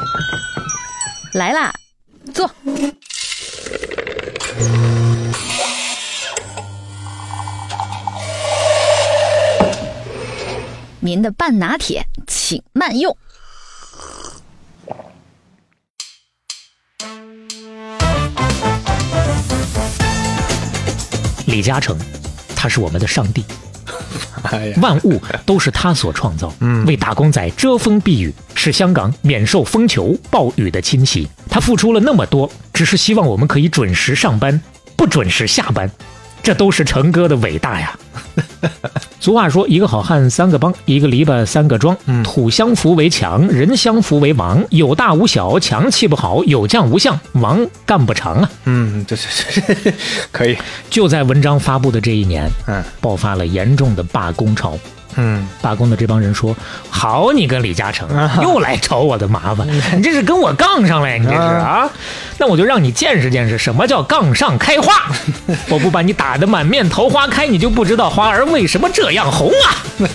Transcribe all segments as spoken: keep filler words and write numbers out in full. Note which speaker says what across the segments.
Speaker 1: 来啦，坐。您的半拿铁，请慢用。
Speaker 2: 李嘉诚，他是我们的上帝。
Speaker 3: 哎呀，
Speaker 2: 万物都是他所创造，
Speaker 3: 嗯，
Speaker 2: 为打工仔遮风避雨，使香港免受风球暴雨的侵袭。他付出了那么多，只是希望我们可以准时上班，不准时下班，这都是成哥的伟大呀。俗话说，一个好汉三个帮，一个篱笆三个桩，
Speaker 3: 嗯，
Speaker 2: 土相扶为墙，人相扶为王，有大无小，强气不好，有将无相，王干不长啊。
Speaker 3: 嗯，这这可以。
Speaker 2: 就在文章发布的这一年，
Speaker 3: 嗯，
Speaker 2: 爆发了严重的罢工潮。
Speaker 3: 嗯，
Speaker 2: 罢工的这帮人说：“好，你跟李嘉诚又来找我的麻烦，你这是跟我杠上了，你这是啊？那我就让你见识见识什么叫杠上开花。我不把你打得满面桃花开，你就不知道花儿为什么这样红啊！”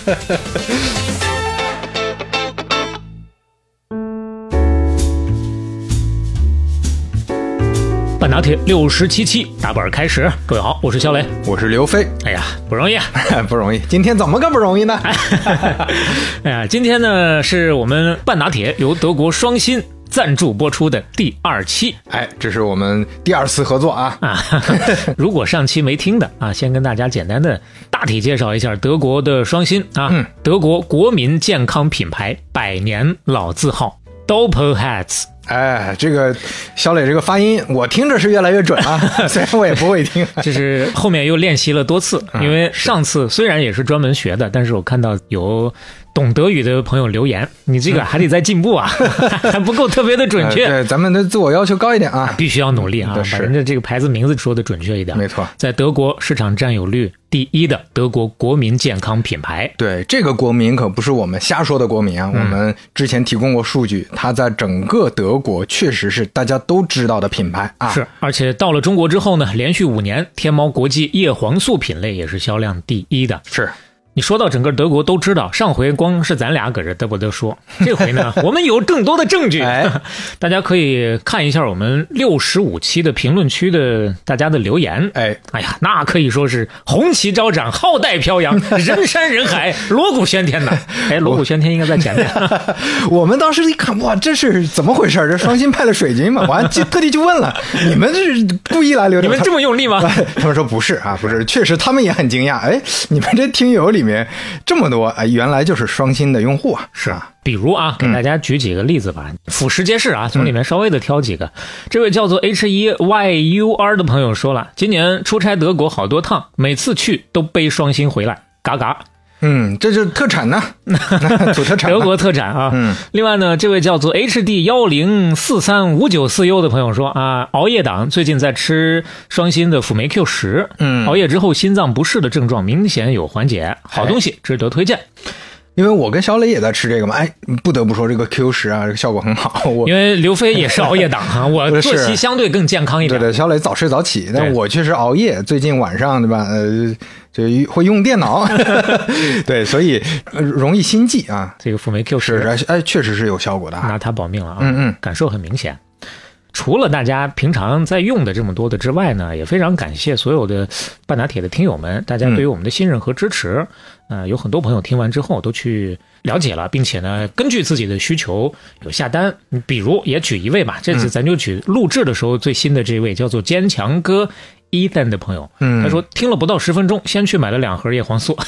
Speaker 2: 半打铁六十七期打本开始，各位好，我是肖雷，
Speaker 3: 我是刘飞。
Speaker 2: 哎呀，不容易啊，
Speaker 3: 不容易。今天怎么个不容易呢？
Speaker 2: 哎呀，今天呢是我们半打铁由德国双芯赞助播出的第二期。
Speaker 3: 哎，这是我们第二次合作啊！
Speaker 2: 啊，如果上期没听的啊，先跟大家简单的大体介绍一下德国的双芯啊，
Speaker 3: 嗯、
Speaker 2: 德国国民健康品牌，百年老字号 Doppelherz。
Speaker 3: 哎，这个小磊这个发音，我听着是越来越准啊，虽然我也不会听。
Speaker 2: 就是后面又练习了多次，因为上次虽然也是专门学的，但是我看到有懂德语的朋友留言，你这个还得再进步啊，还不够特别的准确。
Speaker 3: 呃、对，咱们的自我要求高一点啊，
Speaker 2: 必须要努力啊，把人家这个牌子名字说的准确一点。
Speaker 3: 没错，
Speaker 2: 在德国市场占有率第一的德国国民健康品牌。
Speaker 3: 对，这个国民可不是我们瞎说的国民啊，嗯、我们之前提供过数据，它在整个德国确实是大家都知道的品牌啊。
Speaker 2: 是，而且到了中国之后呢，连续五年天猫国际叶黄素品类也是销量第一的。
Speaker 3: 是。
Speaker 2: 你说到整个德国都知道，上回光是咱俩搁这嘚啵嘚说，这回呢我们有更多的证据，
Speaker 3: 哎、
Speaker 2: 大家可以看一下我们六十五期的评论区的大家的留言。
Speaker 3: 哎，
Speaker 2: 哎呀，那可以说是红旗招展，浩带飘扬，人山人海，锣鼓喧天呐！哎，锣鼓喧天应该在前面。
Speaker 3: 我们当时一看，哇，这是怎么回事？这双芯派了水军嘛？我还特地去问了，你们是故意来留的？
Speaker 2: 你们这么用力吗？
Speaker 3: 他们说不是啊，不是，确实他们也很惊讶。哎，你们这听友里里面这么多，哎，原来就是双芯的用户啊！
Speaker 2: 是啊，比如啊，给大家举几个例子吧，俯拾皆是啊，从里面稍微的挑几个。嗯、这位叫做 H 一 Y U R 的朋友说了，今年出差德国好多趟，每次去都背双芯回来，嘎嘎。
Speaker 3: 嗯，这就是特产呢，土特产，
Speaker 2: 德国特产啊。
Speaker 3: 嗯，
Speaker 2: 另外呢，这位叫做 H D 一零四三五九四 U 的朋友说啊，熬夜党最近在吃双芯的辅酶 Q 十，嗯，熬夜之后心脏不适的症状明显有缓解，好东西，值得推荐。
Speaker 3: 因为我跟小磊也在吃这个嘛，哎，不得不说这个 Q 十啊，这个效果很好。我
Speaker 2: 因为刘飞也是熬夜党啊，我作息相对更健康一点。
Speaker 3: 对对，小磊早睡早起，但我确实熬夜，最近晚上对吧？呃，就会用电脑，对，所以、呃、容易心悸啊。
Speaker 2: 这个辅酶 Q 十，
Speaker 3: 哎，确实是有效果的、啊，
Speaker 2: 拿它保命了啊。
Speaker 3: 嗯嗯，
Speaker 2: 感受很明显。除了大家平常在用的这么多的之外呢，也非常感谢所有的半打铁的听友们，大家对于我们的信任和支持。嗯、呃，有很多朋友听完之后都去了解了，并且呢，根据自己的需求有下单。比如也举一位吧，这次咱就举录制的时候最新的这位叫做坚强哥Ethan 的朋友，嗯，他说听了不到十分钟，先去买了两盒叶黄素。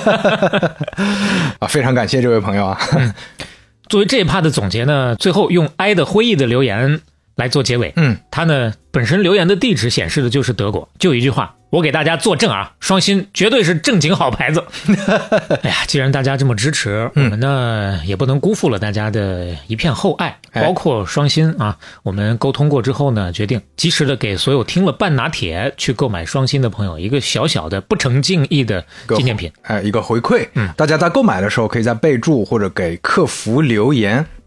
Speaker 3: 啊，非常感谢这位朋友啊。
Speaker 2: 嗯、作为这一趴的总结呢，最后用哀的灰意的留言来做结尾。嗯，他呢本身留言的地址显示的就是德国，就一句话，我给大家作证啊，双芯绝对是正经好牌子。哎呀，既然大家这么支持，我们呢、嗯、也不能辜负了大家的一片厚爱，包括双芯啊，我们沟通过之后呢，决定及时的给所有听了半拿铁去购买双芯的朋友一个小小的不成敬意的纪念品，
Speaker 3: 哎，一个回馈。嗯，大家在购买的时候可以在备注或者给客服留言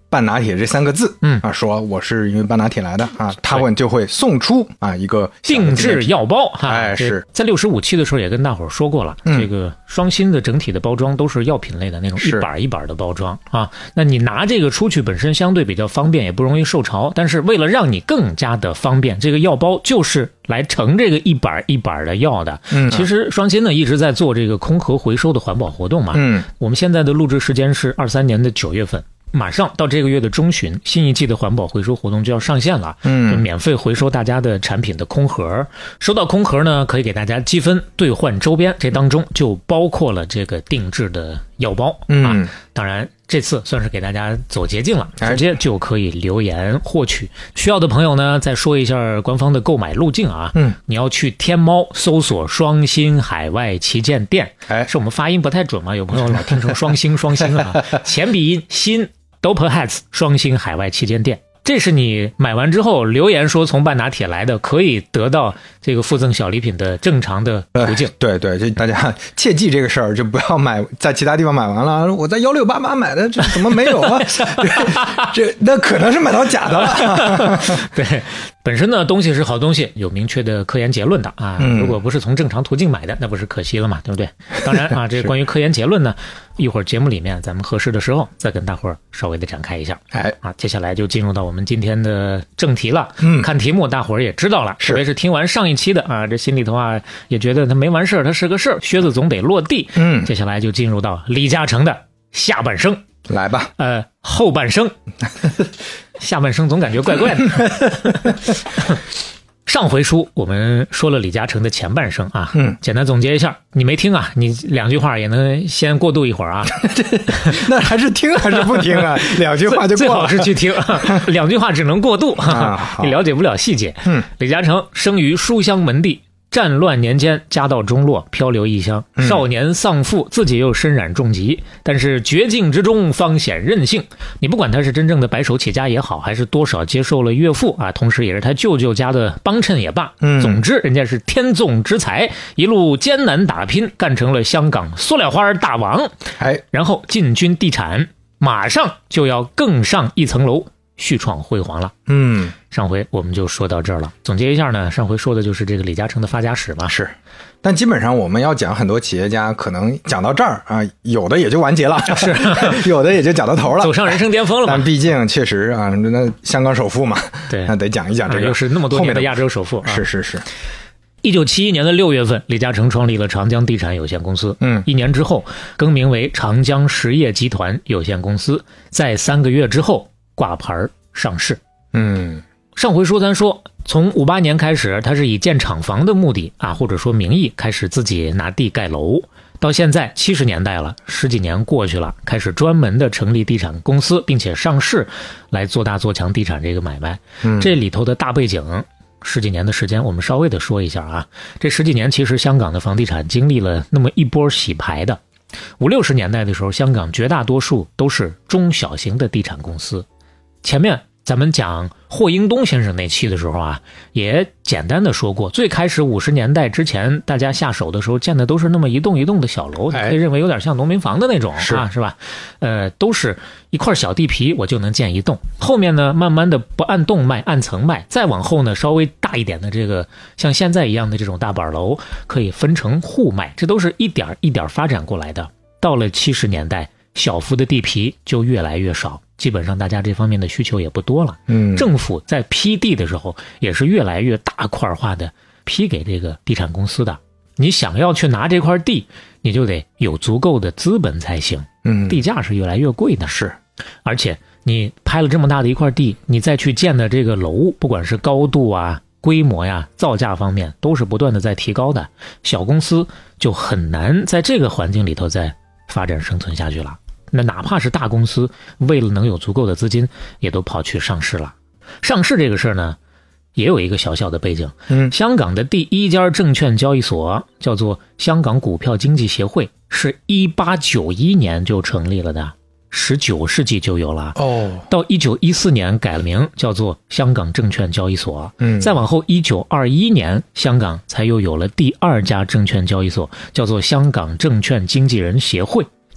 Speaker 3: 半拿铁这三个字，
Speaker 2: 嗯
Speaker 3: 啊，说我是因为半拿铁来的啊，他们就会送出啊一个
Speaker 2: 定制药包哈。
Speaker 3: 哎，是
Speaker 2: 在六十五期的时候也跟大伙儿说过了，
Speaker 3: 嗯、
Speaker 2: 这个双芯的整体的包装都是药品类的那种一板一板的包装啊。那你拿这个出去本身相对比较方便，也不容易受潮，但是为了让你更加的方便，这个药包就是来盛这个一板一板的药的。
Speaker 3: 嗯，
Speaker 2: 其实双芯呢一直在做这个空盒回收的环保活动嘛。
Speaker 3: 嗯，
Speaker 2: 我们现在的录制时间是二三年的九月份。马上到这个月的中旬，新一季的环保回收活动就要上线了。
Speaker 3: 嗯，
Speaker 2: 免费回收大家的产品的空盒，收到空盒呢，可以给大家积分兑换周边，这当中就包括了这个定制的药包。
Speaker 3: 嗯，
Speaker 2: 啊，当然这次算是给大家走捷径了，直接就可以留言获取。需要的朋友呢，再说一下官方的购买路径啊。
Speaker 3: 嗯，
Speaker 2: 你要去天猫搜索双芯海外旗舰店。
Speaker 3: 哎，
Speaker 2: 是我们发音不太准吗？有朋友老听成双星双星啊，前鼻音新。Doper Hats 双芯海外旗舰店，这是你买完之后留言说从半拿铁来的，可以得到这个附赠小礼品的正常的途径。
Speaker 3: 呃、对对，这大家切记这个事儿，就不要买在其他地方买完了，我在幺六八八买的，这怎么没有啊？这那可能是买到假的了。
Speaker 2: 对，本身呢东西是好东西，有明确的科研结论的啊。
Speaker 3: 嗯、
Speaker 2: 如果不是从正常途径买的，那不是可惜了嘛，对不对？当然啊，这关于科研结论呢，一会儿节目里面咱们合适的时候再跟大伙儿稍微的展开一下。
Speaker 3: 哎
Speaker 2: 啊，接下来就进入到我们今天的正题了。
Speaker 3: 嗯，
Speaker 2: 看题目大伙儿也知道了，特别是听完上一期的啊，这心里头啊也觉得他没完事儿，他是个事儿，靴子总得落地。
Speaker 3: 嗯，
Speaker 2: 接下来就进入到李嘉诚的下半生。
Speaker 3: 来吧，
Speaker 2: 呃，后半生，下半生总感觉怪怪的。上回书我们说了李嘉诚的前半生啊，
Speaker 3: 嗯，
Speaker 2: 简单总结一下，你没听啊，你两句话也能先过渡一会儿啊。
Speaker 3: 那还是听还是不听啊？两句话就过了，
Speaker 2: 最好是去听，两句话只能过渡，
Speaker 3: 啊、
Speaker 2: 你了解不了细节。
Speaker 3: 嗯，
Speaker 2: 李嘉诚生于书香门第。战乱年间家道中落，漂流异乡，少年丧父，自己又身染重疾，但是绝境之中方显韧性。你不管他是真正的白手起家也好，还是多少接受了岳父啊，同时也是他舅舅家的帮衬也罢，
Speaker 3: 嗯，
Speaker 2: 总之人家是天纵之才，一路艰难打拼，干成了香港塑料花大王。
Speaker 3: 哎，
Speaker 2: 然后进军地产，马上就要更上一层楼，续创辉煌了。
Speaker 3: 嗯，
Speaker 2: 上回我们就说到这儿了。总结一下呢，上回说的就是这个李嘉诚的发家史嘛。
Speaker 3: 是，但基本上我们要讲很多企业家，可能讲到这儿啊，有的也就完结了，
Speaker 2: 是
Speaker 3: 有的也就讲到头了，
Speaker 2: 走上人生巅峰了嘛。
Speaker 3: 但毕竟确实啊，那香港首富嘛，
Speaker 2: 对，
Speaker 3: 那得讲一讲这个，
Speaker 2: 又是那么多年的亚洲首富。啊、
Speaker 3: 是是是。
Speaker 2: 一九七一年的六月份，李嘉诚创立了长江地产有限公司。
Speaker 3: 嗯，
Speaker 2: 一年之后更名为长江实业集团有限公司，在三个月之后挂牌上市。
Speaker 3: 嗯，
Speaker 2: 上回说咱说，从五八年开始，他是以建厂房的目的啊，或者说名义开始自己拿地盖楼。到现在七十年代了，十几年过去了，开始专门的成立地产公司，并且上市来做大做强地产这个买卖。
Speaker 3: 嗯，
Speaker 2: 这里头的大背景，十几年的时间，我们稍微的说一下啊。这十几年其实香港的房地产经历了那么一波洗牌的。五六十年代的时候，香港绝大多数都是中小型的地产公司。前面咱们讲霍英东先生那期的时候啊，也简单的说过，最开始五十年代之前，大家下手的时候建的都是那么一栋一栋的小楼，
Speaker 3: 哎、
Speaker 2: 可以认为有点像农民房的那种
Speaker 3: 是
Speaker 2: 啊，是吧？呃，都是一块小地皮我就能建一栋。后面呢，慢慢的不按栋卖，按层卖，再往后呢，稍微大一点的这个像现在一样的这种大板楼，可以分成户卖，这都是一点一点发展过来的。到了七十年代，小幅的地皮就越来越少。基本上大家这方面的需求也不多了，
Speaker 3: 嗯，
Speaker 2: 政府在批地的时候也是越来越大块化的批给这个地产公司的。你想要去拿这块地，你就得有足够的资本才行，
Speaker 3: 嗯，
Speaker 2: 地价是越来越贵的，
Speaker 3: 是，
Speaker 2: 而且你拍了这么大的一块地，你再去建的这个楼，不管是高度啊、规模呀、造价方面，都是不断的在提高的，小公司就很难在这个环境里头再发展生存下去了。那哪怕是大公司，为了能有足够的资金，也都跑去上市了。上市这个事儿呢，也有一个小小的背景。
Speaker 3: 嗯，
Speaker 2: 香港的第一家证券交易所叫做香港股票经济协会，是一八九一年就成立了的，十九世纪就有了。
Speaker 3: 哦，
Speaker 2: 到一九一四年改了名，叫做香港证券交易所。
Speaker 3: 嗯，
Speaker 2: 再往后一九二一年，香港才又有了第二家证券交易所，叫做香港证券经纪人协会。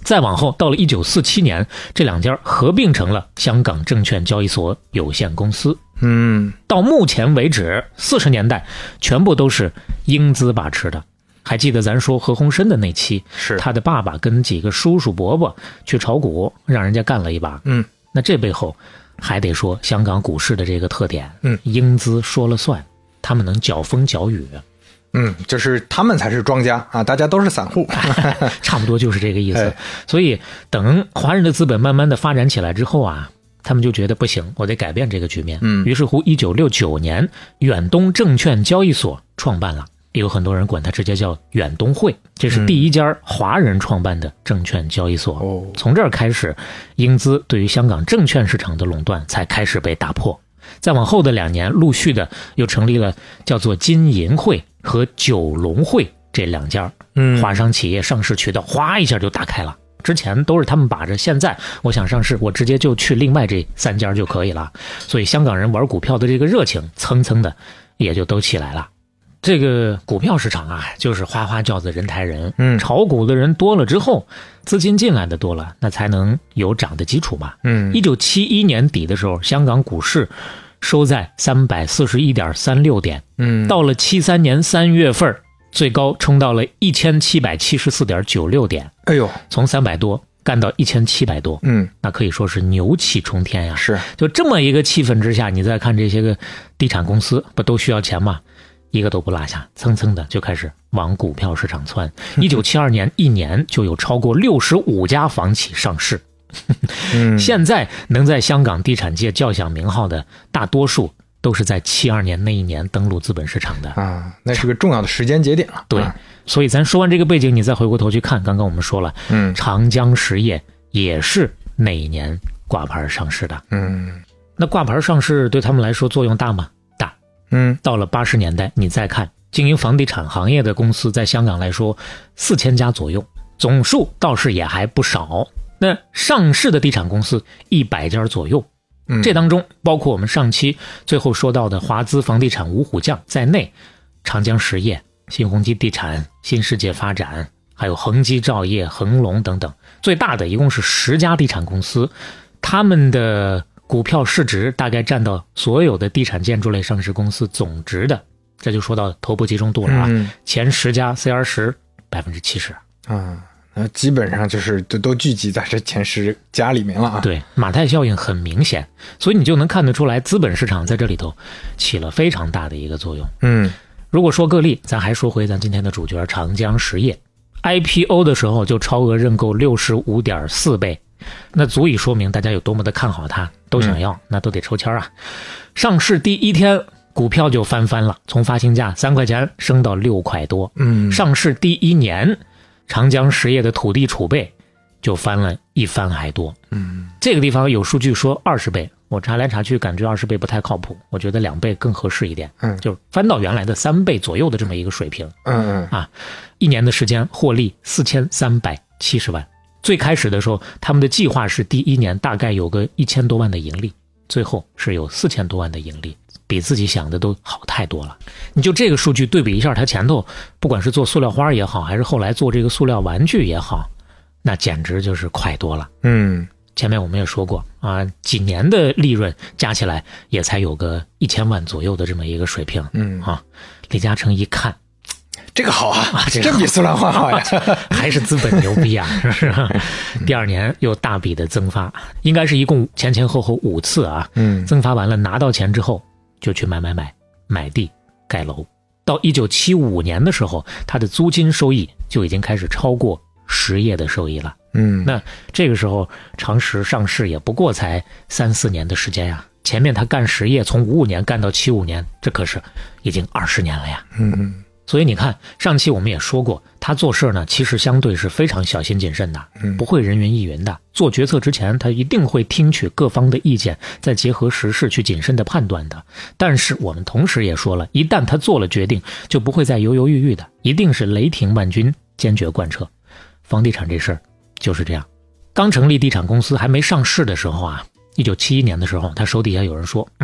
Speaker 2: 再往后到了一九四七年，这两家合并成了香港证券交易所有限公司。
Speaker 3: 嗯，
Speaker 2: 到目前为止四十年代全部都是英资把持的。还记得咱说何鸿燊的那期，
Speaker 3: 是
Speaker 2: 他的爸爸跟几个叔叔伯伯去炒股，让人家干了一把。
Speaker 3: 嗯，
Speaker 2: 那这背后还得说香港股市的这个特点，
Speaker 3: 嗯，
Speaker 2: 英资说了算，他们能搅风搅雨。
Speaker 3: 嗯，就是他们才是庄家啊，大家都是散户，
Speaker 2: 差不多就是这个意思。
Speaker 3: 哎、
Speaker 2: 所以等华人的资本慢慢的发展起来之后啊，他们就觉得不行，我得改变这个局面。
Speaker 3: 嗯，
Speaker 2: 于是乎一九六九年，远东证券交易所创办了，有很多人管它直接叫远东汇，这是第一家华人创办的证券交易所。
Speaker 3: 哦、
Speaker 2: 嗯，从这儿开始，英资对于香港证券市场的垄断才开始被打破。再往后的两年，陆续的又成立了叫做金银汇和九龙汇这两家华商企业上市渠道，哗一下就打开了。之前都是他们把着，现在我想上市，我直接就去另外这三家就可以了。所以香港人玩股票的这个热情蹭蹭的也就都起来了。这个股票市场啊，就是花花轿子人抬人，嗯，炒股的人多了之后，资金进来的多了，那才能有涨的基础嘛。
Speaker 3: 嗯，
Speaker 2: 一九七一年底的时候，香港股市收在三百四十一点三六点，
Speaker 3: 嗯，
Speaker 2: 到了七三年三月份，最高冲到了一千七百七十四点九六点，
Speaker 3: 哎呦，
Speaker 2: 从三百多干到一千七百多，
Speaker 3: 嗯，
Speaker 2: 那可以说是牛气冲天呀。
Speaker 3: 是，
Speaker 2: 就这么一个气氛之下，你再看这些个地产公司，不都需要钱吗？一个都不落下，蹭蹭的就开始往股票市场窜。一九七二年一年就有超过六十五家房企上市。
Speaker 3: 嗯，
Speaker 2: 现在能在香港地产界叫响名号的，大多数都是在七二年那一年登陆资本市场的
Speaker 3: 啊，那是个重要的时间节点了。
Speaker 2: 对，
Speaker 3: 啊、
Speaker 2: 所以咱说完这个背景，你再回过头去看，刚刚我们说了，
Speaker 3: 嗯，
Speaker 2: 长江实业也是那一年挂牌上市的。
Speaker 3: 嗯，
Speaker 2: 那挂牌上市对他们来说作用大吗？大。
Speaker 3: 嗯，
Speaker 2: 到了八十年代，你再看经营房地产行业的公司，在香港来说四千家左右，总数倒是也还不少。那上市的地产公司一百家左右，
Speaker 3: 嗯，
Speaker 2: 这当中包括我们上期最后说到的华资房地产五虎将在内，长江实业、新鸿基地产、新世界发展，还有恒基兆业、恒隆等等，最大的一共是十家地产公司，他们的股票市值大概占到所有的地产建筑类上市公司总值的，这就说到头部集中度了啊，
Speaker 3: 嗯、
Speaker 2: 前十家 C R 十百分之七十
Speaker 3: 啊。那基本上就是都都聚集在这前十家里面了啊。
Speaker 2: 对，马太效应很明显，所以你就能看得出来，资本市场在这里头起了非常大的一个作用。
Speaker 3: 嗯，
Speaker 2: 如果说个例，咱还说回咱今天的主角长江实业 ，I P O 的时候就超额认购六十五点四倍，那足以说明大家有多么的看好它，都想要，嗯、那都得抽签啊。上市第一天，股票就翻番了，从发行价三块钱升到六块多。
Speaker 3: 嗯，
Speaker 2: 上市第一年，长江实业的土地储备就翻了一番还多。
Speaker 3: 嗯，
Speaker 2: 这个地方有数据说二十倍，我查来查去感觉二十倍不太靠谱，我觉得两倍更合适一点。
Speaker 3: 嗯，
Speaker 2: 就翻到原来的三倍左右的这么一个水平。
Speaker 3: 嗯嗯
Speaker 2: 啊，一年的时间获利四千三百七十万。最开始的时候，他们的计划是第一年大概有个一千多万的盈利，最后是有四千多万的盈利。比自己想的都好太多了。你就这个数据对比一下，他前头不管是做塑料花也好，还是后来做这个塑料玩具也好，那简直就是快多了。
Speaker 3: 嗯，
Speaker 2: 前面我们也说过啊，几年的利润加起来也才有个一千万左右的这么一个水平。
Speaker 3: 嗯
Speaker 2: 啊，李嘉诚一看，
Speaker 3: 这个好啊，
Speaker 2: 啊这
Speaker 3: 真比塑料花好呀，
Speaker 2: 还是资本牛逼啊，是不是？第二年又大笔的增发，应该是一共前前后后五次啊。
Speaker 3: 嗯，
Speaker 2: 增发完了拿到钱之后，就去买买买买地盖楼。到一九七五年的时候，它的租金收益就已经开始超过实业的收益了。
Speaker 3: 嗯，
Speaker 2: 那这个时候长实上市也不过才三四年的时间呀，前面他干实业从五五年干到七五年，这可是已经二十年了呀。
Speaker 3: 嗯嗯。
Speaker 2: 所以你看，上期我们也说过，他做事呢，其实相对是非常小心谨慎的，不会人云亦云的。做决策之前，他一定会听取各方的意见，再结合时事去谨慎的判断的。但是我们同时也说了，一旦他做了决定，就不会再犹犹豫豫的，一定是雷霆万钧，坚决贯彻。房地产这事儿就是这样。刚成立地产公司还没上市的时候啊，一九七一年的时候，他手底下有人说，嗯，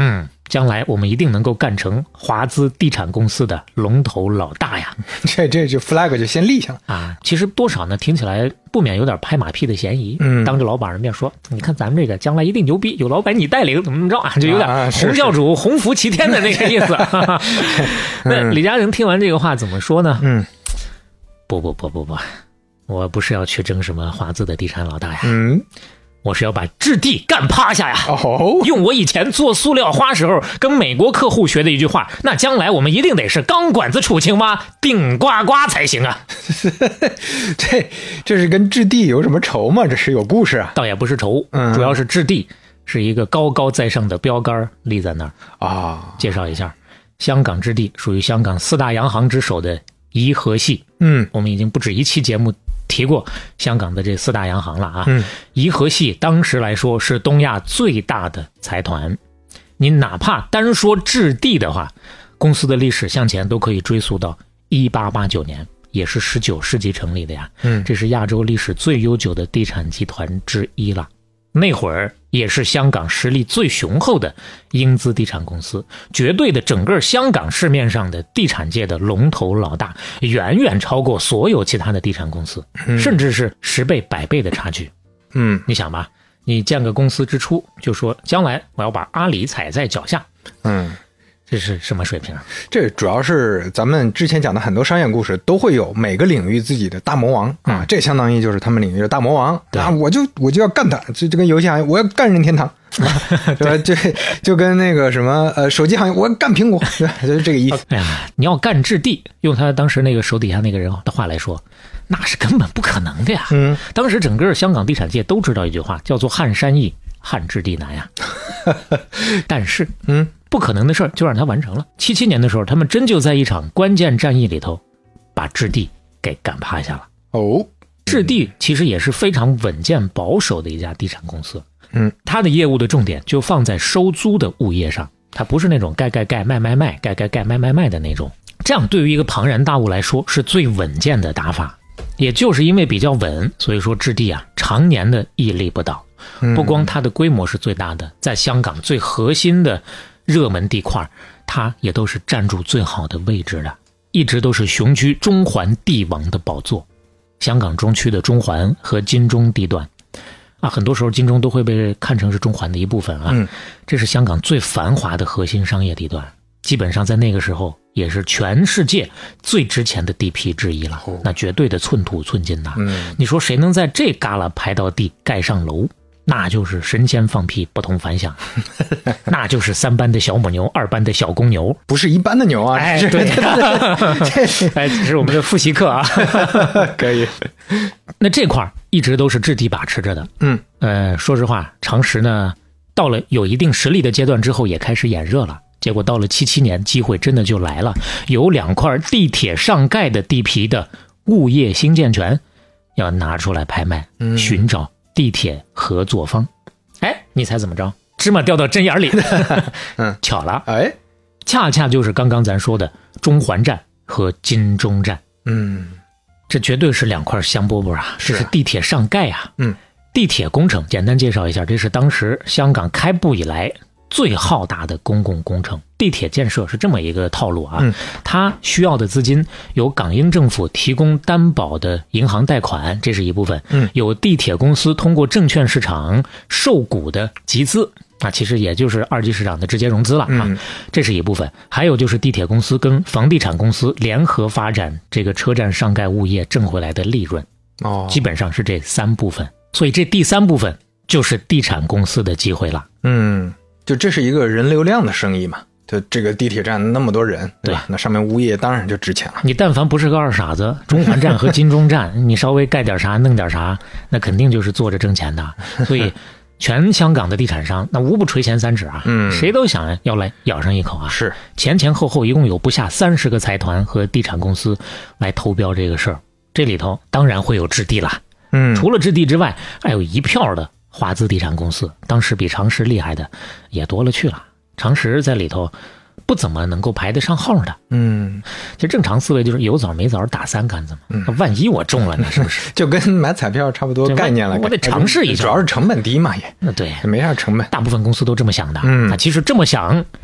Speaker 2: 将来我们一定能够干成华资地产公司的龙头老大呀！
Speaker 3: 这这就 flag 就先立下了
Speaker 2: 啊！其实多少呢，听起来不免有点拍马屁的嫌疑。嗯，当着老板的面说，你看咱们这个将来一定牛逼，有老板你带领，怎么怎么着啊，就有点洪教主鸿福齐天的那个意思。啊、那李嘉诚听完这个话怎么说呢？嗯，不不不不不，我不是要去争什么华资的地产老大呀。嗯。我是要把置地干趴下呀！哦，用我以前做塑料花时候跟美国客户学的一句话，那将来我们一定得是钢管子杵青蛙，顶呱呱才行啊！
Speaker 3: 这这是跟置地有什么仇吗？这是有故事啊？
Speaker 2: 倒也不是仇，嗯、主要是置地是一个高高在上的标杆立在那儿啊。介绍一下，香港置地属于香港四大洋行之首的怡和系。嗯，我们已经不止一期节目提过香港的这四大洋行了啊，嗯，怡和系当时来说是东亚最大的财团。你哪怕单说置地的话，公司的历史向前都可以追溯到一八八九年，也是十九世纪成立的呀。嗯，这是亚洲历史最悠久的地产集团之一了。那会儿也是香港实力最雄厚的英资地产公司，绝对的整个香港市面上的地产界的龙头老大，远远超过所有其他的地产公司，嗯、甚至是十倍百倍的差距。嗯，你想吧，你建个公司之初就说将来我要把阿里踩在脚下，嗯。这是什么水平啊？
Speaker 3: 这主要是咱们之前讲的很多商业故事都会有每个领域自己的大魔王啊，嗯、这相当于就是他们领域的大魔王啊，我就我就要干他，就就跟游戏行业我要干任天堂，对吧？就就跟那个什么呃手机行业我要干苹果，对吧？就是这个意思。
Speaker 2: 哎呀，你要干置地，用他当时那个手底下那个人的话来说，那是根本不可能的呀。嗯，当时整个香港地产界都知道一句话，叫做汉山易，汉置地难呀。但是，嗯。不可能的事儿就让他完成了。七七年的时候，他们真就在一场关键战役里头，把置地给干趴下了。哦，置地其实也是非常稳健保守的一家地产公司。嗯，它的业务的重点就放在收租的物业上，它不是那种盖盖盖卖卖卖盖盖盖卖卖卖的那种。这样对于一个庞然大物来说是最稳健的打法。也就是因为比较稳，所以说置地啊常年的屹立不倒。不光它的规模是最大的，在香港最核心的热门地块，它也都是站住最好的位置的，一直都是雄居中环地王的宝座。香港中区的中环和金钟地段啊，很多时候金钟都会被看成是中环的一部分啊。嗯，这是香港最繁华的核心商业地段，基本上在那个时候也是全世界最值钱的地皮之一了。哦、那绝对的寸土寸金呐、啊。嗯，你说谁能在这旮旯排到地盖上楼？那就是神仙放屁不同凡响，那就是三班的小母牛，二班的小公牛，
Speaker 3: 不是一般的牛啊！
Speaker 2: 哎，对，哎，这是我们的复习课啊，
Speaker 3: 可以。
Speaker 2: 那这块一直都是置地把持着的，嗯，呃，说实话，长实呢，到了有一定实力的阶段之后，也开始眼热了。结果到了七七年，机会真的就来了，有两块地铁上盖的地皮的物业兴建权要拿出来拍卖，嗯、寻找地铁合作方。哎，你猜怎么着？芝麻掉到针眼里。嗯，巧了，哎，恰恰就是刚刚咱说的中环站和金钟站。嗯，这绝对是两块香饽饽啊！这是地铁上盖啊。嗯，地铁工程简单介绍一下，这是当时香港开埠以来最浩大的公共工程。地铁建设是这么一个套路啊，嗯、它需要的资金由港英政府提供担保的银行贷款，这是一部分；嗯、有地铁公司通过证券市场售股的集资，啊，其实也就是二级市场的直接融资了啊，嗯、这是一部分。还有就是地铁公司跟房地产公司联合发展这个车站上盖物业挣回来的利润，哦，基本上是这三部分。所以这第三部分就是地产公司的机会了。
Speaker 3: 嗯，就这是一个人流量的生意嘛。就这个地铁站那么多人，对吧？那上面物业当然就值钱了。
Speaker 2: 你但凡不是个二傻子，中环站和金钟站，你稍微盖点啥弄点啥，那肯定就是坐着挣钱的。所以，全香港的地产商那无不垂涎三尺啊，嗯，谁都想要来咬上一口啊。
Speaker 3: 是
Speaker 2: 前前后后一共有不下三十个财团和地产公司来投标这个事儿，这里头当然会有置地啦。嗯，除了置地之外，还有一票的华资地产公司，当时比长实厉害的也多了去了。长实在里头不怎么能够排得上号的。嗯，其实正常思维就是有枣没枣打三竿子嘛。嗯，万一我中了呢，是不是？
Speaker 3: 就跟买彩票差不多概念了。
Speaker 2: 我得尝试一下，
Speaker 3: 主要是成本低嘛，也
Speaker 2: 那对，
Speaker 3: 没啥成本。
Speaker 2: 大部分公司都这么想的。嗯，啊，其实这么想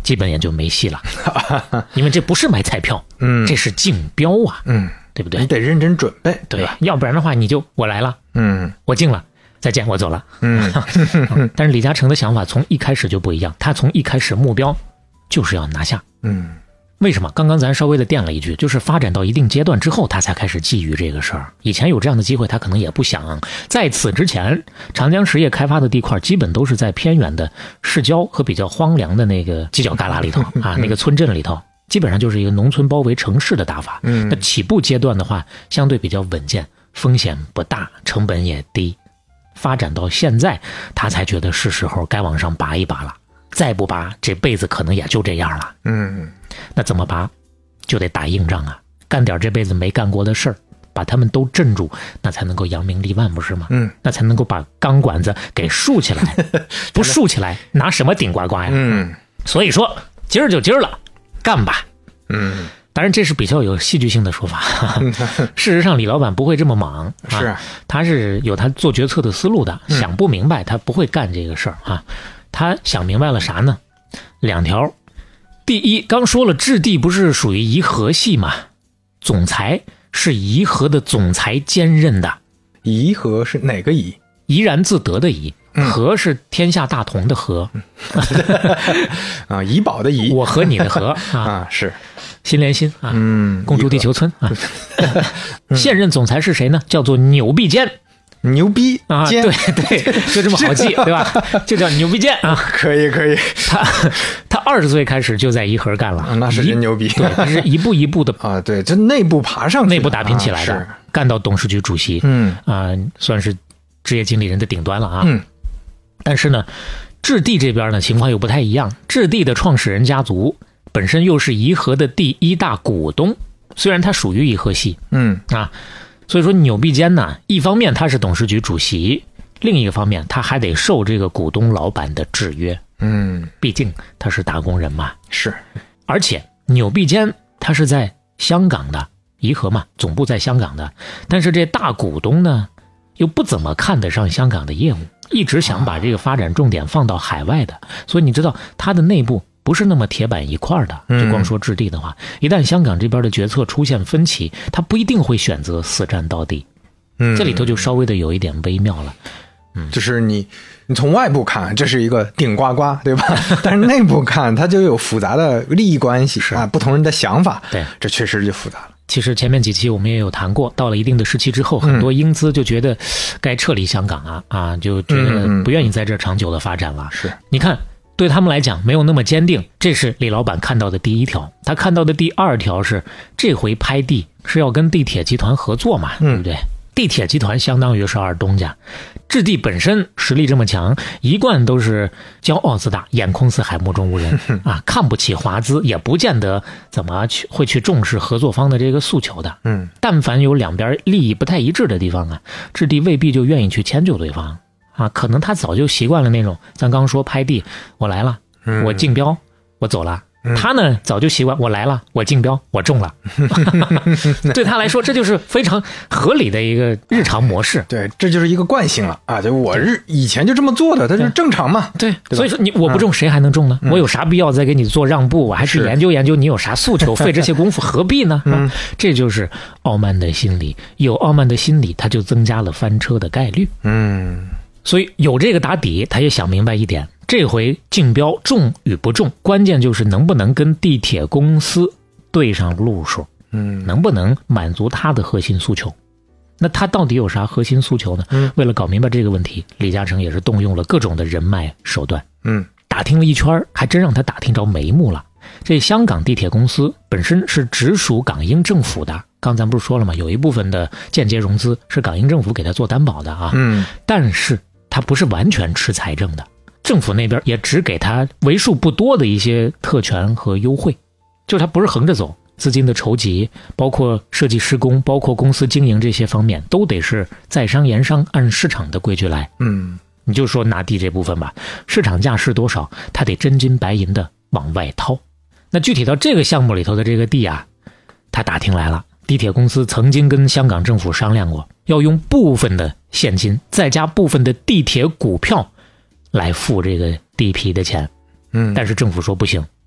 Speaker 2: 基本也就没戏了，因为这不是买彩票，嗯，这是竞标啊，嗯，对不对？
Speaker 3: 你得认真准备，
Speaker 2: 对吧？要不然的话，你就我来了，嗯，我进了，再见，我走了，嗯。但是李嘉诚的想法从一开始就不一样，他从一开始目标就是要拿下，嗯。为什么？刚刚咱稍微的垫了一句，就是发展到一定阶段之后，他才开始觊觎这个事儿。以前有这样的机会，他可能也不想。在此之前，长江实业开发的地块基本都是在偏远的市郊和比较荒凉的那个犄角旮旯里头啊，那个村镇里头，基本上就是一个农村包围城市的打法。那起步阶段的话，相对比较稳健，风险不大，成本也低。发展到现在，他才觉得是时候该往上拔一拔了。再不拔，这辈子可能也就这样了。嗯，那怎么拔？就得打硬仗啊，干点这辈子没干过的事儿，把他们都镇住，那才能够扬名立万，不是吗？嗯，那才能够把钢管子给竖起来，不竖起来，拿什么顶呱呱呀？嗯，所以说今儿就今儿了，干吧。嗯，当然这是比较有戏剧性的说法。事实上，李老板不会这么莽，
Speaker 3: 是、
Speaker 2: 啊、他是有他做决策的思路的，嗯、想不明白他不会干这个事儿啊。他想明白了啥呢？两条。第一，刚说了，置地不是属于颐和系嘛？总裁是颐和的总裁兼任的。
Speaker 3: 颐和是哪个颐？
Speaker 2: 怡然自得的颐，嗯、和是天下大同的和。
Speaker 3: 啊，怡宝的怡，
Speaker 2: 我和你的和啊,
Speaker 3: 啊，是
Speaker 2: 心连心啊，嗯，共筑地球村啊。现任总裁是谁呢？叫做钮必坚。
Speaker 3: 牛逼
Speaker 2: 啊！对对，就这么好记，对吧？就叫牛逼坚啊！
Speaker 3: 可以可以。
Speaker 2: 他他二十岁开始就在颐和干了，
Speaker 3: 啊、那是真牛逼。
Speaker 2: 对，他是一步一步的
Speaker 3: 啊，对，这内部爬上去，
Speaker 2: 内部打拼起来的，啊、干到董事局主席，嗯啊、呃，算是职业经理人的顶端了啊。嗯。但是呢，置地这边呢情况又不太一样，置地的创始人家族本身又是颐和的第一大股东，虽然他属于颐和系，嗯啊。所以说钮必坚呢，一方面他是董事局主席，另一个方面他还得受这个股东老板的制约。嗯，毕竟他是打工人嘛。
Speaker 3: 是，
Speaker 2: 而且钮必坚他是在香港的，颐和嘛，总部在香港的，但是这大股东呢又不怎么看得上香港的业务，一直想把这个发展重点放到海外的。所以你知道他的内部不是那么铁板一块的，就光说置地的话，嗯、一旦香港这边的决策出现分歧，他不一定会选择死战到底。嗯，这里头就稍微的有一点微妙了。
Speaker 3: 嗯，就是你你从外部看这是一个顶呱呱，对吧？但是内部看它就有复杂的利益关系啊，不同人的想法，
Speaker 2: 对，
Speaker 3: 这确实就复杂了。
Speaker 2: 其实前面几期我们也有谈过，到了一定的时期之后，很多英资就觉得该撤离香港啊，啊，就觉得不愿意在这长久的发展了。是，你看。对他们来讲没有那么坚定，这是李老板看到的第一条。他看到的第二条是，这回拍地是要跟地铁集团合作嘛，对不对？地铁集团相当于是二东家，置地本身实力这么强，一贯都是骄傲自大，眼空四海，目中无人啊，看不起华资，也不见得怎么去会去重视合作方的这个诉求的。嗯，但凡有两边利益不太一致的地方啊，置地未必就愿意去迁就对方。啊，可能他早就习惯了那种，咱刚说拍地，我来了，我竞标，我走了。嗯、他呢，早就习惯，我来了，我竞标，我中了。对他来说，这就是非常合理的一个日常模式。
Speaker 3: 对，这就是一个惯性了啊！就我日以前就这么做的，它就是正常嘛。
Speaker 2: 对，对所以说你我不中，谁还能中呢？嗯、我有啥必要再给你做让步？我还去研究研究你有啥诉求，费这些功夫何必呢？嗯，这就是傲慢的心理，有傲慢的心理，它就增加了翻车的概率。嗯。所以有这个打底，他也想明白一点，这回竞标中与不中，关键就是能不能跟地铁公司对上路数，嗯，能不能满足他的核心诉求。那他到底有啥核心诉求呢？嗯，为了搞明白这个问题，李嘉诚也是动用了各种的人脉手段，嗯，打听了一圈，还真让他打听着眉目了。这香港地铁公司本身是直属港英政府的，刚咱不是说了吗？有一部分的间接融资是港英政府给他做担保的啊，嗯，但是他不是完全吃财政的，政府那边也只给他为数不多的一些特权和优惠，就是他不是横着走，资金的筹集，包括设计施工，包括公司经营这些方面，都得是在商言商，按市场的规矩来。嗯，你就说拿地这部分吧，市场价是多少，他得真金白银的往外掏。那具体到这个项目里头的这个地啊，他打听来了，地铁公司曾经跟香港政府商量过，要用部分的现金再加部分的地铁股票来付这个地皮的钱。嗯，但是政府说不行，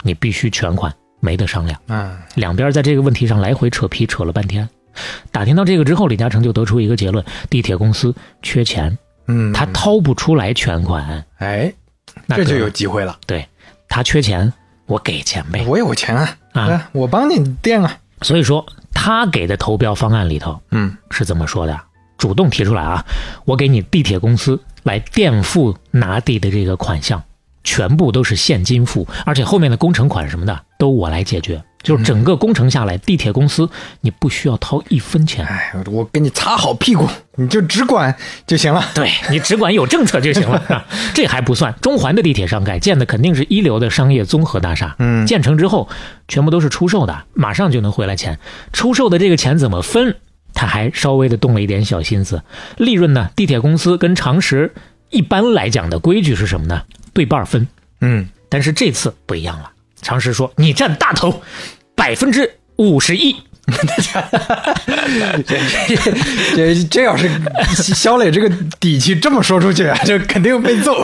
Speaker 2: 你必须全款，没得商量。
Speaker 3: 嗯，
Speaker 2: 两边在这个问题上来回扯皮，扯了半天。打听到这个之后，李嘉诚就得出一个结论：地铁公司缺钱，
Speaker 3: 嗯，
Speaker 2: 他掏不出来全款。
Speaker 3: 哎，
Speaker 2: 那
Speaker 3: 这就有机会了。
Speaker 2: 对，他缺钱，我给钱呗。
Speaker 3: 我有钱啊，
Speaker 2: 啊，
Speaker 3: 我帮你垫啊。
Speaker 2: 所以说，他给的投标方案里头，
Speaker 3: 嗯，
Speaker 2: 是这么说的：主动提出来啊，我给你地铁公司来垫付拿地的这个款项，全部都是现金付，而且后面的工程款什么的都我来解决。就是整个工程下来，地铁公司你不需要掏一分钱。
Speaker 3: 哎，我给你擦好屁股，你就只管就行了。
Speaker 2: 对，你只管有政策就行了。这还不算，中环的地铁上盖建的肯定是一流的商业综合大厦，
Speaker 3: 嗯，
Speaker 2: 建成之后全部都是出售的，马上就能回来钱。出售的这个钱怎么分？他还稍微的动了一点小心思。利润呢，地铁公司跟长实一般来讲的规矩是什么呢？对半分。
Speaker 3: 嗯，
Speaker 2: 但是这次不一样了。长实说你占大头，百分之五十一。
Speaker 3: 这这要是小磊这个底气这么说出去啊，这肯定被揍。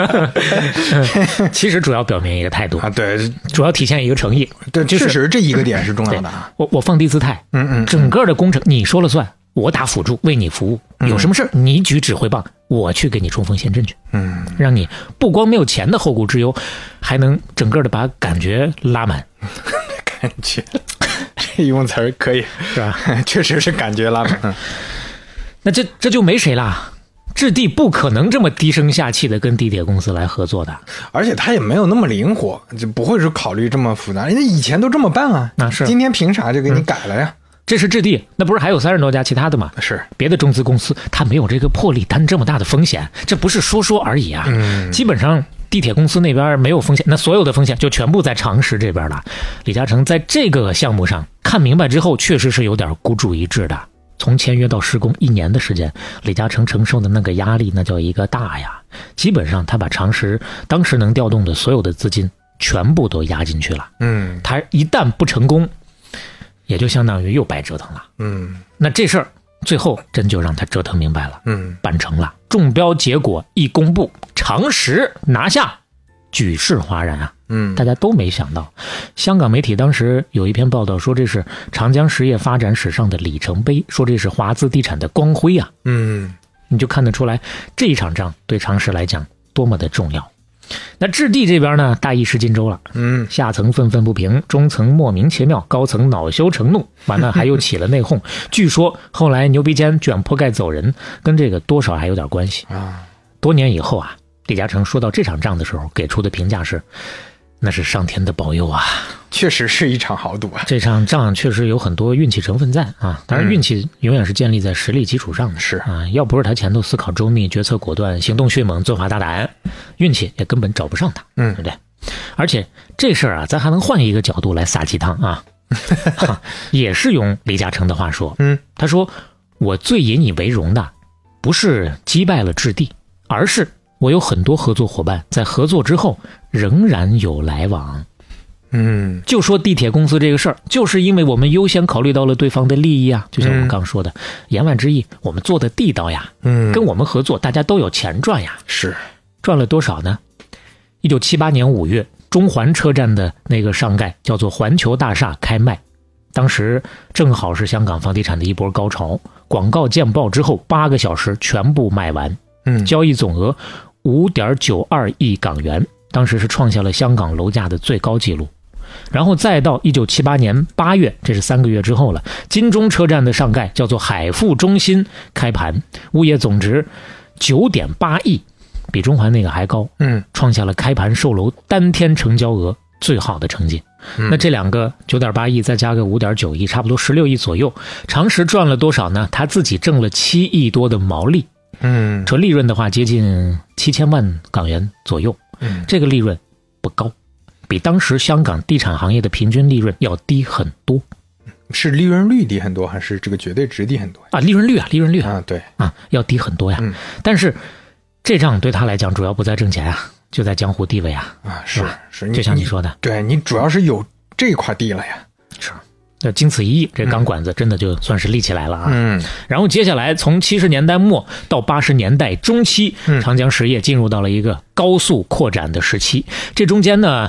Speaker 2: 其实主要表明一个态度
Speaker 3: 啊，对，
Speaker 2: 主要体现一个诚意。
Speaker 3: 对，
Speaker 2: 就是
Speaker 3: 确实这一个点是重要的啊。
Speaker 2: 我我放低姿态，
Speaker 3: 嗯嗯，
Speaker 2: 整个的工程你说了算，我打辅助为你服务，有什么事你举指挥棒，我去给你冲锋陷阵去。
Speaker 3: 嗯，
Speaker 2: 让你不光没有钱的后顾之忧，还能整个的把感觉拉满。
Speaker 3: 感觉。这用词儿可以
Speaker 2: 是吧？
Speaker 3: 确实是感觉拉满。嗯，
Speaker 2: 那这这就没谁啦。置地不可能这么低声下气的跟地铁公司来合作的，
Speaker 3: 而且他也没有那么灵活，就不会是考虑这么复杂。人家以前都这么办啊，
Speaker 2: 那是
Speaker 3: 今天凭啥就给你改了呀？
Speaker 2: 嗯、这是置地，那不是还有三十多家其他的吗？
Speaker 3: 是
Speaker 2: 别的中资公司，他没有这个魄力担这么大的风险，这不是说说而已啊。
Speaker 3: 嗯，
Speaker 2: 基本上。地铁公司那边没有风险，那所有的风险就全部在长实这边了。李嘉诚在这个项目上看明白之后，确实是有点孤注一掷的。从签约到施工一年的时间，李嘉诚承受的那个压力那叫一个大呀。基本上他把长实当时能调动的所有的资金全部都压进去了。
Speaker 3: 嗯，
Speaker 2: 他一旦不成功，也就相当于又白折腾了。
Speaker 3: 嗯，
Speaker 2: 那这事儿最后真就让他折腾明白了。
Speaker 3: 嗯，
Speaker 2: 办成了。中标结果一公布，长实拿下，举世哗然啊！
Speaker 3: 嗯，
Speaker 2: 大家都没想到，香港媒体当时有一篇报道说这是长江实业发展史上的里程碑，说这是华资地产的光辉啊！
Speaker 3: 嗯，
Speaker 2: 你就看得出来这一场仗对长实来讲多么的重要。那置地这边呢，大意失荆州了。
Speaker 3: 嗯，
Speaker 2: 下层愤愤不平，中层莫名其妙，高层恼羞成怒，完了还又起了内讧。据说后来牛鼻尖卷铺盖走人，跟这个多少还有点关系
Speaker 3: 啊。
Speaker 2: 多年以后啊，李嘉诚说到这场仗的时候，给出的评价是：那是上天的保佑啊！
Speaker 3: 确实是一场豪赌啊！
Speaker 2: 这场仗确实有很多运气成分在啊，当然运气永远是建立在实力基础上的。
Speaker 3: 是
Speaker 2: 啊，要不是他前头思考周密、决策果断、行动迅猛、做法大胆，运气也根本找不上他，
Speaker 3: 嗯，
Speaker 2: 对不对？而且这事儿啊，咱还能换一个角度来撒鸡汤啊，也是用李嘉诚的话说，
Speaker 3: 嗯，
Speaker 2: 他说我最引以为荣的，不是击败了置地，而是我有很多合作伙伴在合作之后仍然有来往。
Speaker 3: 嗯，
Speaker 2: 就说地铁公司这个事儿，就是因为我们优先考虑到了对方的利益啊，就像我们刚说的，嗯、言外之意，我们做的地道呀，
Speaker 3: 嗯，
Speaker 2: 跟我们合作，大家都有钱赚呀。
Speaker 3: 是，
Speaker 2: 赚了多少呢？一九七八年五月，中环车站的那个上盖叫做环球大厦开卖，当时正好是香港房地产的一波高潮，广告见报之后八个小时全部卖完，
Speaker 3: 嗯，
Speaker 2: 交易总额五点九二亿港元，当时是创下了香港楼价的最高纪录。然后再到一九七八年八月，这是三个月之后了，金钟车站的上盖叫做海富中心开盘，物业总值九点八亿，比中环那个还高，
Speaker 3: 嗯，
Speaker 2: 创下了开盘售楼单天成交额最好的成绩。
Speaker 3: 嗯、
Speaker 2: 那这两个九点八亿再加个五点九亿，差不多十六亿左右。长实赚了多少呢？他自己挣了七亿多的毛利，
Speaker 3: 嗯，
Speaker 2: 纯利润的话接近七千万港元左右，
Speaker 3: 嗯，
Speaker 2: 这个利润不高，比当时香港地产行业的平均利润要低很多。
Speaker 3: 是利润率低很多，还是这个绝对值低很多
Speaker 2: 啊？利润率啊，利润率
Speaker 3: 啊，对
Speaker 2: 啊，要低很多呀。
Speaker 3: 嗯，
Speaker 2: 但是这仗对他来讲，主要不在挣钱啊，就在江湖地位啊。
Speaker 3: 啊，是是，
Speaker 2: 就像你说的，
Speaker 3: 对你主要是有这块地了呀。
Speaker 2: 是，那经此一役，这钢管子真的就算是立起来了啊。
Speaker 3: 嗯，
Speaker 2: 然后接下来从七十年代末到八十年代中期，
Speaker 3: 嗯、
Speaker 2: 长江实业进入到了一个高速扩展的时期。这中间呢，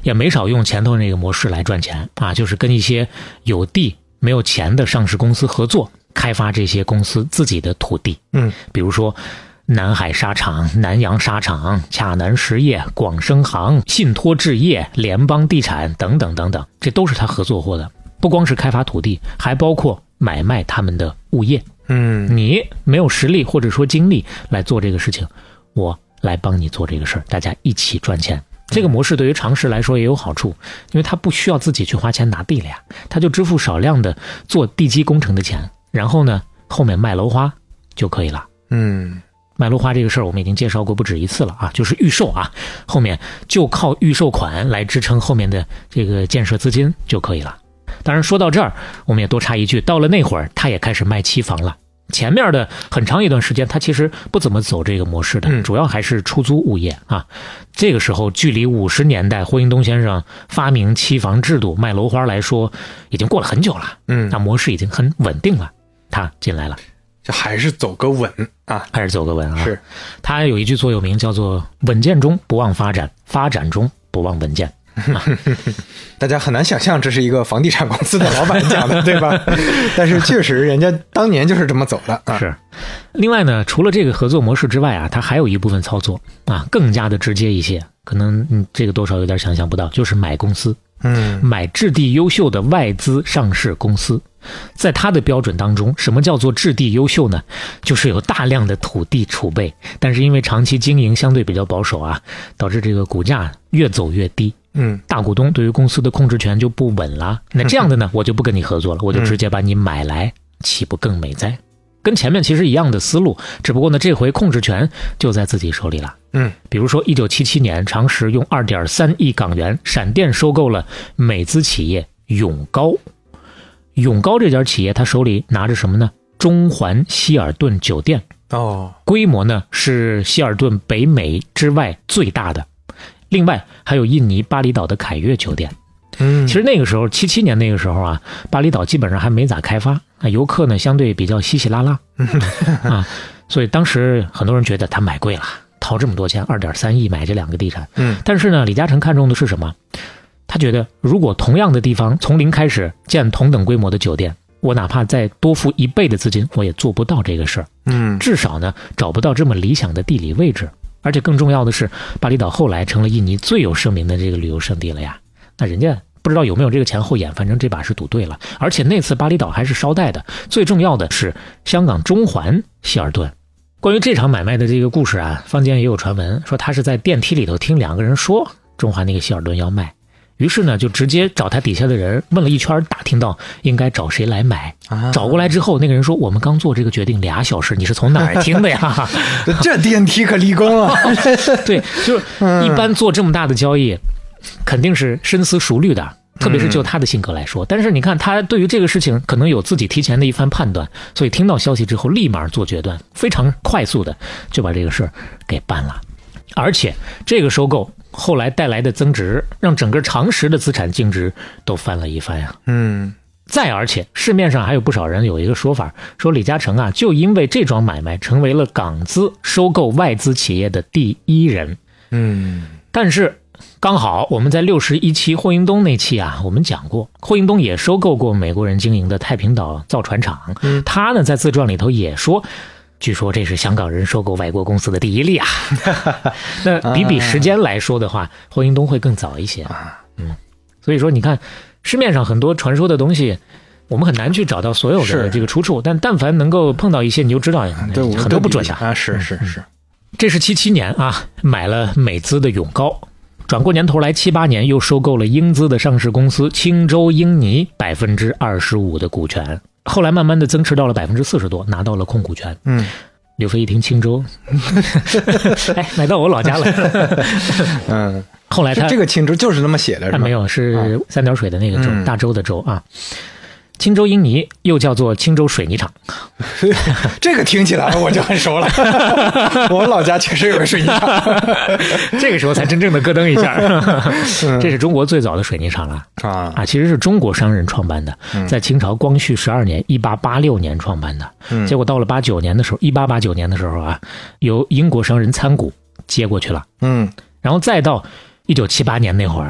Speaker 2: 也没少用前头那个模式来赚钱啊，就是跟一些有地没有钱的上市公司合作，开发这些公司自己的土地。
Speaker 3: 嗯，
Speaker 2: 比如说南海沙场、南洋沙场、洽南实业、广生行、信托置业、联邦地产等等等等，这都是他合作过的。不光是开发土地，还包括买卖他们的物业。
Speaker 3: 嗯，
Speaker 2: 你没有实力或者说精力来做这个事情，我来帮你做这个事儿，大家一起赚钱。这个模式对于常识来说也有好处，因为他不需要自己去花钱拿地了呀，他就支付少量的做地基工程的钱，然后呢后面卖楼花就可以了。
Speaker 3: 嗯，
Speaker 2: 卖楼花这个事儿我们已经介绍过不止一次了啊，就是预售啊，后面就靠预售款来支撑后面的这个建设资金就可以了。当然说到这儿我们也多插一句，到了那会儿他也开始卖期房了。前面的很长一段时间他其实不怎么走这个模式的，
Speaker 3: 嗯、
Speaker 2: 主要还是出租物业啊。这个时候距离五十年代霍英东先生发明期房制度卖楼花来说已经过了很久了，
Speaker 3: 嗯，
Speaker 2: 那模式已经很稳定了，他进来了，
Speaker 3: 就还是走个稳啊，
Speaker 2: 还是走个稳啊。
Speaker 3: 是，
Speaker 2: 他有一句座右铭叫做稳健中不忘发展，发展中不忘稳健。啊、
Speaker 3: 大家很难想象这是一个房地产公司的老板讲的，对吧？但是确实人家当年就是这么走的啊。
Speaker 2: 是。另外呢，除了这个合作模式之外啊，它还有一部分操作啊，更加的直接一些，可能嗯这个多少有点想象不到，就是买公司。
Speaker 3: 嗯，
Speaker 2: 买质地优秀的外资上市公司。在他的标准当中，什么叫做质地优秀呢？就是有大量的土地储备，但是因为长期经营相对比较保守啊，导致这个股价越走越低。
Speaker 3: 嗯，
Speaker 2: 大股东对于公司的控制权就不稳了。那这样的呢，我就不跟你合作了，我就直接把你买来，岂不更美哉？跟前面其实一样的思路，只不过呢，这回控制权就在自己手里了。
Speaker 3: 嗯，
Speaker 2: 比如说一九七七年，长实用 二点三亿港元闪电收购了美资企业永高。永高这家企业，他手里拿着什么呢？中环希尔顿酒店。
Speaker 3: 哦，
Speaker 2: 规模呢是希尔顿北美之外最大的。另外还有印尼巴厘岛的凯悦酒店。
Speaker 3: 嗯，
Speaker 2: 其实那个时候七七年那个时候啊，巴厘岛基本上还没咋开发啊，游客呢相对比较稀稀拉拉啊，所以当时很多人觉得他买贵了，掏这么多钱 二点三亿买这两个地产。
Speaker 3: 嗯，
Speaker 2: 但是呢，李嘉诚看中的是什么？他觉得如果同样的地方从零开始建同等规模的酒店，我哪怕再多付一倍的资金，我也做不到这个事儿。
Speaker 3: 嗯，
Speaker 2: 至少呢找不到这么理想的地理位置。而且更重要的是，巴厘岛后来成了印尼最有盛名的这个旅游胜地了呀。那人家不知道有没有这个前后眼，反正这把是赌对了。而且那次巴厘岛还是捎带的，最重要的是香港中环希尔顿。关于这场买卖的这个故事啊，坊间也有传闻说他是在电梯里头听两个人说中环那个希尔顿要卖，于是呢就直接找他底下的人问了一圈，打听到应该找谁来买。
Speaker 3: 啊、
Speaker 2: 找过来之后，那个人说我们刚做这个决定俩小时，你是从哪儿听的呀？
Speaker 3: 这电梯可立功了。
Speaker 2: 对，就是一般做这么大的交易肯定是深思熟虑的，特别是就他的性格来说。但是你看他对于这个事情可能有自己提前的一番判断，所以听到消息之后立马做决断，非常快速的就把这个事儿给办了。而且这个收购后来带来的增值，让整个长实的资产净值都翻了一番呀。
Speaker 3: 嗯，
Speaker 2: 再而且市面上还有不少人有一个说法，说李嘉诚啊就因为这桩买卖成为了港资收购外资企业的第一人。
Speaker 3: 嗯，
Speaker 2: 但是刚好我们在六十一期霍英东那期啊，我们讲过霍英东也收购过美国人经营的太平岛造船厂。
Speaker 3: 嗯，
Speaker 2: 他呢在自传里头也说，据说这是香港人收购外国公司的第一例啊。那比比时间来说的话，霍英东会更早一些。嗯，所以说你看市面上很多传说的东西，我们很难去找到所有的这个出处，但但凡能够碰到一些，你就知道很多不准的
Speaker 3: 啊。是是是，
Speaker 2: 这是七七年啊，买了美资的永高。转过年头来，七八年又收购了英资的上市公司青州英泥百分之二十五的股权，后来慢慢的增持到了百分之四十多，拿到了控股权。
Speaker 3: 嗯，
Speaker 2: 刘飞一听青州，哎，买到我老家了。
Speaker 3: 嗯，
Speaker 2: 后来他
Speaker 3: 这个青州就是那么写的，是吧？
Speaker 2: 没有，是三点水的那个州，
Speaker 3: 嗯、
Speaker 2: 大洲的洲啊。青州英泥又叫做青州水泥厂，
Speaker 3: 这个听起来我就很熟了。我们老家确实有个水泥厂，
Speaker 2: 这个时候才真正的咯噔一下。这是中国最早的水泥厂了啊啊！其实是中国商人创办的，在清朝光绪十二年一八八六年创办的。
Speaker 3: 嗯、
Speaker 2: 结果到了八九年的时候，一八八九年的时候啊，由英国商人参股接过去了。
Speaker 3: 嗯，
Speaker 2: 然后再到一九七八年那会儿，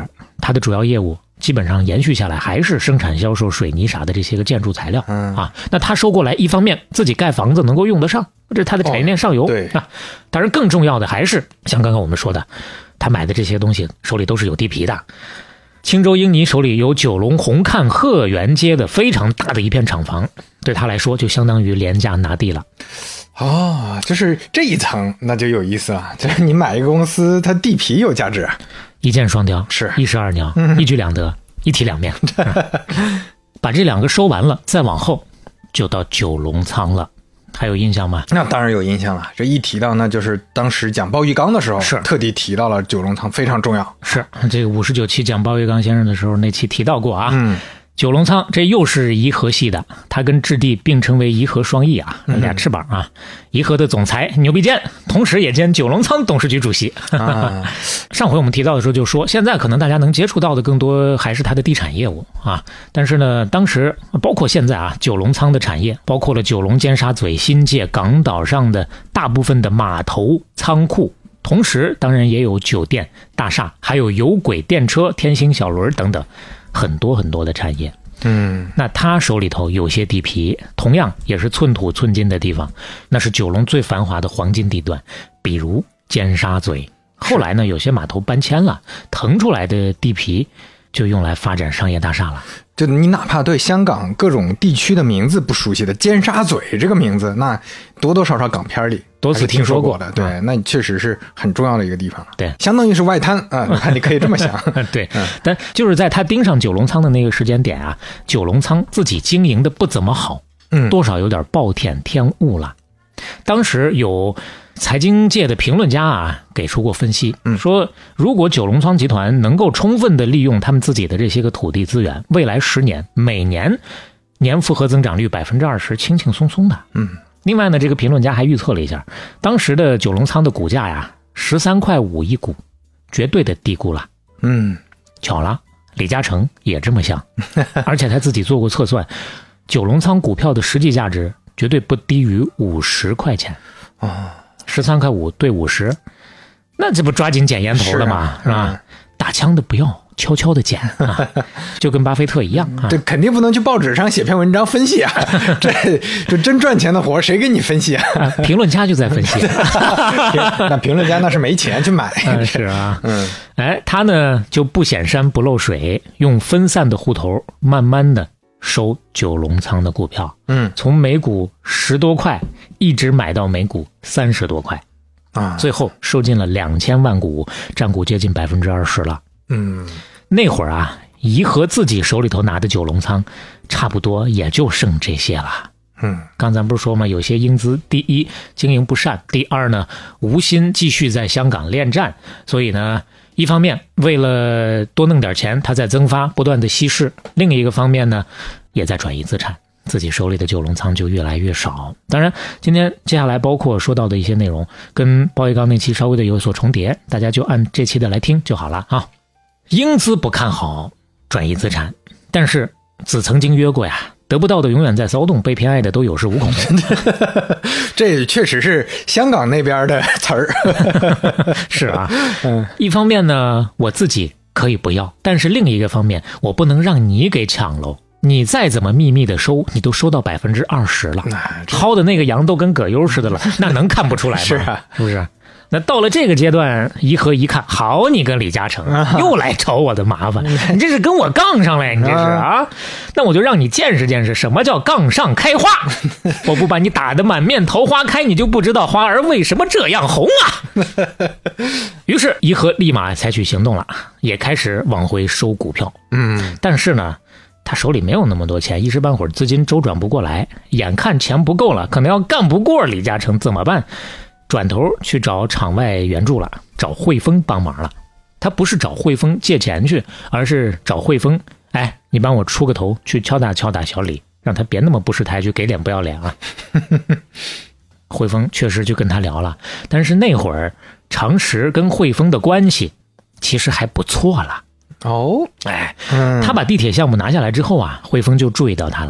Speaker 2: 它的主要业务基本上延续下来还是生产销售水泥啥的这些个建筑材料、嗯、啊。那他收过来，一方面自己盖房子能够用得上，这是他的产业链上游、哦、对啊。当然更重要的还是像刚刚我们说的，他买的这些东西手里都是有地皮的。青州英尼手里有九龙红磡鹤园街的非常大的一片厂房，对他来说就相当于廉价拿地了。
Speaker 3: 哦，就是这一层那就有意思了，就是你买一个公司，它地皮有价值，
Speaker 2: 一箭双雕，
Speaker 3: 是
Speaker 2: 一石二鸟、嗯、一举两得，一体两面、嗯、把这两个收完了，再往后就到九龙仓了，还有印象吗？
Speaker 3: 那当然有印象了，这一提到那就是当时讲鲍玉刚的时候
Speaker 2: 是
Speaker 3: 特地提到了九龙仓，非常重要。
Speaker 2: 是这个五十九期讲鲍玉刚先生的时候那期提到过啊。嗯，九龙仓这又是颐和系的，它跟置地并称为颐和双翼啊，俩翅膀啊。颐和的总裁牛逼坚，同时也兼九龙仓董事局主席。啊、上回我们提到的时候就说，现在可能大家能接触到的更多还是它的地产业务啊。但是呢，当时包括现在啊，九龙仓的产业包括了九龙尖沙咀新界港岛上的大部分的码头仓库。同时当然也有酒店大厦，还有有轨电车天星小轮等等很多很多的产业。嗯，那他手里头有些地皮同样也是寸土寸金的地方，那是九龙最繁华的黄金地段，比如尖沙咀。后来呢有些码头搬迁了，腾出来的地皮就用来发展商业大厦了。
Speaker 3: 就你哪怕对香港各种地区的名字不熟悉的，尖沙咀这个名字那多多少少港片里
Speaker 2: 多次听说过
Speaker 3: 的，对、嗯，那确实是很重要的一个地方，
Speaker 2: 对，
Speaker 3: 相当于是外滩啊，你看你可以这么想，
Speaker 2: 对、嗯，但就是在他盯上九龙仓的那个时间点啊，九龙仓自己经营的不怎么好，嗯，多少有点暴殄天物了。当时有财经界的评论家啊给出过分析，嗯，说如果九龙仓集团能够充分的利用他们自己的这些个土地资源，未来十年每年年复合增长率百分之二十，轻轻松松的，嗯。另外呢，这个评论家还预测了一下，当时的九龙仓的股价呀，十三块五一股，绝对的低估了。嗯，巧了，李嘉诚也这么想，而且他自己做过测算，九龙仓股票的实际价值绝对不低于五十块钱啊，十三块五对五十，那这不抓紧捡烟头了吗？是, 啊、是吧？嗯、打枪的不要。悄悄的捡啊，就跟巴菲特一样啊，
Speaker 3: 这肯定不能去报纸上写篇文章分析啊，这这真赚钱的活谁给你分析啊？
Speaker 2: 啊评论家就在分析，
Speaker 3: 那评论家那是没钱去买，
Speaker 2: 啊是啊，嗯，哎，他呢就不显山不漏水，用分散的户头慢慢的收九龙仓的股票，嗯，从每股十多块一直买到每股三十多块啊，最后收进了两千万股，占股接近百分之二十了。嗯，那会儿啊，颐和自己手里头拿的九龙仓，差不多也就剩这些了。嗯，刚才不是说吗？有些英资，第一经营不善，第二呢无心继续在香港恋战，所以呢，一方面为了多弄点钱，他在增发，不断的稀释；另一个方面呢，也在转移资产，自己手里的九龙仓就越来越少。当然，今天接下来包括说到的一些内容，跟鲍玉刚那期稍微的有所重叠，大家就按这期的来听就好了啊。英资不看好转移资产，但是子曾经约过呀，得不到的永远在骚动，被偏爱的都有恃无恐。
Speaker 3: 这确实是香港那边的词儿。
Speaker 2: 是啊，嗯，一方面呢，我自己可以不要，但是另一个方面，我不能让你给抢喽。你再怎么秘密的收，你都收到百分之二十了，薅的那个羊都跟葛优似的了，那能看不出来吗？
Speaker 3: 是啊，
Speaker 2: 是不是？那到了这个阶段，颐和一看，好，你跟李嘉诚又来找我的麻烦，你这是跟我杠上来，你这是啊？那我就让你见识见识什么叫杠上开花。我不把你打得满面桃花开，你就不知道花儿为什么这样红啊。于是颐和立马采取行动了，也开始往回收股票。嗯，但是呢，他手里没有那么多钱，一时半会儿资金周转不过来，眼看钱不够了，可能要干不过李嘉诚，怎么办？转头去找场外援助了，找汇丰帮忙了。他不是找汇丰借钱去，而是找汇丰，哎，你帮我出个头，去敲打敲打小李，让他别那么不识抬举，给脸不要脸啊。汇丰确实就跟他聊了，但是那会儿常识跟汇丰的关系其实还不错了。哦，哎，他把地铁项目拿下来之后啊，汇丰就注意到他了。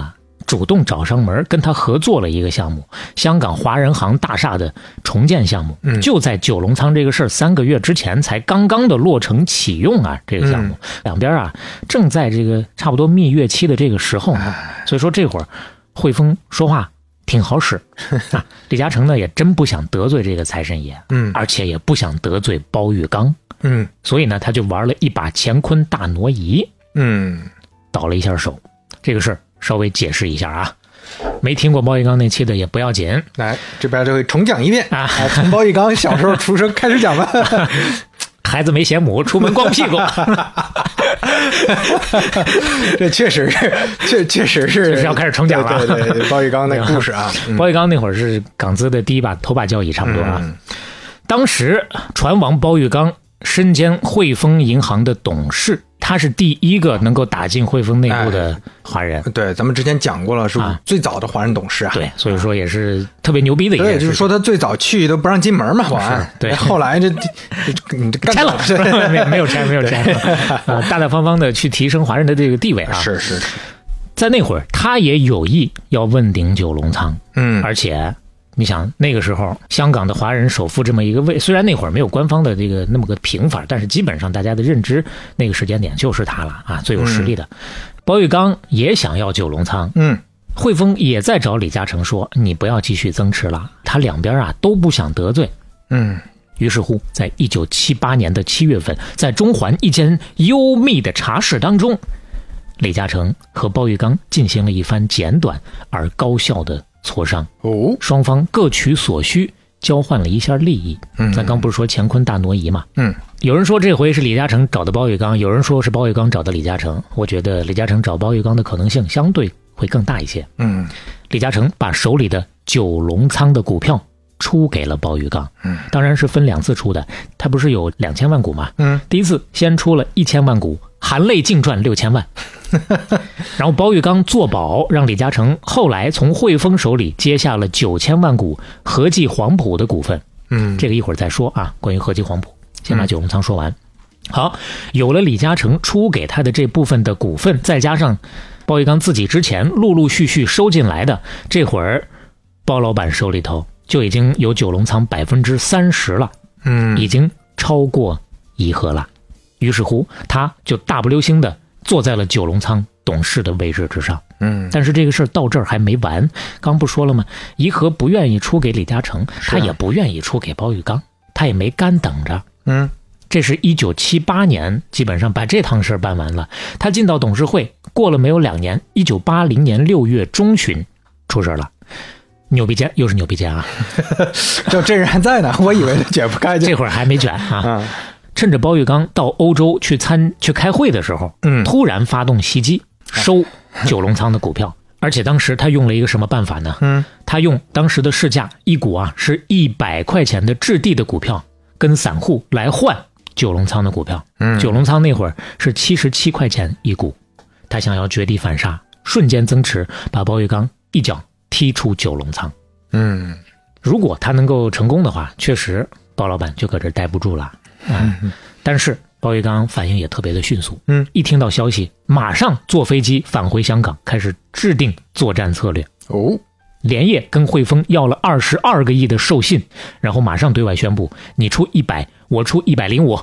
Speaker 2: 主动找上门跟他合作了一个项目，香港华人行大厦的重建项目。
Speaker 3: 嗯，
Speaker 2: 就在九龙仓这个事儿三个月之前才刚刚的落成启用啊，这个项目、嗯、两边啊正在这个差不多蜜月期的这个时候，所以说这会儿汇丰说话挺好使啊。李嘉诚呢也真不想得罪这个财神爷，
Speaker 3: 嗯，
Speaker 2: 而且也不想得罪包玉刚，
Speaker 3: 嗯，
Speaker 2: 所以呢他就玩了一把乾坤大挪移，
Speaker 3: 嗯，
Speaker 2: 倒了一下手。这个事儿稍微解释一下啊，没听过包玉刚那期的也不要紧，
Speaker 3: 来这边就会重讲一遍
Speaker 2: 啊，
Speaker 3: 从包玉刚小时候出生开始讲吧。
Speaker 2: 孩子没嫌母，出门光屁股。
Speaker 3: 这确实是，确确实是，
Speaker 2: 是要开始重讲了。
Speaker 3: 对对对，包玉刚那故事啊，
Speaker 2: 嗯、包玉刚那会儿是港资的第一把头把交椅，差不多啊。
Speaker 3: 嗯、
Speaker 2: 当时船王包玉刚身兼汇丰银行的董事，他是第一个能够打进汇丰内部的华人。
Speaker 3: 哎、对，咱们之前讲过了，是最早的华人董事啊。
Speaker 2: 对，所以说也是特别牛逼的一件事。
Speaker 3: 对，就是说他最早去都不让进门嘛，保安。
Speaker 2: 对，
Speaker 3: 后来这你这
Speaker 2: 拆了，没没有拆，没有拆，啊，大大方方的去提升华人的这个地位啊。
Speaker 3: 是是是，
Speaker 2: 在那会儿，他也有意要问鼎九龙仓，
Speaker 3: 嗯，
Speaker 2: 而且。你想那个时候香港的华人首富这么一个位，虽然那会儿没有官方的这个那么个评法，但是基本上大家的认知那个时间点就是他了啊，最有实力的。嗯、包玉刚也想要九龙仓，
Speaker 3: 嗯，
Speaker 2: 汇丰也在找李嘉诚说你不要继续增持了，他两边啊都不想得罪，
Speaker 3: 嗯。
Speaker 2: 于是乎在一九七八年的七月份，在中环一间幽密的茶室当中，李嘉诚和包玉刚进行了一番简短而高效的磋商
Speaker 3: 哦，
Speaker 2: 双方各取所需，交换了一下利益。
Speaker 3: 嗯，
Speaker 2: 咱刚不是说乾坤大挪移嘛？
Speaker 3: 嗯，
Speaker 2: 有人说这回是李嘉诚找的包玉刚，有人说是包玉刚找的李嘉诚。我觉得李嘉诚找包玉刚的可能性相对会更大一些。
Speaker 3: 嗯，
Speaker 2: 李嘉诚把手里的九龙仓的股票出给了包玉刚。
Speaker 3: 嗯，
Speaker 2: 当然是分两次出的，他不是有两千万股吗？
Speaker 3: 嗯，
Speaker 2: 第一次先出了一千万股，含泪净赚六千万。然后包玉刚作保，让李嘉诚后来从汇丰手里接下了九千万股和记黄埔的股份。
Speaker 3: 嗯，
Speaker 2: 这个一会儿再说啊。关于和记黄埔，先把九龙仓说完。好，有了李嘉诚出给他的这部分的股份，再加上包玉刚自己之前陆陆续续收进来的，这会儿包老板手里头就已经有九龙仓百分之三十了。
Speaker 3: 嗯，
Speaker 2: 已经超过颐和了。于是乎，他就大不溜星的坐在了九龙仓董事的位置之上。
Speaker 3: 嗯，
Speaker 2: 但是这个事儿到这儿还没完，刚不说了吗？颐和不愿意出给李嘉诚，他也不愿意出给包玉刚，他也没干等着。
Speaker 3: 嗯，
Speaker 2: 这是一九七八年，基本上把这趟事办完了。他进到董事会，过了没有两年，一九八零年六月中旬出事了。扭臂间又是扭臂间啊！
Speaker 3: 就这人还在呢，我以为他卷不开，
Speaker 2: 这会儿还没卷啊。
Speaker 3: 嗯，
Speaker 2: 趁着包玉刚到欧洲去参去开会的时候，
Speaker 3: 嗯，
Speaker 2: 突然发动袭击，收九龙仓的股票。而且当时他用了一个什么办法呢？
Speaker 3: 嗯，
Speaker 2: 他用当时的市价一股啊是一百块钱的置地的股票，跟散户来换九龙仓的股票。
Speaker 3: 嗯，
Speaker 2: 九龙仓那会儿是七十七块钱一股，他想要绝地反杀，瞬间增持，把包玉刚一脚踢出九龙仓。
Speaker 3: 嗯，
Speaker 2: 如果他能够成功的话，确实包老板就搁这儿待不住了。嗯，嗯但是包玉刚反应也特别的迅速。
Speaker 3: 嗯，
Speaker 2: 一听到消息，马上坐飞机返回香港，开始制定作战策略。
Speaker 3: 哦，
Speaker 2: 连夜跟汇丰要了二十二个亿的授信，然后马上对外宣布：你出一百，我出一百零五。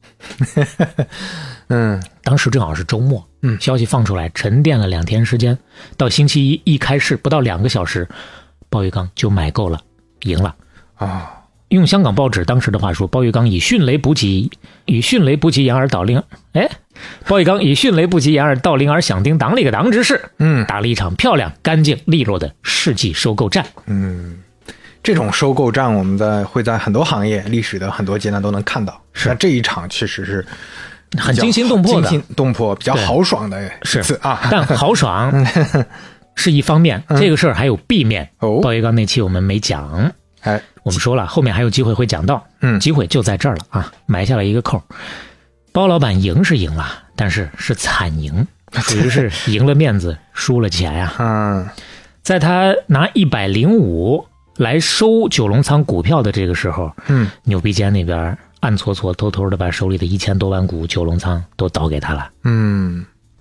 Speaker 3: 嗯，
Speaker 2: 当时正好是周末，
Speaker 3: 嗯，
Speaker 2: 消息放出来，沉淀了两天时间，到星期一一开市不到两个小时，包玉刚就买够了，赢了
Speaker 3: 啊！
Speaker 2: 用香港报纸当时的话说，包玉刚以迅雷不及以迅雷不及掩耳盗铃，哎，包玉刚以迅雷不及掩耳盗铃而响叮当了一个当之势，
Speaker 3: 嗯，
Speaker 2: 打了一场漂亮、干净、利落的世纪收购战。
Speaker 3: 嗯，这种收购战我们在会在很多行业历史的很多阶段都能看到，
Speaker 2: 是
Speaker 3: 那这一场确实是
Speaker 2: 很惊心动魄的，
Speaker 3: 惊心动魄，比较豪爽的
Speaker 2: 是
Speaker 3: 啊，
Speaker 2: 但豪爽是一方面，
Speaker 3: 嗯、
Speaker 2: 这个事儿还有弊面。
Speaker 3: 哦，
Speaker 2: 包玉刚那期我们没讲，
Speaker 3: 哎，
Speaker 2: 我们说了，后面还有机会会讲到，
Speaker 3: 嗯，
Speaker 2: 机会就在这儿了啊，埋下了一个扣。包老板赢是赢了，但是是惨赢，属于是赢了面子，输了钱呀、
Speaker 3: 啊。嗯，
Speaker 2: 在他拿一百零五来收九龙仓股票的这个时候，
Speaker 3: 嗯，
Speaker 2: 牛逼坚那边暗搓搓、偷偷的把手里的一千多万股九龙仓都倒给他了。
Speaker 3: 嗯，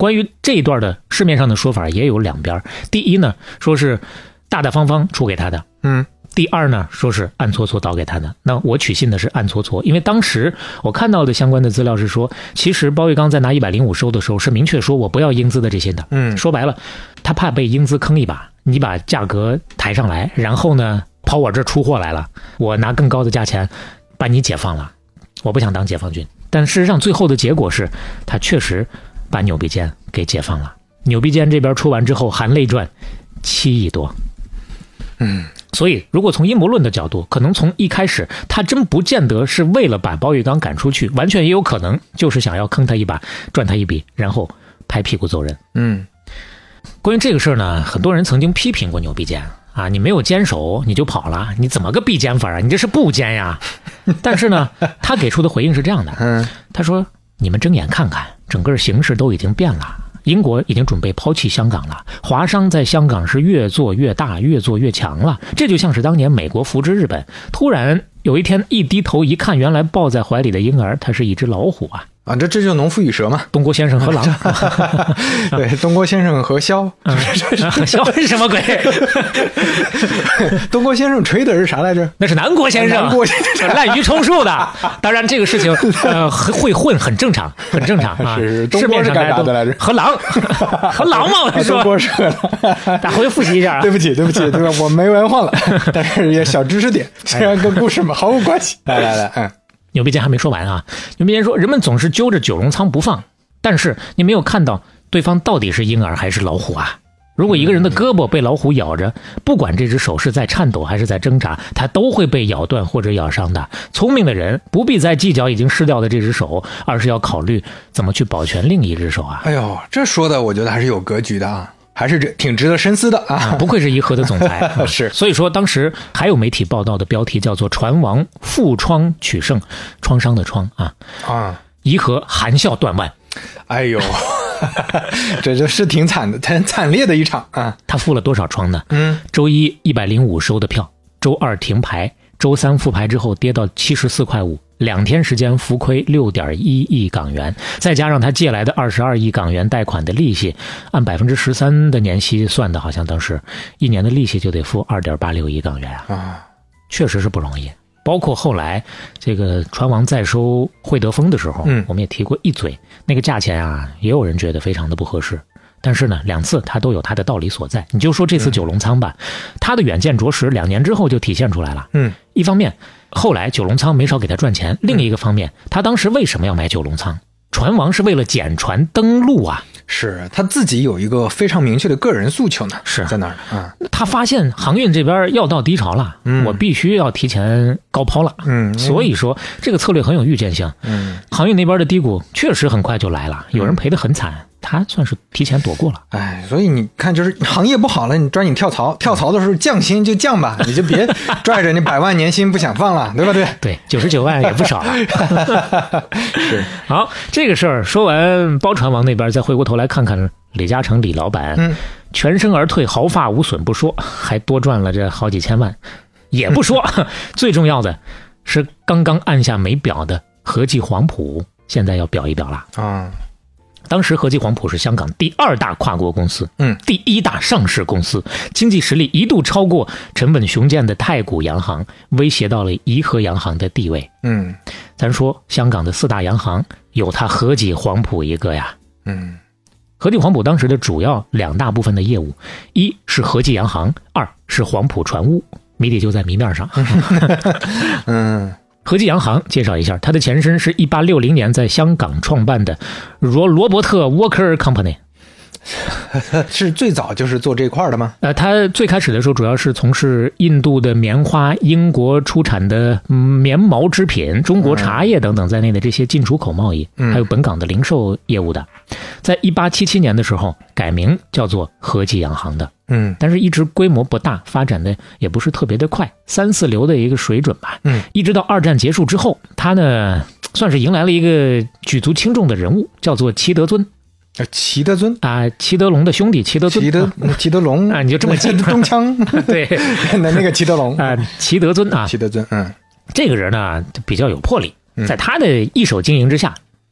Speaker 2: 关于这一段的市面上的说法也有两边，第一呢，说是大大方方出给他的，
Speaker 3: 嗯。
Speaker 2: 第二呢，说是暗搓搓倒给他的。那我取信的是暗搓搓，因为当时我看到的相关的资料是说，其实包玉刚在拿一百零五收的时候是明确说我不要英资的这些的。嗯，说白了，他怕被英资坑一把，你把价格抬上来，然后呢跑我这儿出货来了，我拿更高的价钱把你解放了，我不想当解放军。但事实上最后的结果是，他确实把纽必坚给解放了。纽必坚这边出完之后，含泪赚七亿多。
Speaker 3: 嗯。
Speaker 2: 所以如果从阴谋论的角度，可能从一开始他真不见得是为了把包玉刚赶出去，完全也有可能就是想要坑他一把，赚他一笔，然后拍屁股走人。
Speaker 3: 嗯，
Speaker 2: 关于这个事儿呢，很多人曾经批评过纽必坚啊，你没有坚守你就跑了，你怎么个必坚法啊？你这是不坚呀。但是呢，他给出的回应是这样的，嗯，他说你们睁眼看看，整个形势都已经变了。英国已经准备抛弃香港了，华商在香港是越做越大，越做越强了。这就像是当年美国扶植日本，突然有一天一低头一看，原来抱在怀里的婴儿，它是一只老虎啊！
Speaker 3: 啊，这这就是农夫与蛇嘛，
Speaker 2: 东郭先生和狼。
Speaker 3: 对，东郭先生和枭，
Speaker 2: 嗯、枭是什么鬼？
Speaker 3: 东郭先生锤的是啥来着？
Speaker 2: 那是南郭先生，
Speaker 3: 南郭先生
Speaker 2: 滥竽充数的。当然，这个事情呃会混很正常，很正常啊。
Speaker 3: 是是，东郭是干啥的来着？
Speaker 2: 和狼，和狼嘛，我说。
Speaker 3: 东郭是和
Speaker 2: 狼。大家回去复习一下啊。
Speaker 3: 对不起，对不起，对吧？我没文化了，但是也小知识点，虽然跟故事嘛毫无关系。来来来，嗯。
Speaker 2: 牛必坚还没说完啊！牛必坚说，人们总是揪着九龙仓不放，但是你没有看到对方到底是婴儿还是老虎啊？如果一个人的胳膊被老虎咬着，不管这只手是在颤抖还是在挣扎，他都会被咬断或者咬伤的。聪明的人不必再计较已经失掉的这只手，而是要考虑怎么去保全另一只手啊！
Speaker 3: 哎呦，这说的我觉得还是有格局的啊。还是这挺值得深思的 啊,
Speaker 2: 啊！不愧是颐和的总裁，啊、
Speaker 3: 是。
Speaker 2: 所以说，当时还有媒体报道的标题叫做"船王负创取胜"，创伤的创啊啊！颐和含笑断腕，
Speaker 3: 哎呦，这这是挺惨的，很惨烈的一场啊！
Speaker 2: 他负了多少创呢？
Speaker 3: 嗯，
Speaker 2: 周一一百零五收的票，周二停牌，周三复牌之后跌到七十四块五。两天时间浮亏六点一亿港元，再加上他借来的二十二亿港元贷款的利息，按百分之十三的年息算的，好像当时一年的利息就得付二点八六亿港元啊，啊，确实是不容易。包括后来这个船王再收惠德丰的时候，嗯，我们也提过一嘴，那个价钱啊，也有人觉得非常的不合适。但是呢，两次他都有他的道理所在。你就说这次九龙仓吧，他的远见着实，两年之后就体现出来了。嗯，一方面，后来九龙仓没少给他赚钱；另一个方面，他当时为什么要买九龙仓？船王是为了捡船登陆啊。
Speaker 3: 是他自己有一个非常明确的个人诉求呢，
Speaker 2: 是
Speaker 3: 在哪儿呢？啊，
Speaker 2: 他发现航运这边要到低潮了，嗯，我必须要提前高抛了，嗯，所以说这个策略很有预见性，嗯，航运那边的低谷确实很快就来了，有人赔得很惨。嗯，他算是提前躲过了，
Speaker 3: 哎，所以你看，就是行业不好了，你抓紧跳槽，跳槽的时候降薪就降吧，你就别拽着你百万年薪不想放了，对吧？对
Speaker 2: 对，九十九万也不少了。
Speaker 3: 是，
Speaker 2: 好，这个事儿说完，包船王那边再回过头来看看李嘉诚李老板，嗯，全身而退，毫发无损不说，还多赚了这好几千万，也不说，最重要的是刚刚按下没表的和记黄埔，现在要表一表了啊。当时和记黄埔是香港第二大跨国公司，嗯，第一大上市公司，经济实力一度超过沉稳雄健的太古洋行，威胁到了颐和洋行的地位。嗯，咱说香港的四大洋行有它和记黄埔一个呀。嗯，和记黄埔当时的主要两大部分的业务，一是和记洋行，二是黄埔船务，谜底就在谜面上。嗯。和记洋行介绍一下，它的前身是一八六零年在香港创办的罗罗伯特 Walker Company，
Speaker 3: 是最早就是做这块的吗？
Speaker 2: 呃，它最开始的时候主要是从事印度的棉花、英国出产的棉毛织品、中国茶叶等等在内的这些进出口贸易，还有本港的零售业务的。在一八七七年的时候改名叫做和记洋行的。嗯，但是一直规模不大，发展的也不是特别的快，三四流的一个水准吧。嗯，一直到二战结束之后，他呢算是迎来了一个举足轻重的人物，叫做齐德尊。
Speaker 3: 齐德尊
Speaker 2: 啊，齐德龙的兄弟齐德尊，
Speaker 3: 齐德齐德龙
Speaker 2: 啊，你就这么记
Speaker 3: 东腔
Speaker 2: 对，
Speaker 3: 那那个齐德龙
Speaker 2: 啊，齐德尊啊，
Speaker 3: 齐德尊，嗯，
Speaker 2: 这个人呢比较有魄力，在他的一手经营之下，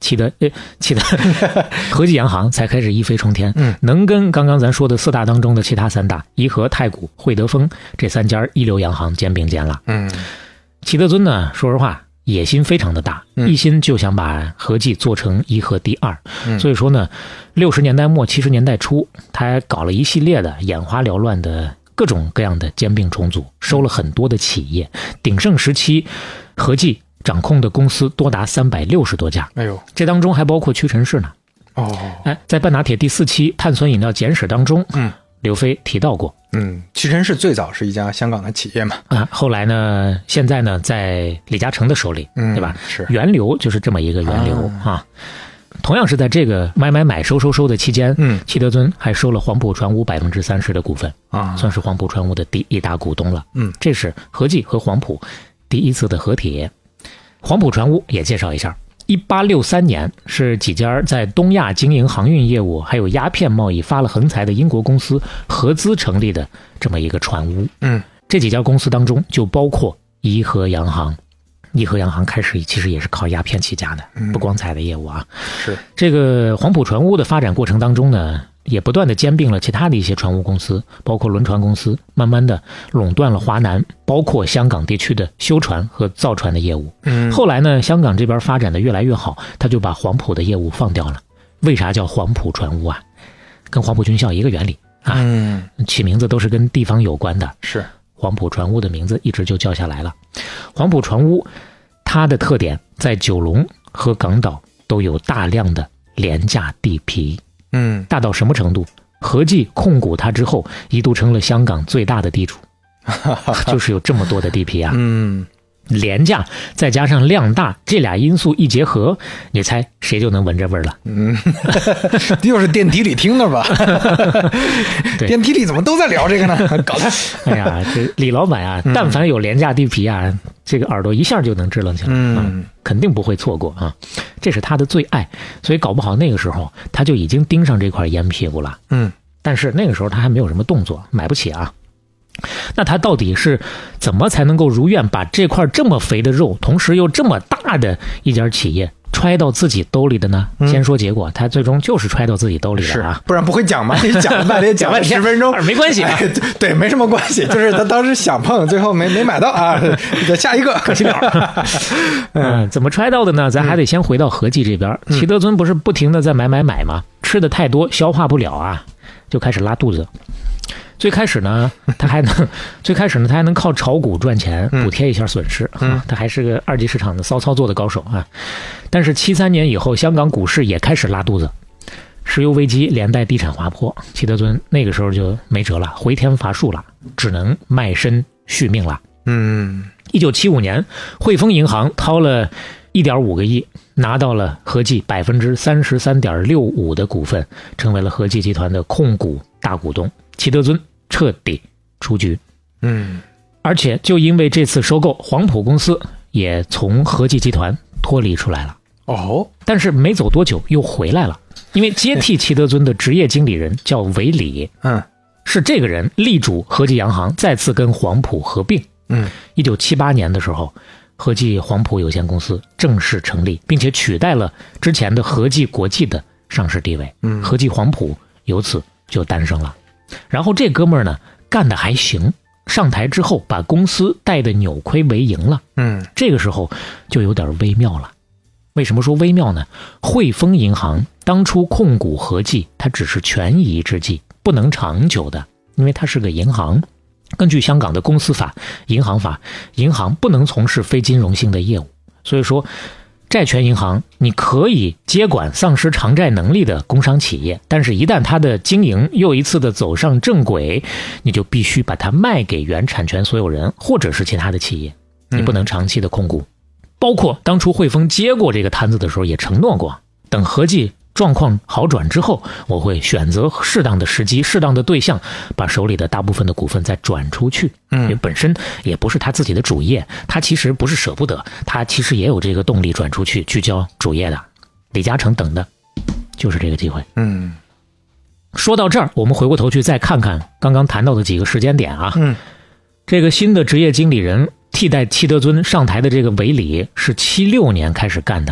Speaker 2: 启德呃启德和记洋行才开始一飞冲天，嗯，能跟刚刚咱说的四大当中的其他三大颐和、太古、汇德丰这三家一流洋行肩并肩了。
Speaker 3: 嗯，
Speaker 2: 启德尊呢，说实话野心非常的大，嗯、一心就想把和记做成颐和第二。嗯、所以说呢，六十年代末七十年代初，他还搞了一系列的眼花缭乱的各种各样的兼并重组，收了很多的企业。鼎盛时期，和记掌控的公司多达三百六十多家，
Speaker 3: 哎呦，
Speaker 2: 这当中还包括屈臣氏呢。
Speaker 3: 哦，
Speaker 2: 哎，在半打铁第四期碳酸饮料简史当中，嗯，刘飞提到过，
Speaker 3: 嗯，屈臣氏最早是一家香港的企业嘛，
Speaker 2: 啊，后来呢，现在呢，在李嘉诚的手里，嗯、对吧？
Speaker 3: 是
Speaker 2: 源流就是这么一个源流啊。啊同样是在这个买买买收收收的期间，嗯，启德尊还收了黄埔船坞百分之三十的股份啊，算是黄埔船坞的第一大股东了。嗯，这是和记和黄埔第一次的合体。黄埔船坞也介绍一下，一八六三年是几家在东亚经营航运业务还有鸦片贸易发了横财的英国公司合资成立的这么一个船坞。嗯，这几家公司当中就包括颐和洋行。颐和洋行开始其实也是靠鸦片起家的，不光彩的业务啊。
Speaker 3: 是
Speaker 2: 这个黄埔船坞的发展过程当中呢，也不断的兼并了其他的一些船坞公司，包括轮船公司，慢慢的垄断了华南，包括香港地区的修船和造船的业务。嗯，后来呢，香港这边发展的越来越好，他就把黄埔的业务放掉了。为啥叫黄埔船坞啊？跟黄埔军校一个原理啊。嗯，起名字都是跟地方有关的。
Speaker 3: 是。
Speaker 2: 黄埔船坞的名字一直就叫下来了。黄埔船坞它的特点在九龙和港岛都有大量的廉价地皮，嗯，大到什么程度？和记控股它之后，一度成了香港最大的地主，就是有这么多的地皮啊。嗯，廉价再加上量大，这俩因素一结合，你猜谁就能闻着味儿了？
Speaker 3: 嗯，又是电梯里听的吧？电梯里怎么都在聊这个呢？搞得，
Speaker 2: 哎呀，这李老板啊，但凡有廉价地皮啊，这个耳朵一下就能支棱起来，嗯、啊，肯定不会错过啊。这是他的最爱，所以搞不好那个时候他就已经盯上这块烟屁股了。嗯，但是那个时候他还没有什么动作，买不起啊。那他到底是怎么才能够如愿把这块这么肥的肉，同时又这么大的一家企业揣到自己兜里的呢？嗯、先说结果，他最终就是揣到自己兜里了啊！
Speaker 3: 不然不会讲吗？你讲了半天，讲了十分钟，
Speaker 2: 没关系、啊
Speaker 3: 哎，对，没什么关系，就是他当时想碰，最后没没买到啊，下一个
Speaker 2: 可惜了。嗯，怎么揣到的呢？咱还得先回到和记这边。嗯、齐德尊不是不停的在买买买吗？吃的太多，消化不了啊，就开始拉肚子。最开始呢，他还能最开始呢，他还能靠炒股赚钱，补贴一下损失。嗯，他还是个二级市场的骚操作的高手啊。但是七三年以后，香港股市也开始拉肚子，石油危机连带地产滑坡，齐德尊那个时候就没辙了，回天乏术了，只能卖身续命了。嗯，一九七五年，汇丰银行掏了一点五个亿，拿到了和记百分之三十三点六五的股份，成为了和记集团的控股大股东。齐德尊彻底出局，嗯，而且就因为这次收购，黄埔公司也从和记集团脱离出来了。哦，但是没走多久又回来了，因为接替齐德尊的职业经理人叫韦礼，嗯，是这个人力主和记洋行再次跟黄埔合并。嗯，一九七八年的时候，和记黄埔有限公司正式成立，并且取代了之前的和记国际的上市地位。嗯，和记黄埔由此就诞生了。然后这哥们儿呢干得还行，上台之后把公司带得扭亏为盈了。嗯，这个时候就有点微妙了。为什么说微妙呢？汇丰银行当初控股和记，它只是权宜之计，不能长久的，因为它是个银行。根据香港的公司法、银行法，银行不能从事非金融性的业务，所以说债权银行你可以接管丧失偿债能力的工商企业，但是一旦它的经营又一次的走上正轨，你就必须把它卖给原产权所有人或者是其他的企业，你不能长期的控股。嗯、包括当初汇丰接过这个摊子的时候也承诺过，等和记状况好转之后，我会选择适当的时机、适当的对象，把手里的大部分的股份再转出去。嗯，因为本身也不是他自己的主业，他其实不是舍不得，他其实也有这个动力转出去聚焦主业的。李嘉诚等的就是这个机会。嗯，说到这儿，我们回过头去再看看刚刚谈到的几个时间点啊。嗯，这个新的职业经理人替代齐德尊上台的这个韦礼是七六年开始干的。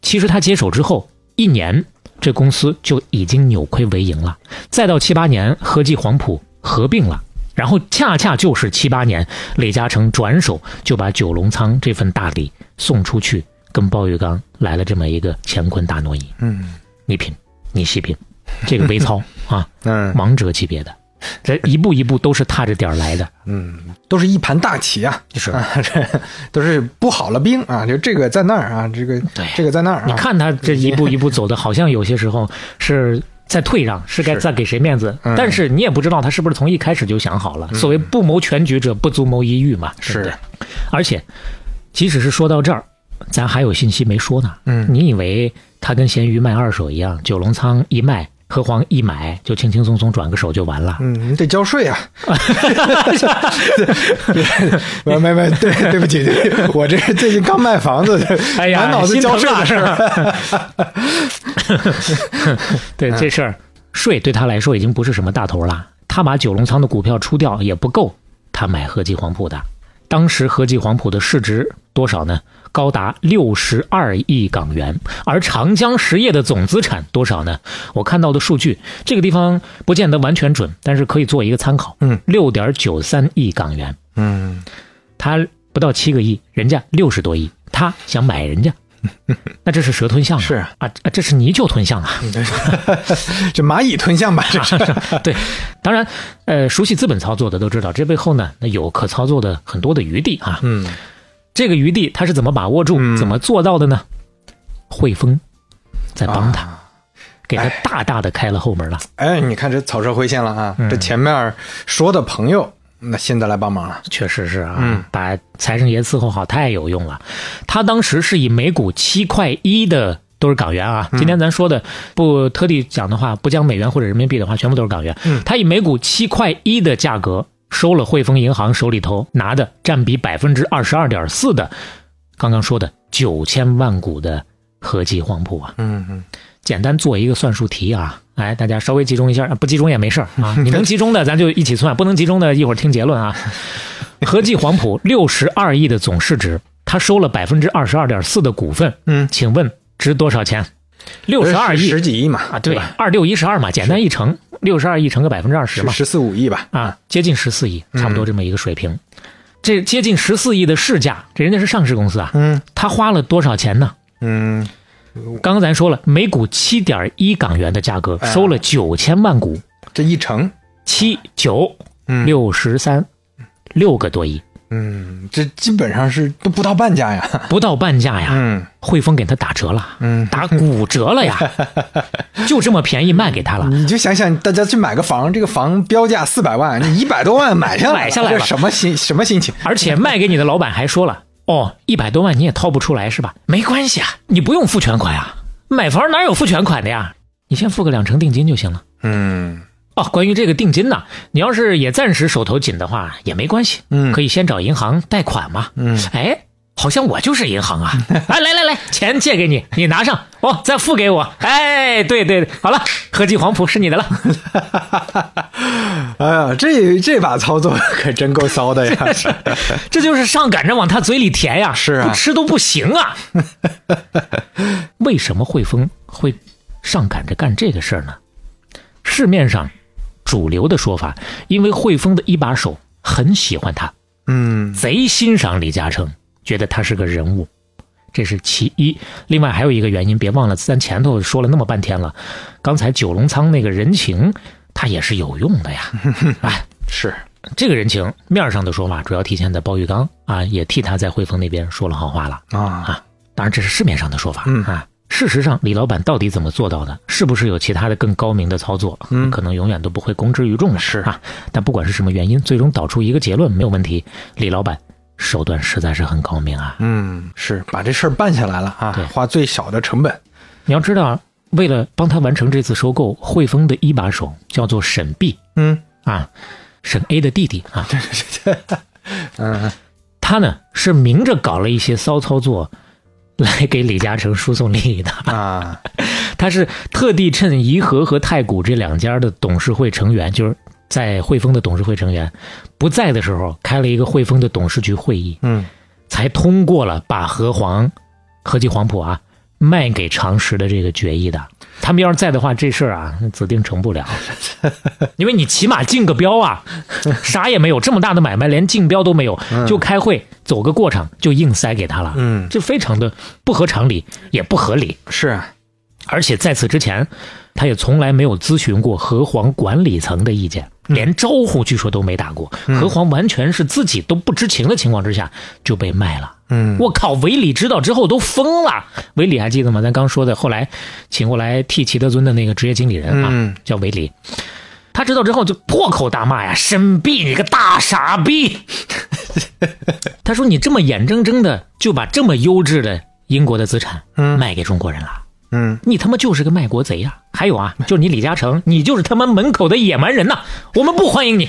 Speaker 2: 其实他接手之后一年，这公司就已经扭亏为盈了。再到七八年，和记黄埔合并了，然后恰恰就是七八年，李嘉诚转手就把九龙仓这份大礼送出去，跟包玉刚来了这么一个乾坤大挪移。
Speaker 3: 嗯，
Speaker 2: 你品，你细品，这个微操啊，
Speaker 3: 嗯，
Speaker 2: 王者级别的。这一步一步都是踏着点儿来的，
Speaker 3: 嗯，都是一盘大棋啊，
Speaker 2: 是
Speaker 3: 啊，这都是布好了兵啊，就这个在那儿啊，这个
Speaker 2: 对，
Speaker 3: 这个在那儿、啊。
Speaker 2: 你看他这一步一步走的，好像有些时候是在退让，是该再给谁面子，
Speaker 3: 嗯、
Speaker 2: 但是你也不知道他是不是从一开始就想好了。嗯、所谓不谋全局者，不足谋一域嘛，
Speaker 3: 是。
Speaker 2: 对，而且，即使是说到这儿，咱还有信息没说呢。
Speaker 3: 嗯，
Speaker 2: 你以为他跟咸鱼卖二手一样，九龙仓一卖？和黄一买就轻轻松松转个手就完了。
Speaker 3: 嗯，你得交税啊！没没没，对对不起，对不起，我这最近刚卖房子，
Speaker 2: 哎呀，
Speaker 3: 满脑子交税的事
Speaker 2: 儿。对这事儿，税对他来说已经不是什么大头了。他把九龙仓的股票出掉也不够他买和记黄埔的。当时和记黄埔的市值多少呢？高达六十二亿港元，而长江实业的总资产多少呢？我看到的数据，这个地方不见得完全准，但是可以做一个参考。
Speaker 3: 嗯，
Speaker 2: 六点九三亿港元。
Speaker 3: 嗯，
Speaker 2: 他不到七个亿，人家六十多亿，他想买人家，那这是蛇吞象啊！
Speaker 3: 是
Speaker 2: 啊啊，这是泥鳅吞象啊！
Speaker 3: 这蚂蚁吞象吧？这是
Speaker 2: 对。当然，呃，熟悉资本操作的都知道，这背后呢，那有可操作的很多的余地啊。
Speaker 3: 嗯。
Speaker 2: 这个余地他是怎么把握住、嗯、怎么做到的呢？汇丰在帮他、啊、给他大大的开了后门了。
Speaker 3: 哎，你看这草蛇灰线了啊、嗯、这前面说的朋友那现在来帮忙了。
Speaker 2: 确实是啊、
Speaker 3: 嗯、
Speaker 2: 把财神爷伺候好太有用了。他当时是以每股七块一的，都是港元啊，今天咱说的不特地讲的话，不讲美元或者人民币的话，全部都是港元。
Speaker 3: 嗯，
Speaker 2: 他以每股七块一的价格收了汇丰银行手里头拿的占比百分之二十二点四的，刚刚说的九千万股的和记黄埔啊。
Speaker 3: 嗯嗯，
Speaker 2: 简单做一个算术题啊，哎，大家稍微集中一下，不集中也没事啊。你能集中的咱就一起算，不能集中的一会儿听结论啊。和记黄埔六十二亿的总市值，他收了百分之二十二点四的股份。
Speaker 3: 嗯，
Speaker 2: 请问值多少钱？六十二亿，
Speaker 3: 十几亿嘛
Speaker 2: 啊，对，二六一十二嘛，简单一乘，六十二亿乘个百分之二十嘛，
Speaker 3: 十四五亿吧，
Speaker 2: 啊，接近十四亿，差不多这么一个水平。嗯、这接近十四亿的市价，这人家是上市公司啊，
Speaker 3: 嗯，
Speaker 2: 他花了多少钱呢？
Speaker 3: 嗯，
Speaker 2: 刚刚咱说了，每股七点一港元的价格，
Speaker 3: 哎、
Speaker 2: 收了九千万股，
Speaker 3: 这一乘
Speaker 2: 七九六十三，六个多亿。
Speaker 3: 嗯，这基本上是都不到半价呀，
Speaker 2: 不到半价呀。
Speaker 3: 嗯，
Speaker 2: 汇丰给他打折了，
Speaker 3: 嗯，
Speaker 2: 打骨折了呀，就这么便宜卖给他了。
Speaker 3: 你就想想，大家去买个房，这个房标价四百万，你一百多万买下来，
Speaker 2: 买下来了，
Speaker 3: 这什么心什么心情？
Speaker 2: 而且卖给你的老板还说了，哦，一百多万你也掏不出来是吧？没关系啊，你不用付全款啊，买房哪有付全款的呀？你先付个两成定金就行了。
Speaker 3: 嗯。
Speaker 2: 哦，关于这个定金呢，你要是也暂时手头紧的话也没关系，
Speaker 3: 嗯，
Speaker 2: 可以先找银行贷款嘛，
Speaker 3: 嗯，
Speaker 2: 哎，好像我就是银行啊，哎，来来来，钱借给你，你拿上，哦，再付给我，哎，对对，好了，和记黄埔是你的了。
Speaker 3: 哎呀，这这把操作可真够骚的呀，
Speaker 2: 这就是上赶着往他嘴里填呀，
Speaker 3: 是啊，
Speaker 2: 不吃都不行啊。为什么汇丰会上赶着干这个事儿呢？市面上主流的说法，因为汇丰的一把手很喜欢他，
Speaker 3: 嗯，
Speaker 2: 贼欣赏李嘉诚，觉得他是个人物，这是其一。另外还有一个原因，别忘了咱前头说了那么半天了，刚才九龙仓那个人情，他也是有用的呀。哎，
Speaker 3: 是
Speaker 2: 这个人情面上的说法，主要体现在包玉刚啊，也替他在汇丰那边说了好话了
Speaker 3: 啊
Speaker 2: 啊。当然这是市面上的说法，
Speaker 3: 嗯
Speaker 2: 啊。事实上，李老板到底怎么做到的？是不是有其他的更高明的操作？
Speaker 3: 嗯，
Speaker 2: 可能永远都不会公之于众了。
Speaker 3: 是
Speaker 2: 啊，但不管是什么原因，最终导出一个结论没有问题。李老板手段实在是很高明啊。
Speaker 3: 嗯，是把这事儿办下来了啊，花最小的成本。
Speaker 2: 你要知道，为了帮他完成这次收购，汇丰的一把手叫做沈 B，
Speaker 3: 嗯
Speaker 2: 啊，沈 A 的弟弟啊，
Speaker 3: 对对对，嗯，
Speaker 2: 他呢是明着搞了一些骚操作。来给李嘉诚输送利益的
Speaker 3: 啊，
Speaker 2: 他是特地趁颐和和太古这两家的董事会成员，就是在汇丰的董事会成员不在的时候，开了一个汇丰的董事局会议，
Speaker 3: 嗯，
Speaker 2: 才通过了把和黄和记黄埔啊卖给常识的这个决议的。他们要是在的话，这事儿啊，指定成不了。因为你起码竞个标啊，啥也没有，这么大的买卖连竞标都没有，就开会走个过场就硬塞给他了，嗯，这非常的不合常理，也不合理。
Speaker 3: 是啊，
Speaker 2: 而且在此之前，他也从来没有咨询过和黄管理层的意见，连招呼据说都没打过。嗯、和黄完全是自己都不知情的情况之下就被卖了。嗯，我靠，韦礼知道之后都疯了。韦礼还记得吗？咱刚说的，后来请过来替齐德尊的那个职业经理人啊，嗯、叫韦礼。他知道之后就破口大骂呀：“沈弼，你个大傻逼！”他说：“你这么眼睁睁的就把这么优质的英国的资产卖给中国人了。”嗯，你他妈就是个卖国贼呀！还有啊，就是你李嘉诚，你就是他妈门口的野蛮人呐！我们不欢迎你。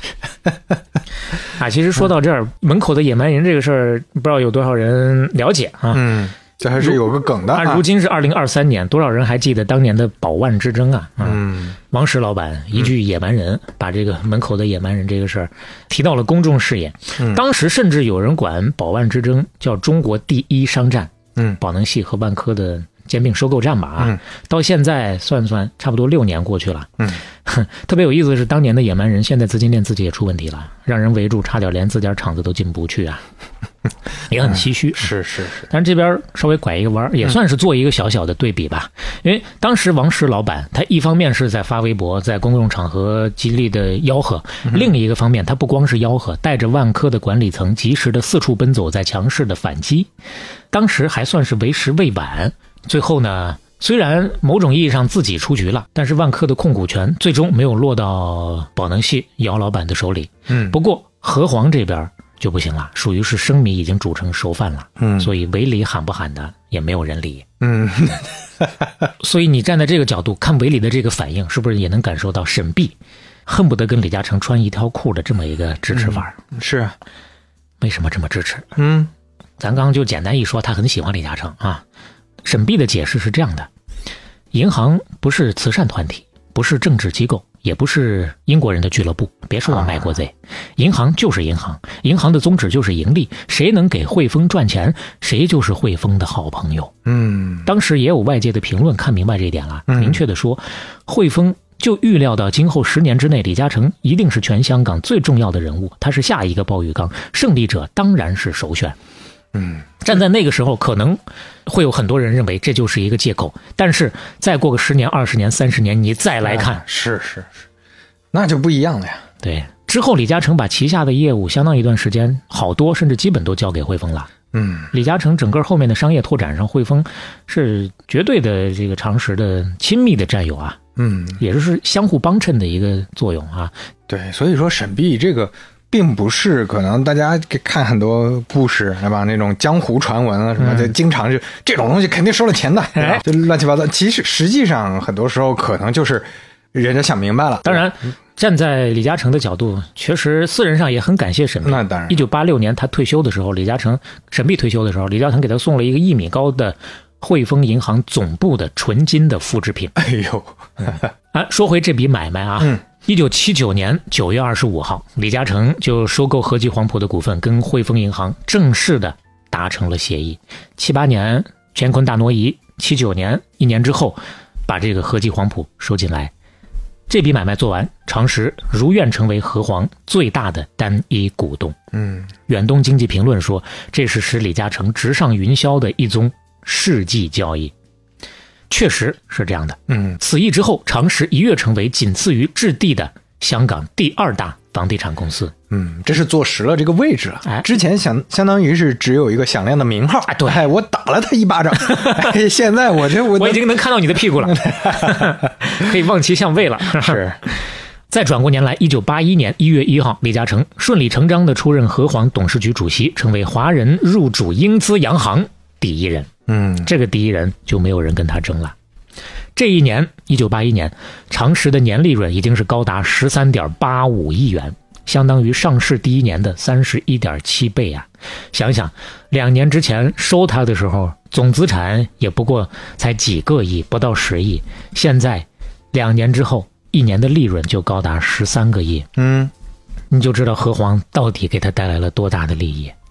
Speaker 2: 啊，其实说到这儿，门口的野蛮人这个事儿，不知道有多少人了解啊？
Speaker 3: 嗯，这还是有个梗的啊。
Speaker 2: 啊如今是二零二三年，多少人还记得当年的宝万之争啊？嗯，王石老板一句野蛮人，嗯、把这个门口的野蛮人这个事儿提到了公众视野。嗯，当时甚至有人管宝万之争叫中国第一商战。嗯，宝能系和万科的兼并收购战吧啊，嗯、到现在算算差不多六年过去了。嗯，特别有意思的是，当年的野蛮人现在资金链自己也出问题了，让人围住，差点连自家厂子都进不去啊，也很唏嘘。嗯、
Speaker 3: 是是是，
Speaker 2: 但是这边稍微拐一个弯，也算是做一个小小的对比吧。嗯、因为当时王石老板他一方面是在发微博，在公共场合极力的吆喝，嗯、另一个方面他不光是吆喝，带着万科的管理层及时的四处奔走，在强势的反击。当时还算是为时未晚。最后呢，虽然某种意义上自己出局了，但是万科的控股权最终没有落到宝能系姚老板的手里。嗯，不过和黄这边就不行了，属于是生米已经煮成熟饭了。嗯，所以韦礼喊不喊的也没有人理。嗯，所以你站在这个角度看韦礼的这个反应，是不是也能感受到沈弼恨不得跟李嘉诚穿一条裤的这么一个支持法？
Speaker 3: 嗯、是啊，
Speaker 2: 为什么这么支持？嗯，咱刚刚就简单一说，他很喜欢李嘉诚啊。沈弼的解释是这样的：银行不是慈善团体，不是政治机构，也不是英国人的俱乐部，别说我卖国贼，银行就是银行，银行的宗旨就是盈利，谁能给汇丰赚钱，谁就是汇丰的好朋友。嗯，当时也有外界的评论看明白这一点了，明确的说，汇丰就预料到今后十年之内，李嘉诚一定是全香港最重要的人物，他是下一个鲍玉刚，胜利者当然是首选。嗯，站在那个时候，可能会有很多人认为这就是一个借口，但是再过个十年、二十年、三十年，你再来看，
Speaker 3: 啊、是是是，那就不一样了呀。
Speaker 2: 对，之后李嘉诚把旗下的业务相当一段时间，好多甚至基本都交给汇丰了。嗯，李嘉诚整个后面的商业拓展上，汇丰是绝对的这个常识的亲密的战友啊。嗯，也就是相互帮衬的一个作用啊。
Speaker 3: 对，所以说沈弼这个。并不是可能大家看很多故事对吧，那种江湖传闻啊什么，就经常就这种东西肯定收了钱的，嗯、就乱七八糟。其实实际上很多时候可能就是人家想明白了。
Speaker 2: 当然，站在李嘉诚的角度，确实私人上也很感谢沈弼。
Speaker 3: 那当然，
Speaker 2: 一九八六年他退休的时候，李嘉诚沈弼退休的时候，李嘉诚给他送了一个一米高的汇丰银行总部的纯金的复制品。
Speaker 3: 哎呦，
Speaker 2: 啊，说回这笔买卖啊。嗯，一九七九年九月二十五号，李嘉诚就收购和记黄埔的股份，跟汇丰银行正式的达成了协议。七八年乾坤大挪移，七九年一年之后，把这个和记黄埔收进来。这笔买卖做完，常识如愿成为和黄最大的单一股东。嗯，远东经济评论说，这是使李嘉诚直上云霄的一宗世纪交易。确实是这样的。嗯，此役之后，常识一跃成为仅次于置地的香港第二大房地产公司。
Speaker 3: 嗯，这是坐实了这个位置了。哎，之前相相当于是只有一个响亮的名号。
Speaker 2: 啊，对，
Speaker 3: 哎，我打了他一巴掌。哎，现在我这我
Speaker 2: 我已经能看到你的屁股了，可以望其项背了。
Speaker 3: 是。
Speaker 2: 再转过年来，一九八一年一月一号，李嘉诚顺理成章地出任和黄董事局主席，成为华人入主英资洋行第一人。嗯，这个第一人就没有人跟他争了。这一年一九八一年，常识的年利润已经是高达 十三点八五亿元，相当于上市第一年的 三十一点七倍啊。想想两年之前收他的时候，总资产也不过才几个亿，不到十亿，现在两年之后，一年的利润就高达十三个亿。嗯，你就知道和黄到底给他带来了多大的利益。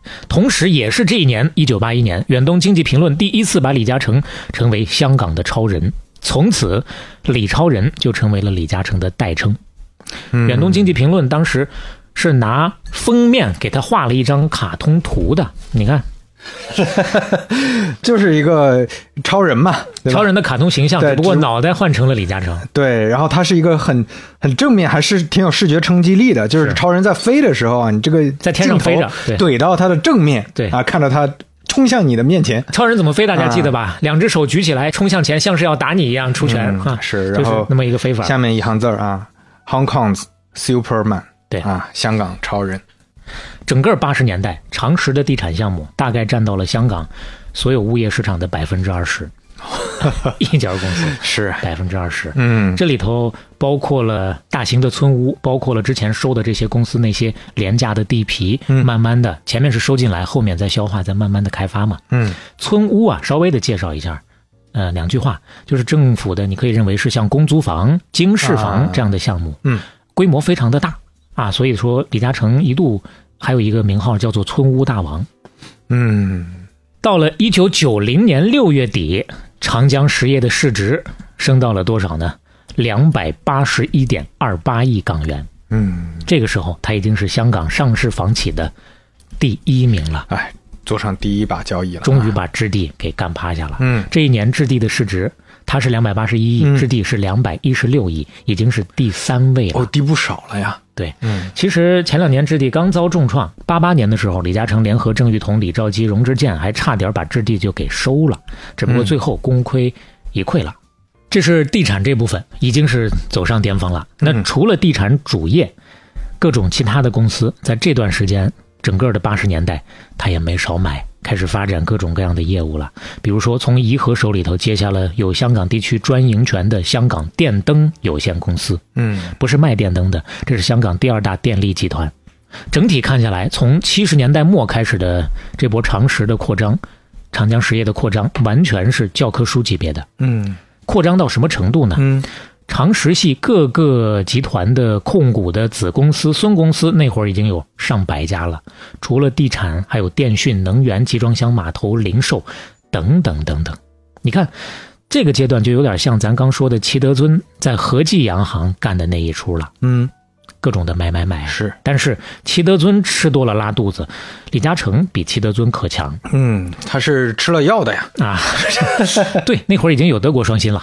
Speaker 2: 同时也是这一年一九八一年，远东经济评论第一次把李嘉诚称为香港的超人，从此李超人就成为了李嘉诚的代称。
Speaker 3: 嗯、
Speaker 2: 远东经济评论当时是拿封面给他画了一张卡通图的，你看
Speaker 3: 就是一个超人嘛，
Speaker 2: 超人的卡通形象，只不过脑袋换成了李嘉诚。
Speaker 3: 对，然后他是一个很很正面，还是挺有视觉冲击力的。就是超人在飞的时候啊，你这个
Speaker 2: 在天上飞着，
Speaker 3: 怼到他的正面，
Speaker 2: 对
Speaker 3: 啊，看到他冲向你的面前。
Speaker 2: 超人怎么飞？大家记得吧？啊、两只手举起来冲向前，像是要打你一样出拳、
Speaker 3: 嗯、
Speaker 2: 啊！
Speaker 3: 是，然后、
Speaker 2: 就是、那么一个飞法。
Speaker 3: 下面一行字啊 ，Hong Kong's Superman。
Speaker 2: 对
Speaker 3: 啊，香港超人。
Speaker 2: 整个八十年代，长实的地产项目大概占到了香港所有物业市场的百分之二十，一家公司
Speaker 3: 是
Speaker 2: 百分之二十。
Speaker 3: 嗯，
Speaker 2: 这里头包括了大型的村屋，包括了之前收的这些公司那些廉价的地皮，
Speaker 3: 嗯、
Speaker 2: 慢慢的前面是收进来，后面再消化，再慢慢的开发嘛。
Speaker 3: 嗯，
Speaker 2: 村屋啊，稍微的介绍一下。呃，两句话，就是政府的，你可以认为是像公租房、经适房这样的项目，
Speaker 3: 啊、嗯，
Speaker 2: 规模非常的大啊，所以说李嘉诚一度还有一个名号叫做村屋大王。
Speaker 3: 嗯，
Speaker 2: 到了一九九零年六月底，长江实业的市值升到了多少呢？两百八十一点二八亿港元。
Speaker 3: 嗯，
Speaker 2: 这个时候它已经是香港上市房企的第一名了。
Speaker 3: 哎，坐上第一把交椅了，
Speaker 2: 终于把置地给干趴下了。
Speaker 3: 嗯，
Speaker 2: 这一年置地的市值，它是两百八十一亿，
Speaker 3: 嗯、
Speaker 2: 置地是两百一十六亿，已经是第三位了。
Speaker 3: 哦，低不少了呀。
Speaker 2: 对，
Speaker 3: 嗯，
Speaker 2: 其实前两年置地刚遭重创，八八年的时候，李嘉诚联合郑裕彤、李兆基、荣之健还差点把置地就给收了，只不过最后功亏一篑了。嗯、这是地产这部分已经是走上巅峰了。那除了地产主业，各种其他的公司在这段时间，整个的八十年代，他也没少买。开始发展各种各样的业务了，比如说从颐和手里头接下了有香港地区专营权的香港电灯有限公司，
Speaker 3: 嗯，
Speaker 2: 不是卖电灯的，这是香港第二大电力集团。整体看下来，从七十年代末开始的这波长实的扩张，长江实业的扩张，完全是教科书级别的。
Speaker 3: 嗯，
Speaker 2: 扩张到什么程度呢？
Speaker 3: 嗯。
Speaker 2: 长实系各个集团的控股的子公司、孙公司，那会儿已经有上百家了。除了地产，还有电讯、能源、集装箱、码头、零售等等等等。你看，这个阶段就有点像咱刚说的齐德尊在和记洋行干的那一出了。
Speaker 3: 嗯，
Speaker 2: 各种的买买买
Speaker 3: 是，
Speaker 2: 但是齐德尊吃多了拉肚子，李嘉诚比齐德尊可强。
Speaker 3: 嗯，他是吃了药的呀。
Speaker 2: 啊，对，那会儿已经有德国双馨了。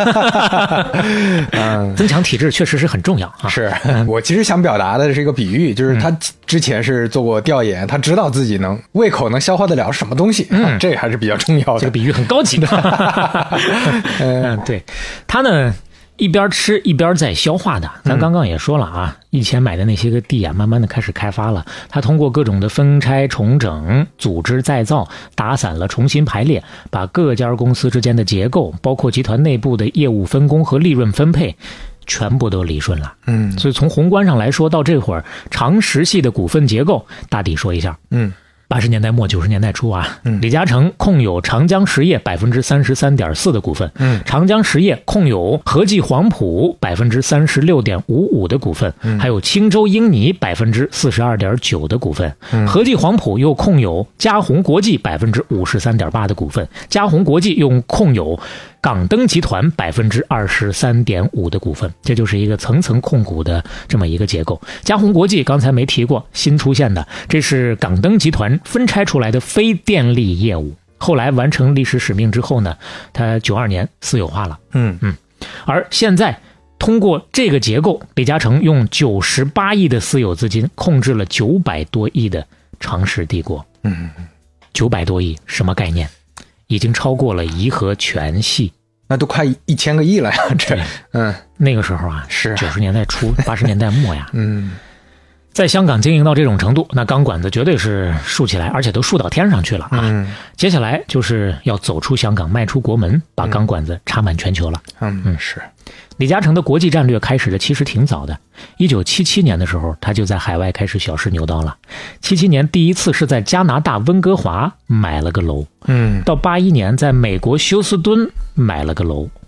Speaker 2: 嗯，增强体质确实是很重要啊。
Speaker 3: 是我其实想表达的是一个比喻，就是他之前是做过调研，他知道自己能胃口能消化得了什么东西，嗯，这还是比较重要的。
Speaker 2: 这个比喻很高级的。嗯，对，他呢。一边吃一边在消化的，咱刚刚也说了啊，嗯、以前买的那些个地啊，慢慢的开始开发了。他通过各种的分拆、重整、组织再造、打散了、重新排列，把各家公司之间的结构，包括集团内部的业务分工和利润分配，全部都理顺了。
Speaker 3: 嗯，
Speaker 2: 所以从宏观上来说，到这会儿，长实系的股份结构大体说一下。
Speaker 3: 嗯。
Speaker 2: 八十年代末九十年代初啊，
Speaker 3: 嗯、
Speaker 2: 李嘉诚控有长江实业百分之三十三点四的股份，
Speaker 3: 嗯，
Speaker 2: 长江实业控有和记黄埔百分之三十六点五五的股份，
Speaker 3: 嗯、
Speaker 2: 还有青州英泥百分之四十二点九的股份，
Speaker 3: 嗯、
Speaker 2: 和记黄埔又控有嘉宏国际百分之五十三点八的股份，嘉宏国际又控有港灯集团百分之二十三点五的股份，这就是一个层层控股的这么一个结构。嘉宏国际刚才没提过，新出现的，这是港灯集团分拆出来的非电力业务。后来完成历史使命之后呢，它九二年私有化了。
Speaker 3: 嗯
Speaker 2: 嗯，而现在通过这个结构，李嘉诚用九十八亿的私有资金控制了九百多亿的长实帝国。
Speaker 3: 嗯，
Speaker 2: 九百多亿什么概念？已经超过了颐和全系，
Speaker 3: 那都快一千个亿了呀！这，嗯，
Speaker 2: 那个时候啊，
Speaker 3: 是
Speaker 2: 九十年代初、八十年代末呀。
Speaker 3: 嗯，
Speaker 2: 在香港经营到这种程度，那钢管子绝对是竖起来，而且都竖到天上去了啊！
Speaker 3: 嗯，
Speaker 2: 接下来就是要走出香港，迈出国门，把钢管子插满全球了。
Speaker 3: 嗯嗯，是。
Speaker 2: 李嘉诚的国际战略开始的其实挺早的，一九七七年的时候，他就在海外开始小试牛刀了。七七年第一次是在加拿大温哥华买了个楼，
Speaker 3: 嗯，
Speaker 2: 到八一年在美国休斯敦买了个楼，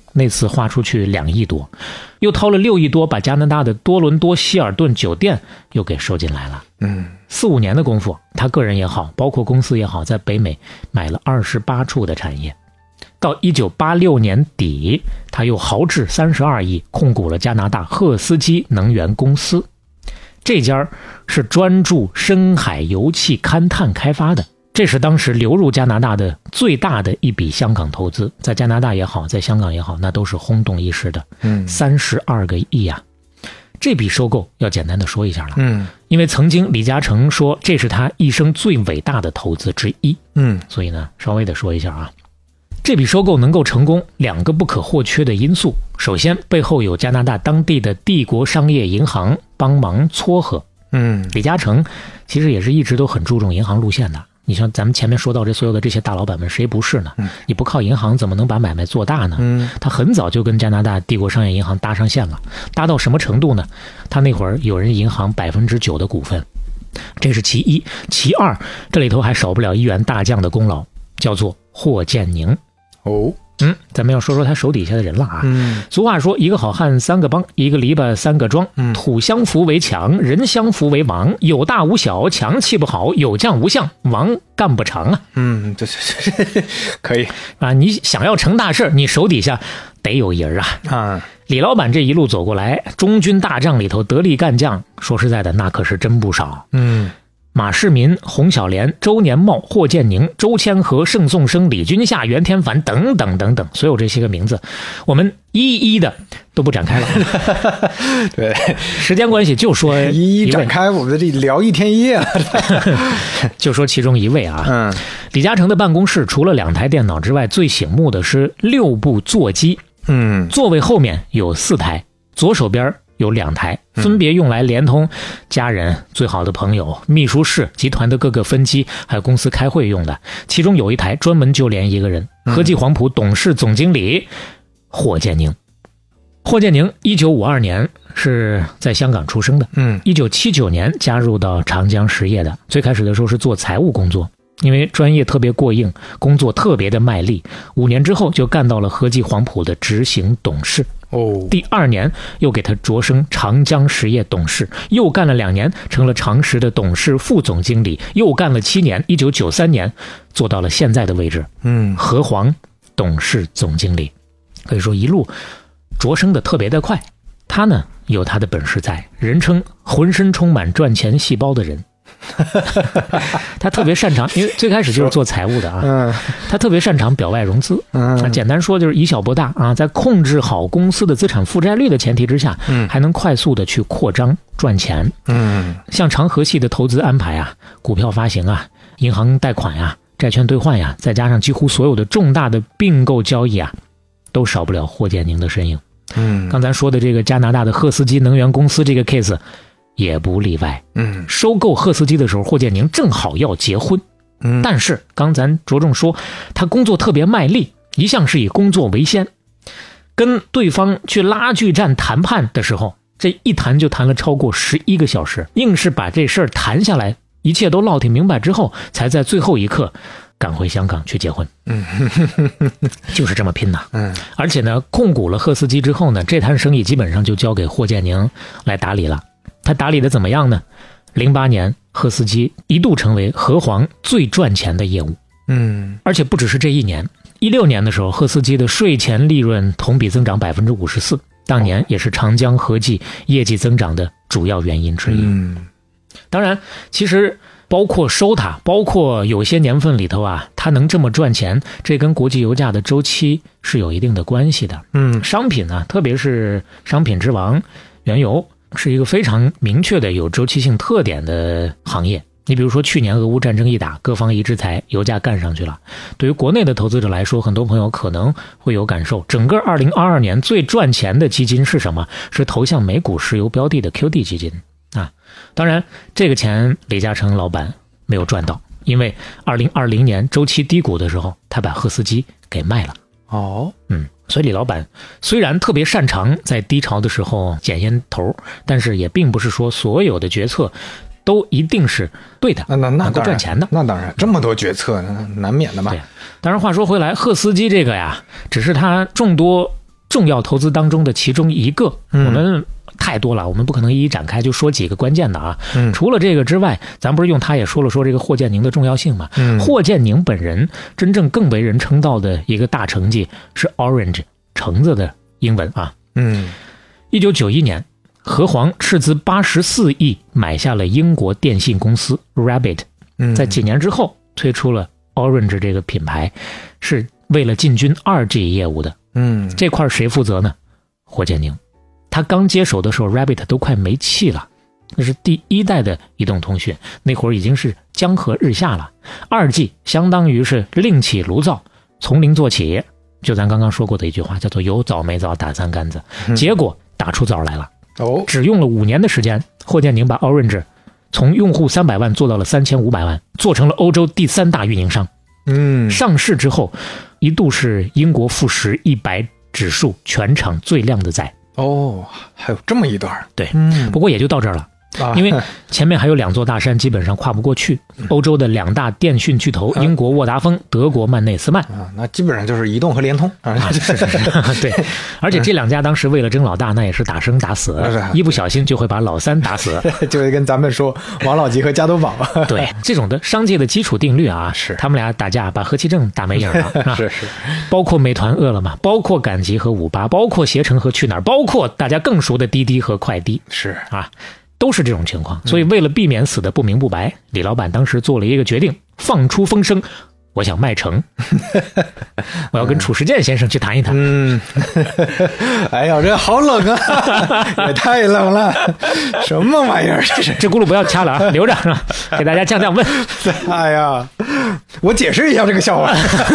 Speaker 2: 那次花出去两亿多，又掏了六亿多，把加拿大的多伦多希尔顿酒店又给收进来了。
Speaker 3: 嗯，
Speaker 2: 四五年的功夫，他个人也好，包括公司也好，在北美买了二十八处的产业。到一九八六年底，他又豪掷三十二亿控股了加拿大赫斯基能源公司。这家是专注深海油气勘探开发的，这是当时流入加拿大的最大的一笔香港投资，在加拿大也好，在香港也好，那都是轰动一时的。嗯，三十二个亿啊！这笔收购要简单的说一下了。嗯，因为曾经李嘉诚说这是他一生最伟大的投资之一。嗯，所以呢，稍微的说一下啊。这笔收购能够成功，两个不可或缺的因素。首先，背后有加拿大当地的帝国商业银行帮忙撮合。嗯，李嘉诚其实也是一直都很注重银行路线的。你像咱们前面说到这所有的这些大老板们，谁不是呢？嗯、你不靠银行怎么能把买卖做大呢？嗯，他很早就跟加拿大帝国商业银行搭上线了，搭到什么程度呢？他那会儿有人银行百分之九的股份，这是其一。其二，这里头还少不了一员大将的功劳，叫做霍建宁。哦，嗯，咱们要说说他手底下的人了啊。嗯，俗话说，一个好汉三个帮，一个篱笆三个桩。嗯，土相扶为墙，人相扶为王。有大无小，强气不好；有将无相，王干不长啊。
Speaker 3: 嗯，这这可以
Speaker 2: 啊。你想要成大事，你手底下得有人啊。啊，李老板这一路走过来，中军大将里头得力干将，说实在的，那可是真不少。嗯。马世民、洪小莲、周年茂、霍建宁、周千和、盛颂生、李军夏、袁天凡等等等等，所有这些个名字，我们一一的都不展开了。
Speaker 3: 对，
Speaker 2: 时间关系就说
Speaker 3: 一一展开，我们这里聊一天一夜了。
Speaker 2: 就说其中一位啊，嗯，李嘉诚的办公室除了两台电脑之外，最醒目的是六部座机。嗯，座位后面有四台，左手边有两台，分别用来连通家人、最好的朋友、秘书室、集团的各个分机，还有公司开会用的。其中有一台专门就连一个人，和记黄埔董事总经理霍建宁。霍建宁一九五二年是在香港出生的，嗯，一九七九年加入到长江实业的。最开始的时候是做财务工作，因为专业特别过硬，工作特别的卖力。五年之后就干到了和记黄埔的执行董事。哦，第二年又给他擢升长江实业董事，又干了两年，成了长实的董事副总经理，又干了七年，一九九三年做到了现在的位置，嗯，和黄董事总经理，可以说一路擢升的特别的快。他呢有他的本事在，人称浑身充满赚钱细胞的人。他特别擅长，因为最开始就是做财务的啊，嗯，他特别擅长表外融资，嗯，简单说就是以小博大啊，在控制好公司的资产负债率的前提之下，嗯，还能快速的去扩张赚钱，嗯，像长河系的投资安排啊，股票发行啊，银行贷款呀、啊，债券兑换呀，再加上几乎所有的重大的并购交易啊，都少不了霍建宁的身影。嗯，刚才说的这个加拿大的赫斯基能源公司这个 case。也不例外。嗯，收购赫斯基的时候，霍建宁正好要结婚。嗯，但是刚咱着重说，他工作特别卖力，一向是以工作为先。跟对方去拉锯战谈判的时候，这一谈就谈了超过十一个小时，硬是把这事儿谈下来，一切都落挺明白之后，才在最后一刻赶回香港去结婚。嗯，就是这么拼呐。嗯，而且呢，控股了赫斯基之后呢，这摊生意基本上就交给霍建宁来打理了。他打理的怎么样呢？零八年，赫斯基一度成为和黄最赚钱的业务。嗯，而且不只是这一年，一六年的时候，赫斯基的税前利润同比增长百分之五十四，当年也是长江和记业绩增长的主要原因之一。嗯，当然，其实包括收它，包括有些年份里头啊，它能这么赚钱，这跟国际油价的周期是有一定的关系的。嗯，商品呢，特别是商品之王原油，是一个非常明确的有周期性特点的行业。你比如说去年俄乌战争一打，各方一制裁，油价干上去了。对于国内的投资者来说，很多朋友可能会有感受，整个二零二二年最赚钱的基金是什么？是投向美股石油标的的 Q D 基金啊。当然这个钱李嘉诚老板没有赚到，因为二零二零年周期低谷的时候，他把赫斯基给卖了。哦，嗯，所以李老板虽然特别擅长在低潮的时候捡烟头，但是也并不是说所有的决策都一定是对的，
Speaker 3: 那那那
Speaker 2: 能够赚钱的。
Speaker 3: 那当然，这么多决策难免的嘛。
Speaker 2: 对，当然话说回来，赫斯基这个呀，只是他众多重要投资当中的其中一个，
Speaker 3: 嗯、
Speaker 2: 我们太多了，我们不可能一一展开，就说几个关键的啊。
Speaker 3: 嗯、
Speaker 2: 除了这个之外，咱不是用他也说了说这个霍建宁的重要性嘛？
Speaker 3: 嗯、
Speaker 2: 霍建宁本人真正更为人称道的一个大成绩是 Orange 橙子的英文啊。
Speaker 3: 嗯，
Speaker 2: 一九九一年，和黄斥资八十四亿买下了英国电信公司 Rabbit，、嗯、在几年之后推出了 Orange 这个品牌，是为了进军 二 G 业务的。
Speaker 3: 嗯，
Speaker 2: 这块谁负责呢？霍建宁。他刚接手的时候 Rabbit 都快没气了，那是第一代的移动通讯，那会儿已经是江河日下了。 二 G 相当于是另起炉灶，从零做起，就咱刚刚说过的一句话，叫做有枣没枣打三竿子、嗯、结果打出枣来了。
Speaker 3: 哦，
Speaker 2: 只用了五年的时间，霍建宁把 Orange 从用户三百万做到了三千五百万，做成了欧洲第三大运营商。
Speaker 3: 嗯，
Speaker 2: 上市之后一度是英国富时一百指数全场最靓的仔。
Speaker 3: 哦，还有这么一段。
Speaker 2: 对、嗯、不过也就到这儿了、啊、因为前面还有两座大山基本上跨不过去，欧洲的两大电讯巨头、嗯、英国沃达丰、德国曼内斯曼、
Speaker 3: 啊、那基本上就是移动和联通啊，
Speaker 2: 是是是对，而且这两家当时为了争老大，那也是打生打死、嗯、一不小心就会把老三打死
Speaker 3: 就会跟咱们说王老吉和加多宝
Speaker 2: 对，这种的商界的基础定律啊，
Speaker 3: 是
Speaker 2: 他们俩打架把何其正打没影了、啊、
Speaker 3: 是是，
Speaker 2: 包括美团饿了么，包括赶集和五八，包括携程和去哪儿，包括大家更熟的滴滴和快滴，
Speaker 3: 是
Speaker 2: 啊，都是这种情况。所以为了避免死的不明不白、嗯、李老板当时做了一个决定，放出风声，我想卖城我要跟褚时健先生去谈一谈。
Speaker 3: 嗯，哎呀，这好冷啊也太冷了，什么玩意儿这是？
Speaker 2: 这轱辘不要掐了啊，留着给大家降降温。
Speaker 3: 哎呀，我解释一下这个笑话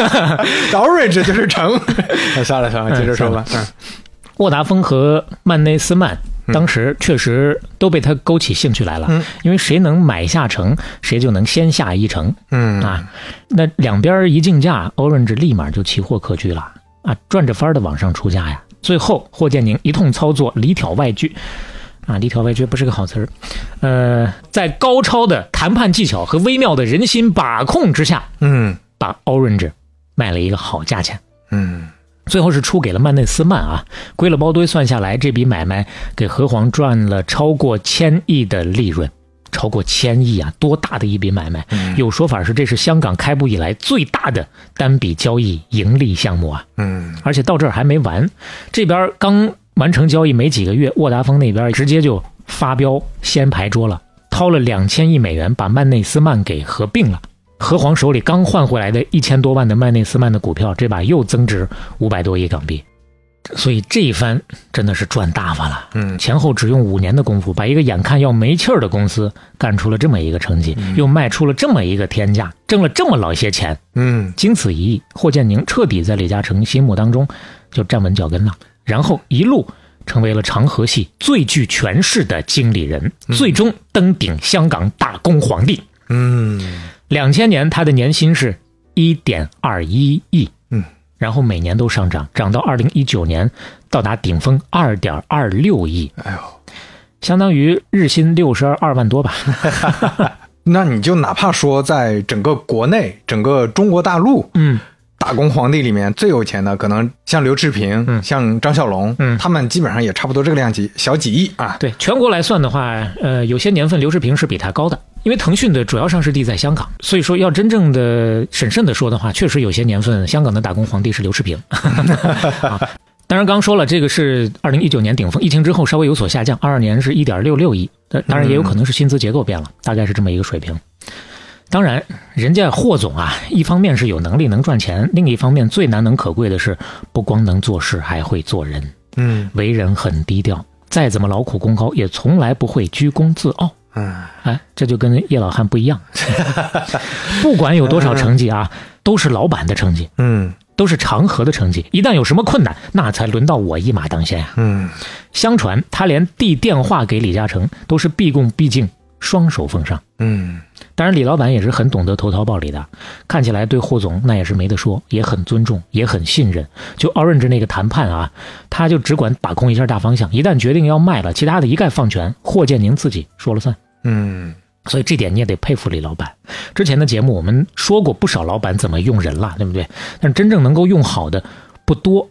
Speaker 3: Orange 就是城算了算了，接着说吧。嗯，
Speaker 2: 沃达丰和曼内斯曼当时确实都被他勾起兴趣来了、嗯、因为谁能买下城，谁就能先下一城。
Speaker 3: 嗯
Speaker 2: 啊，那两边一竞价 Orange 立马就奇货可居了啊，转着法的往上出价呀。最后霍建宁一通操作，里挑外锯啊，里挑外锯不是个好词儿。呃，在高超的谈判技巧和微妙的人心把控之下，
Speaker 3: 嗯，
Speaker 2: 把 Orange 卖了一个好价钱。
Speaker 3: 嗯。
Speaker 2: 最后是出给了曼内斯曼啊，归了包堆算下来，这笔买卖给和黄赚了超过千亿的利润，超过千亿啊，多大的一笔买卖、嗯、有说法是这是香港开埠以来最大的单笔交易盈利项目啊。
Speaker 3: 嗯，
Speaker 2: 而且到这儿还没完，这边刚完成交易没几个月，沃达丰那边直接就发飙先牌桌了，掏了两千亿美元把曼内斯曼给合并了。和黄手里刚换回来的一千多万的曼内斯曼的股票，这把又增值五百多亿港币，所以这一番真的是赚大发了。
Speaker 3: 嗯，
Speaker 2: 前后只用五年的功夫，把一个眼看要没气儿的公司干出了这么一个成绩，
Speaker 3: 嗯、
Speaker 2: 又卖出了这么一个天价，挣了这么老些钱。
Speaker 3: 嗯，
Speaker 2: 经此一役，霍建宁彻底在李嘉诚心目当中就站稳脚跟了，然后一路成为了长河系最具权势的经理人，
Speaker 3: 嗯、
Speaker 2: 最终登顶香港大公皇帝。
Speaker 3: 嗯。
Speaker 2: 两千年他的年薪是 一点二一亿，
Speaker 3: 嗯，
Speaker 2: 然后每年都上涨，涨到二零一九年到达顶峰 二点二六亿，
Speaker 3: 哎呦，
Speaker 2: 相当于日薪六十二万多吧。
Speaker 3: 那你就哪怕说在整个国内，整个中国大陆，
Speaker 2: 嗯，
Speaker 3: 大公皇帝里面最有钱的，可能像刘炽平、嗯、像张小龙，
Speaker 2: 嗯，
Speaker 3: 他们基本上也差不多这个量级，小几亿啊。
Speaker 2: 对，全国来算的话，呃，有些年份刘炽平是比他高的。因为腾讯的主要上市地在香港，所以说要真正的审慎的说的话，确实有些年份香港的打工皇帝是刘炽平。啊，当然刚说了，这个是二零一九年顶峰，疫情之后稍微有所下降，二二年是 一点六六亿，当然也有可能是薪资结构变了，大概是这么一个水平。当然人家霍总啊，一方面是有能力能赚钱，另一方面最难能可贵的是不光能做事还会做人。
Speaker 3: 嗯，
Speaker 2: 为人很低调，再怎么劳苦功高也从来不会居功自傲。
Speaker 3: 嗯，
Speaker 2: 哎，这就跟叶老汉不一样。不管有多少成绩啊，都是老板的成绩，
Speaker 3: 嗯，
Speaker 2: 都是长河的成绩。一旦有什么困难，那才轮到我一马当先啊。
Speaker 3: 嗯，
Speaker 2: 相传他连递电话给李嘉诚都是毕恭毕敬，双手奉上。
Speaker 3: 嗯，
Speaker 2: 当然李老板也是很懂得投桃报李的，看起来对霍总那也是没得说，也很尊重，也很信任。就 Orange 那个谈判啊，他就只管把控一下大方向，一旦决定要卖了，其他的一概放权，霍建宁自己说了算。
Speaker 3: 嗯，
Speaker 2: 所以这点你也得佩服李老板。之前的节目我们说过不少老板怎么用人了，对不对？但是真正能够用好的不多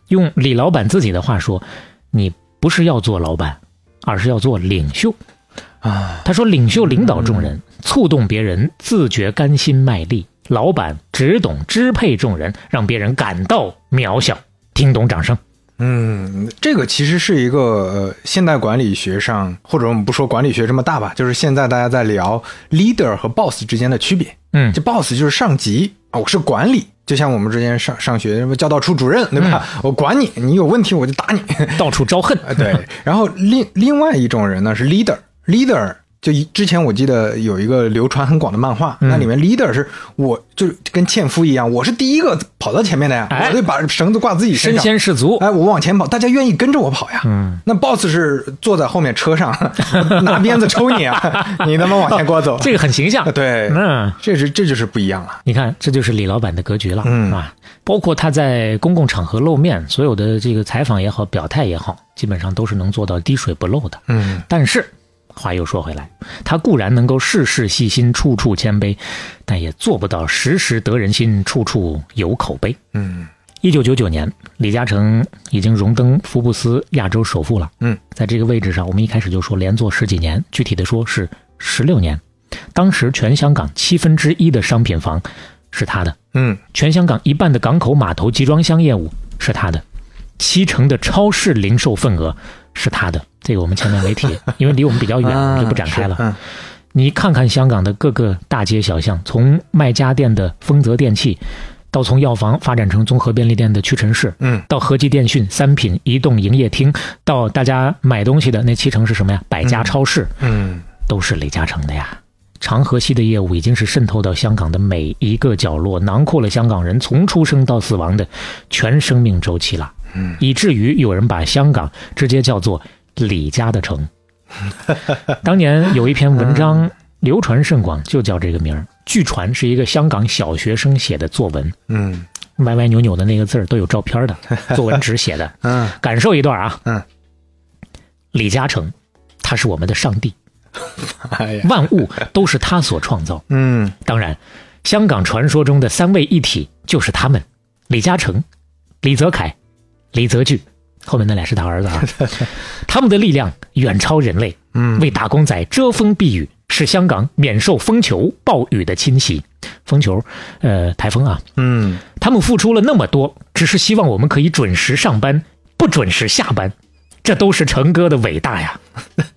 Speaker 2: 用李老板自己的话说，你不是要做老板，而是要做领袖啊。他说领袖领导众人、嗯、触动别人自觉甘心卖力，老板只懂支配众人，让别人感到渺小。听懂掌声。
Speaker 3: 嗯，这个其实是一个呃现代管理学上，或者我们不说管理学这么大吧，就是现在大家在聊 leader 和 boss 之间的区别。嗯，这 boss 就是上级啊，我是管理，就像我们之前上上学什么教导处主任，对吧？嗯、我管你，你有问题我就打你，
Speaker 2: 到处招恨。
Speaker 3: 对，然后另另外一种人呢是 leader，leader。就之前我记得有一个流传很广的漫画、嗯、那里面 leader 是我就跟纤夫一样，我是第一个跑到前面的呀、哎、我就把绳子挂自己身上，
Speaker 2: 身先士卒，
Speaker 3: 哎，我往前跑，大家愿意跟着我跑呀。嗯，那 boss 是坐在后面车上拿鞭子抽你啊，你他妈往前给我走、哦、
Speaker 2: 这个很形象。
Speaker 3: 对，嗯，这是这就是不一样了。
Speaker 2: 你看，这就是李老板的格局了，嗯啊，包括他在公共场合露面，所有的这个采访也好，表态也好，基本上都是能做到滴水不漏的。嗯，但是话又说回来，他固然能够事事细心，处处谦卑，但也做不到时时得人心，处处有口碑。嗯，一九九九年，李嘉诚已经荣登福布斯亚洲首富了。嗯，在这个位置上，我们一开始就说连做十几年，具体的说是十六年。当时全香港七分之一的商品房是他的。嗯，全香港一半的港口码头集装箱业务是他的，七成的超市零售份额是他的。这个我们前面没提，因为离我们比较远，我们就不展开了。嗯，你看看香港的各个大街小巷，从卖家电的丰泽电器，到从药房发展成综合便利店的屈臣氏，嗯，到和记电讯三品移动营业厅，到大家买东西的那七成是什么呀？百家超市，嗯，都是李嘉诚的呀。长河系的业务已经是渗透到香港的每一个角落，囊括了香港人从出生到死亡的全生命周期了。嗯，以至于有人把香港直接叫做李家的城。当年有一篇文章流传甚广，就叫这个名儿。据传是一个香港小学生写的作文，嗯，歪歪扭扭的那个字都有照片的，作文纸写的。嗯，感受一段啊。嗯，李嘉诚，他是我们的上帝，哎呀，万物都是他所创造。嗯，当然，香港传说中的三位一体就是他们：李嘉诚、李泽楷、李泽钜。后面那俩是他儿子啊，他们的力量远超人类，嗯，为打工仔遮风避雨，使香港免受风球暴雨的侵袭。风球，呃，台风啊，嗯，他们付出了那么多，只是希望我们可以准时上班，不准时下班，这都是成哥的伟大呀。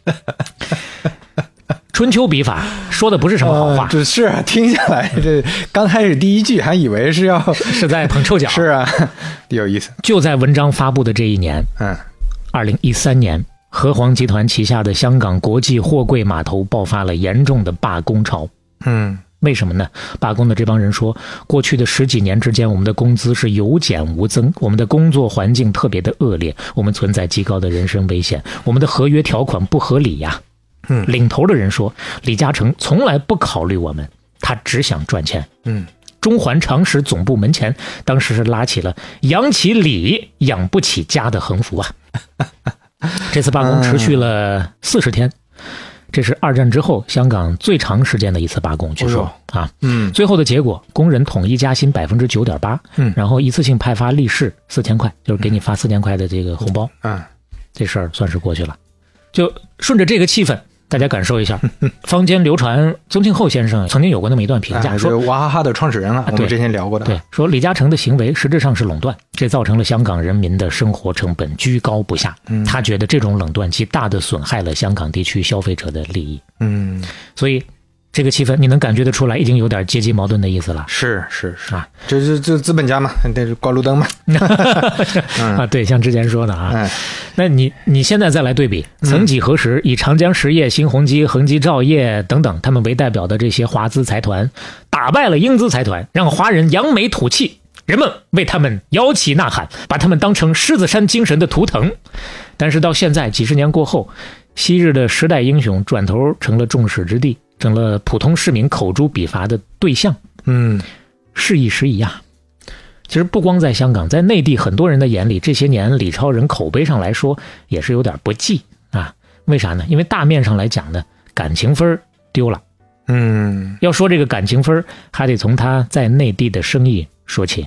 Speaker 2: 春秋笔法说的不是什么好话，
Speaker 3: 只、呃、是听下来，这刚开始第一句还以为是要
Speaker 2: 是在捧臭脚，
Speaker 3: 是啊，有意思。
Speaker 2: 就在文章发布的这一年，嗯，二零一三年，和黄集团旗下的香港国际货柜码头爆发了严重的罢工潮。嗯，为什么呢？罢工的这帮人说，过去的十几年之间，我们的工资是有减无增，我们的工作环境特别的恶劣，我们存在极高的人身危险，我们的合约条款不合理呀。嗯，领头的人说，李嘉诚从来不考虑我们，他只想赚钱。嗯，中环长实总部门前当时是拉起了养起李养不起家的横幅啊。这次罢工持续了四十天，这是二战之后香港最长时间的一次罢工，据说啊，嗯，最后的结果，工人统一加薪百分之九点八，嗯，然后一次性派发利是四千块，就是给你发四千块的这个红包，嗯，这事儿算是过去了。就顺着这个气氛，大家感受一下。坊间流传宗庆后先生曾经有过那么一段评价，
Speaker 3: 哎、说娃哈哈的创始人了，我们之前聊过的。
Speaker 2: 对，说李嘉诚的行为实质上是垄断，这造成了香港人民的生活成本居高不下。嗯，他觉得这种垄断极大的损害了香港地区消费者的利益。嗯，所以这个气氛你能感觉得出来，已经有点阶级矛盾的意思了。
Speaker 3: 是是是啊，这这这资本家嘛，这是挂路灯嘛。
Speaker 2: 嗯、啊，对，像之前说的啊。嗯，那你你现在再来对比，曾几何时，以长江实业、新鸿基、恒基兆业等等他们为代表的这些华资财团，打败了英资财团，让华人扬眉吐气，人们为他们摇旗呐喊，把他们当成狮子山精神的图腾。但是到现在几十年过后，昔日的时代英雄转头成了众矢之的，成了普通市民口诛笔伐的对象。嗯，事已时移啊。其实不光在香港，在内地很多人的眼里，这些年李超人口碑上来说也是有点不济啊。为啥呢？因为大面上来讲呢，感情分丢了。嗯，要说这个感情分，还得从他在内地的生意说起。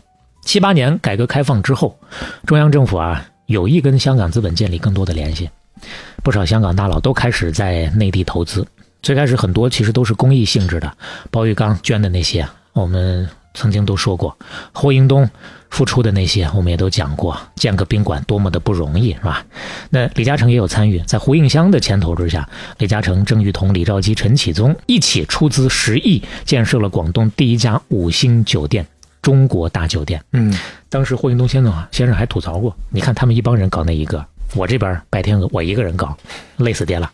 Speaker 2: 七八年改革开放之后，中央政府啊有意跟香港资本建立更多的联系，不少香港大佬都开始在内地投资。最开始很多其实都是公益性质的，包玉刚捐的那些我们曾经都说过，霍英东付出的那些我们也都讲过，建个宾馆多么的不容易，是吧？那李嘉诚也有参与，在胡应湘的牵头之下，李嘉诚、郑裕彤、李兆基、陈启宗一起出资十亿建设了广东第一家五星酒店中国大酒店。嗯，当时霍英东先生啊先生还吐槽过，你看他们一帮人搞那一个，我这边白天鹅我一个人搞，累死爹了。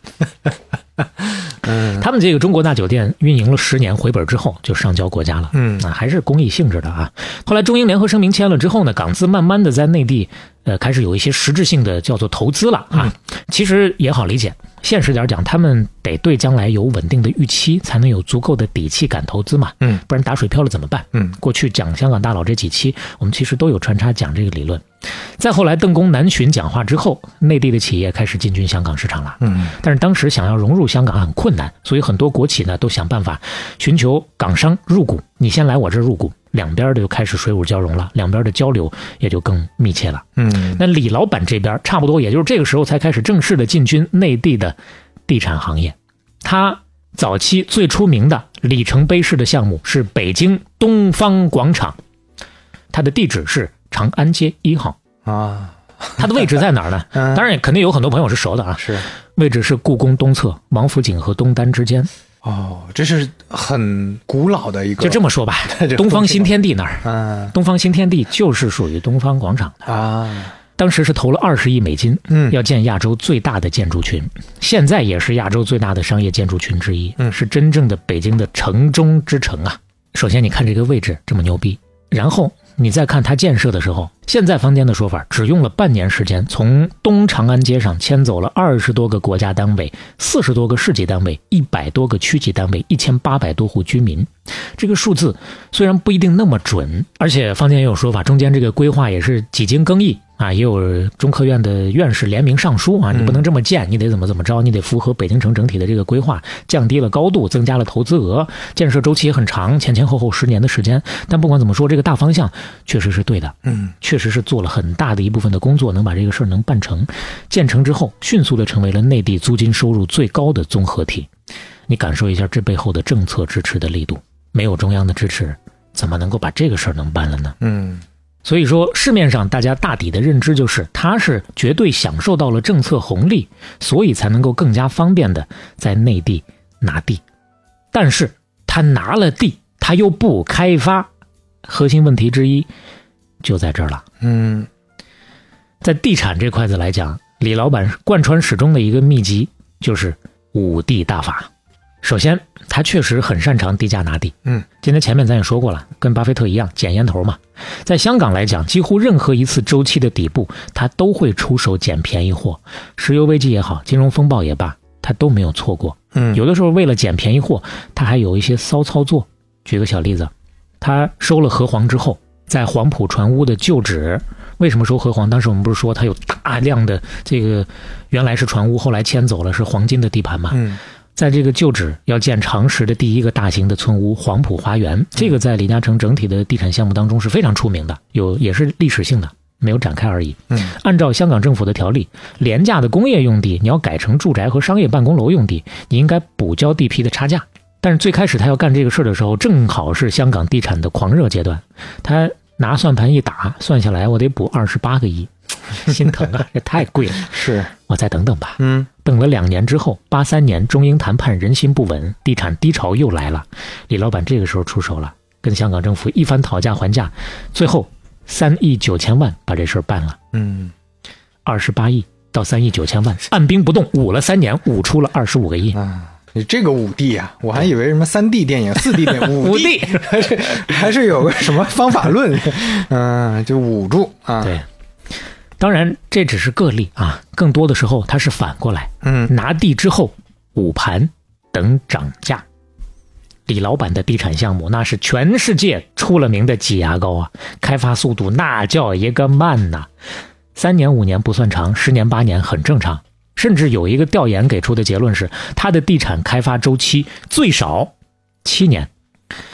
Speaker 2: 他们这个中国大酒店运营了十年，回本之后就上交国家了。嗯啊，还是公益性质的啊。后来中英联合声明签了之后呢，港资慢慢的在内地呃开始有一些实质性的叫做投资了啊。嗯、其实也好理解，现实点讲，他们得对将来有稳定的预期，才能有足够的底气敢投资嘛。嗯，不然打水漂了怎么办？嗯，过去讲香港大佬这几期，我们其实都有穿插讲这个理论。再后来邓公南巡讲话之后，内地的企业开始进军香港市场了。嗯，但是当时想要融入香港很困难，所以很多国企呢都想办法寻求港商入股，你先来我这入股，两边的就开始水乳交融了，两边的交流也就更密切了。嗯，那李老板这边差不多也就是这个时候才开始正式的进军内地的地产行业。他早期最出名的里程碑式的项目是北京东方广场，它的地址是长安街一号啊。它的位置在哪儿呢？当然肯定有很多朋友是熟的啊。是，位置是故宫东侧王府井和东单之间。
Speaker 3: 哦，这是很古老的一个。
Speaker 2: 就这么说吧，东方新天地那儿，嗯，东方新天地就是属于东方广场的啊。当时是投了二十亿美金，嗯，要建亚洲最大的建筑群，现在也是亚洲最大的商业建筑群之一，嗯，是真正的北京的城中之城啊。首先你看这个位置这么牛逼，然后你再看它建设的时候，现在坊间的说法只用了半年时间，从东长安街上迁走了二十多个国家单位，四十多个市级单位，一百多个区级单位，一千八百多户居民。这个数字虽然不一定那么准，而且坊间也有说法，中间这个规划也是几经更易啊，也有中科院的院士联名上书啊，你不能这么建，你得怎么怎么着，你得符合北京城整体的这个规划，降低了高度，增加了投资额，建设周期也很长，前前后后十年的时间。但不管怎么说，这个大方向确实是对的，嗯，确实是做了很大的一部分的工作，能把这个事儿能办成。建成之后，迅速的成为了内地租金收入最高的综合体。你感受一下这背后的政策支持的力度，没有中央的支持，怎么能够把这个事儿能办了呢？嗯。所以说市面上大家大抵的认知就是他是绝对享受到了政策红利，所以才能够更加方便的在内地拿地。但是他拿了地他又不开发，核心问题之一就在这儿了。嗯，在地产这块子来讲，李老板贯穿始终的一个秘籍就是五地大法。首先他确实很擅长低价拿地，嗯，今天前面咱也说过了，跟巴菲特一样捡烟头嘛。在香港来讲，几乎任何一次周期的底部他都会出手捡便宜货，石油危机也好，金融风暴也罢，他都没有错过。嗯，有的时候为了捡便宜货，他还有一些骚操作。举个小例子，他收了和黄之后，在黄埔船坞的旧址，为什么收和黄？当时我们不是说他有大量的这个原来是船坞，后来迁走了是黄金的地盘嘛？嗯，在这个旧址要建长实的第一个大型的村屋黄埔花园，这个在李嘉诚整体的地产项目当中是非常出名的，有也是历史性的，没有展开而已。嗯，按照香港政府的条例，廉价的工业用地你要改成住宅和商业办公楼用地，你应该补交地皮的差价。但是最开始他要干这个事的时候，正好是香港地产的狂热阶段，他拿算盘一打，算下来我得补二十八个亿，心疼啊，这太贵了。是，我再等等吧。嗯，等了两年之后，八三年中英谈判人心不稳，地产低潮又来了。李老板这个时候出手了，跟香港政府一番讨价还价，最后三亿九千万把这事办了。嗯，二十八亿到三亿九千万，按兵不动，捂了三年，捂出了二十五个亿。
Speaker 3: 啊，你这个五 D 啊，我还以为什么三 D 电影、四 D 电影，五 D 还是还是有个什么方法论，嗯、呃，就捂住啊。
Speaker 2: 对。当然这只是个例啊，更多的时候它是反过来，嗯，拿地之后捂盘等涨价。李老板的地产项目那是全世界出了名的挤牙膏啊，开发速度那叫一个慢呐，三年五年不算长，十年八年很正常，甚至有一个调研给出的结论是，他的地产开发周期最少七年。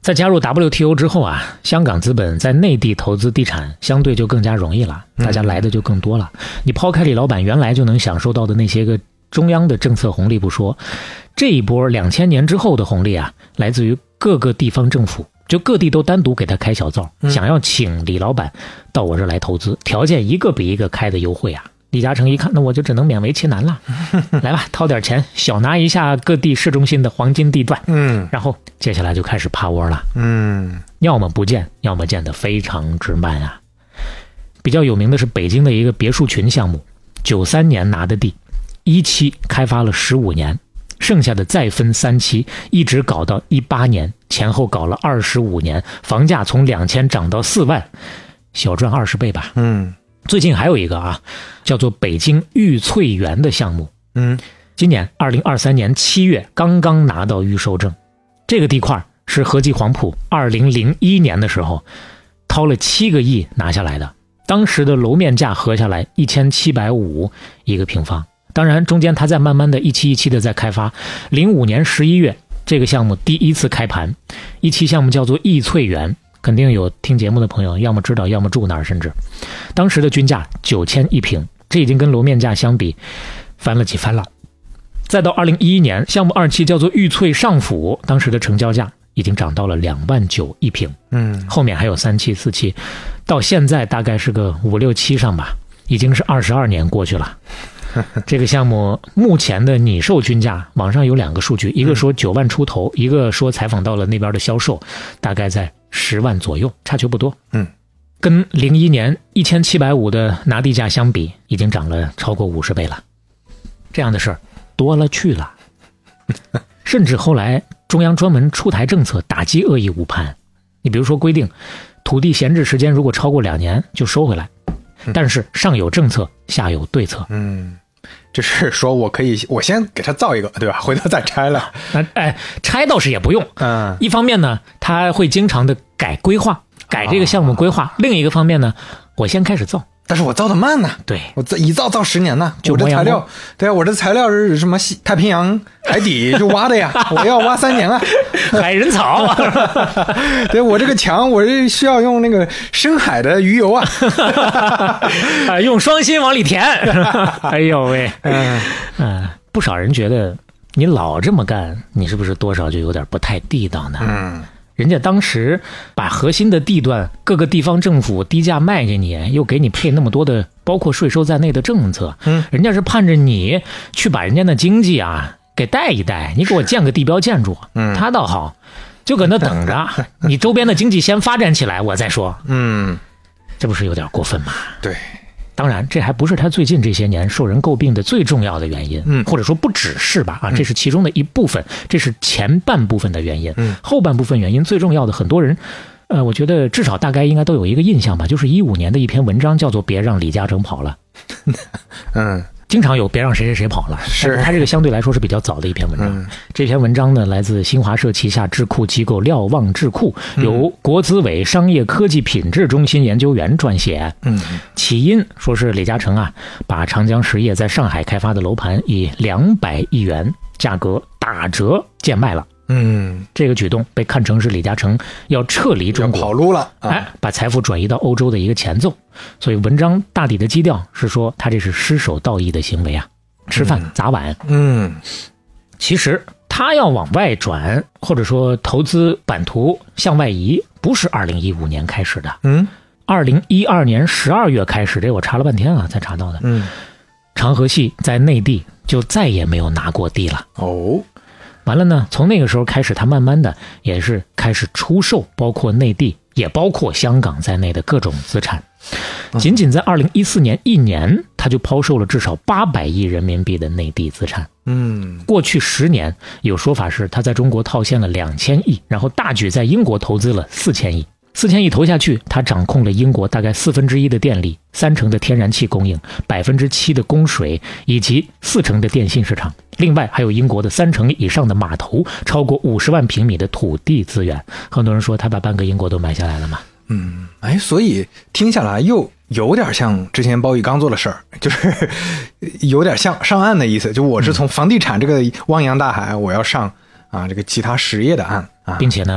Speaker 2: 在加入 W T O 之后啊，香港资本在内地投资地产相对就更加容易了，大家来的就更多了。你抛开李老板原来就能享受到的那些个中央的政策红利不说，这一波两千年之后的红利啊，来自于各个地方政府，就各地都单独给他开小灶，想要请李老板到我这来投资，条件一个比一个开的优惠啊。李嘉诚一看，那我就只能勉为其难了，来吧，掏点钱，小拿一下各地市中心的黄金地段，嗯，然后接下来就开始趴窝了，嗯，要么不建，要么建得非常之慢啊。比较有名的是北京的一个别墅群项目，九三年拿的地，一期开发了十五年，剩下的再分三期，一直搞到一八年，前后搞了二十五年，房价从两千涨到四万，小赚二十倍吧，嗯。最近还有一个啊，叫做北京玉翠园的项目，嗯，今年二零二三年七月刚刚拿到预售证。这个地块是和记黄埔二零零一年的时候掏了七个亿拿下来的，当时的楼面价合下来一千七百五一个平方。当然中间它在慢慢的一期一期的在开发。零五年十一月这个项目第一次开盘，一期项目叫做逸翠园。肯定有听节目的朋友要么知道要么住那儿，甚至当时的均价九千一平，这已经跟楼面价相比翻了几番了。再到二零一一年项目二期叫做玉翠上府，当时的成交价已经涨到了两万九一平，嗯，后面还有三期四期，到现在大概是个五六七上吧，已经是二十二年过去了。这个项目目前的拟售均价，网上有两个数据，一个说九万出头，一个说采访到了那边的销售，大概在十万左右，差距不多。嗯，跟零一年一千七百五的拿地价相比，已经涨了超过五十倍了。这样的事儿多了去了，甚至后来中央专门出台政策打击恶意误判。你比如说规定，土地闲置时间如果超过两年就收回来，但是上有政策，下有对策。嗯。
Speaker 3: 就是说我可以我先给他造一个，对吧，回头再拆了。
Speaker 2: 哎，拆倒是也不用。嗯，一方面呢他会经常的改规划，改这个项目规划，另一个方面呢我先开始造，
Speaker 3: 但是我造的慢呢，对，我一造造十年呢，就我这材料，对啊，我这材料是什么太平洋海底就挖的呀，我要挖三年啊，
Speaker 2: 海人草，
Speaker 3: 对，我这个墙我这需要用那个深海的鱼油啊，
Speaker 2: 啊，用双芯往里填，哎呦喂，嗯、呃，不少人觉得你老这么干，你是不是多少就有点不太地道呢？嗯。人家当时把核心的地段各个地方政府低价卖给你，又给你配那么多的包括税收在内的政策，嗯，人家是盼着你去把人家的经济啊给带一带，你给我建个地标建筑，嗯，他倒好，就搁那等着你周边的经济先发展起来我再说，嗯，这不是有点过分吗？
Speaker 3: 对。
Speaker 2: 当然这还不是他最近这些年受人诟病的最重要的原因，嗯，或者说不只是吧，啊，这是其中的一部分，这是前半部分的原因，嗯，后半部分原因最重要的，很多人呃，我觉得至少大概应该都有一个印象吧，就是一五年的一篇文章叫做别让李嘉诚跑了，嗯，经常有别让谁谁谁跑了，是他这个相对来说是比较早的一篇文章，嗯，这篇文章呢来自新华社旗下智库机构瞭望智库，由国资委商业科技品质中心研究员撰写，嗯，起因说是李嘉诚啊把长江实业在上海开发的楼盘以两百亿元价格打折贱卖了。嗯，这个举动被看成是李嘉诚要撤离中国，
Speaker 3: 跑路了，
Speaker 2: 啊，哎，把财富转移到欧洲的一个前奏。所以文章大抵的基调是说，他这是失守道义的行为啊，吃饭砸碗。嗯，其实他要往外转，或者说投资版图向外移，不是二零一五年开始的。嗯，二零一二年十二月开始，这我查了半天啊，才查到的。嗯，长河系在内地就再也没有拿过地了。哦。完了呢，从那个时候开始，他慢慢的也是开始出售包括内地也包括香港在内的各种资产。仅仅在二零一四年一年，他就抛售了至少八百亿人民币的内地资产。嗯，过去十年有说法是他在中国套现了两千亿，然后大举在英国投资了四千亿。四千亿投下去，他掌控了英国大概四分之一的电力，三成的天然气供应，百分之七的供水，以及四成的电信市场。另外还有英国的三成以上的码头，超过五十万平米的土地资源。很多人说他把半个英国都买下来了嘛。
Speaker 3: 嗯，哎，所以听下来又有点像之前包玉刚做的事儿，就是有点像上岸的意思。就我是从房地产这个汪洋大海，我要上啊这个其他实业的岸啊，
Speaker 2: 并且呢。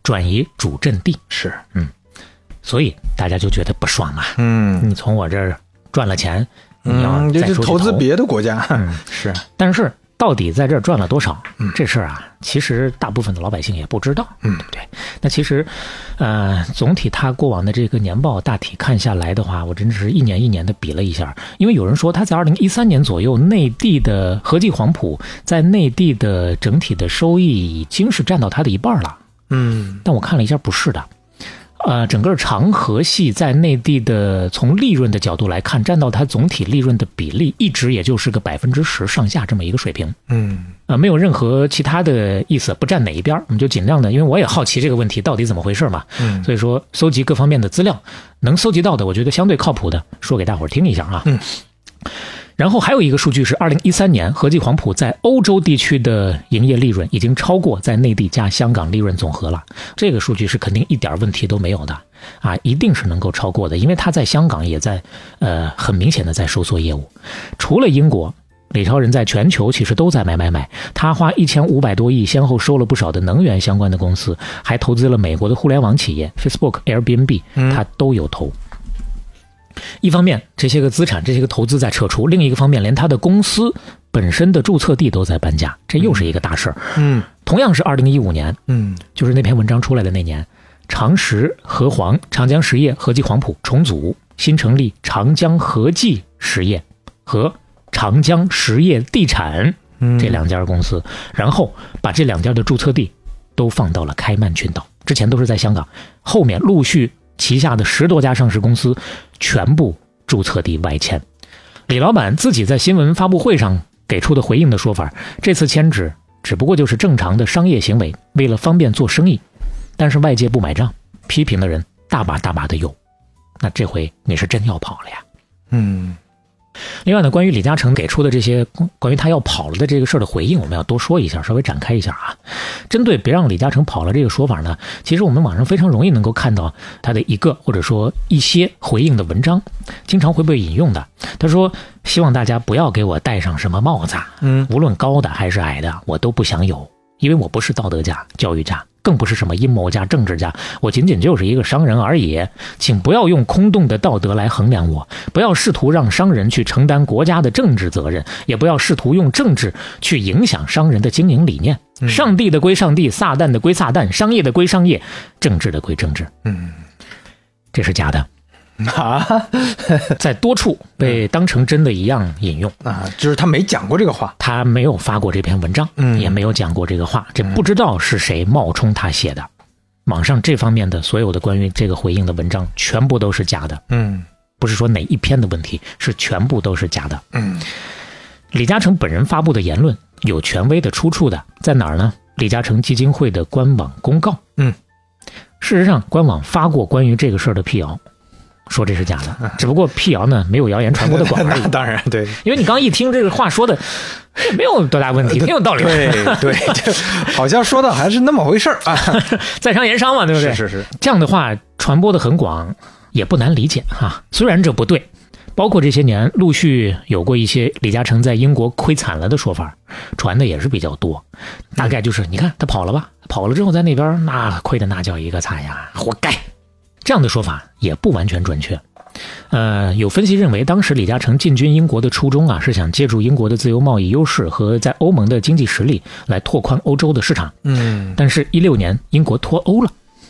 Speaker 2: 转移主阵地。
Speaker 3: 是，
Speaker 2: 嗯，所以大家就觉得不爽嘛。
Speaker 3: 嗯，
Speaker 2: 你从我这儿赚了钱，你要
Speaker 3: 嗯，
Speaker 2: 再出去
Speaker 3: 这是投资别的国家。
Speaker 2: 嗯，
Speaker 3: 是，
Speaker 2: 但是到底在这儿赚了多少？
Speaker 3: 嗯，
Speaker 2: 这事儿啊，其实大部分的老百姓也不知道，
Speaker 3: 嗯，
Speaker 2: 对不对？那其实，呃，总体他过往的这个年报大体看下来的话，我真是一年一年的比了一下，因为有人说他在二零一三年左右，内地的和记黄埔在内地的整体的收益已经是占到它的一半了，
Speaker 3: 嗯，
Speaker 2: 但我看了一下，不是的。呃，整个长和系在内地的从利润的角度来看，占到它总体利润的比例，一直也就是个百分之十上下这么一个水平。
Speaker 3: 嗯，
Speaker 2: 呃，没有任何其他的意思，不占哪一边，我们就尽量的，因为我也好奇这个问题到底怎么回事嘛。
Speaker 3: 嗯，
Speaker 2: 所以说搜集各方面的资料，能搜集到的，我觉得相对靠谱的，说给大伙儿听一下啊。
Speaker 3: 嗯。
Speaker 2: 然后还有一个数据是，二零一三年和记黄埔在欧洲地区的营业利润已经超过在内地加香港利润总和了。这个数据是肯定一点问题都没有的啊，一定是能够超过的，因为他在香港也在呃很明显的在收缩业务。除了英国，李超人在全球其实都在买买买，他花一千五百多亿，先后收了不少的能源相关的公司，还投资了美国的互联网企业 Facebook、Airbnb， 他都有投。一方面这些个资产这些个投资在撤出，另一个方面连他的公司本身的注册地都在搬家，这又是一个大事儿。
Speaker 3: 嗯，
Speaker 2: 同样是二零一五年，
Speaker 3: 嗯，
Speaker 2: 就是那篇文章出来的那年，长实、和黄、长江实业、和记黄埔重组，新成立长江和记实业和长江实业地产这两家公司，然后把这两家的注册地都放到了开曼群岛，之前都是在香港，后面陆续旗下的十多家上市公司全部注册地外迁。李老板自己在新闻发布会上给出的回应的说法，这次迁址只不过就是正常的商业行为，为了方便做生意，但是外界不买账，批评的人大把大把的有。那这回你是真要跑了呀？
Speaker 3: 嗯。
Speaker 2: 另外呢，关于李嘉诚给出的这些关于他要跑了的这个事儿的回应，我们要多说一下，稍微展开一下啊。针对别让李嘉诚跑了这个说法呢，其实我们网上非常容易能够看到他的一个或者说一些回应的文章，经常会被引用的。他说希望大家不要给我戴上什么帽子，嗯，无论高的还是矮的，我都不想有，因为我不是道德家、教育家，更不是什么阴谋家、政治家，我仅仅就是一个商人而已。请不要用空洞的道德来衡量我，不要试图让商人去承担国家的政治责任，也不要试图用政治去影响商人的经营理念。嗯、上帝的归上帝，撒旦的归撒旦，商业的归商业，政治的归政治。嗯，这是假的。
Speaker 3: 啊，
Speaker 2: 在多处被当成真的一样引用
Speaker 3: 啊，就是他没讲过这个话，
Speaker 2: 他没有发过这篇文章，嗯，也没有讲过这个话，这不知道是谁冒充他写的。网上这方面的所有的关于这个回应的文章，全部都是假的，嗯，不是说哪一篇的问题，是全部都是假的，嗯。李嘉诚本人发布的言论有权威的出处的，在哪儿呢？李嘉诚基金会的官网公告，嗯，事实上官网发过关于这个事儿的辟谣。说这是假的，只不过辟谣呢没有谣言传播的广而已。
Speaker 3: 当然对，
Speaker 2: 因为你刚一听这个话说的没有多大问题，挺有道理。
Speaker 3: 对对，好像说的还是那么回事啊，
Speaker 2: 在商言商嘛，对不对？
Speaker 3: 是是是，
Speaker 2: 这样的话传播的很广，也不难理解哈。虽然这不对，包括这些年陆续有过一些李嘉诚在英国亏惨了的说法，传的也是比较多。大概就是你看他跑了吧，跑了之后在那边那亏的那叫一个惨呀，活该。这样的说法也不完全准确。呃，有分析认为，当时李嘉诚进军英国的初衷啊，是想借助英国的自由贸易优势和在欧盟的经济实力来拓宽欧洲的市场。嗯，但是，一六年英国脱欧了。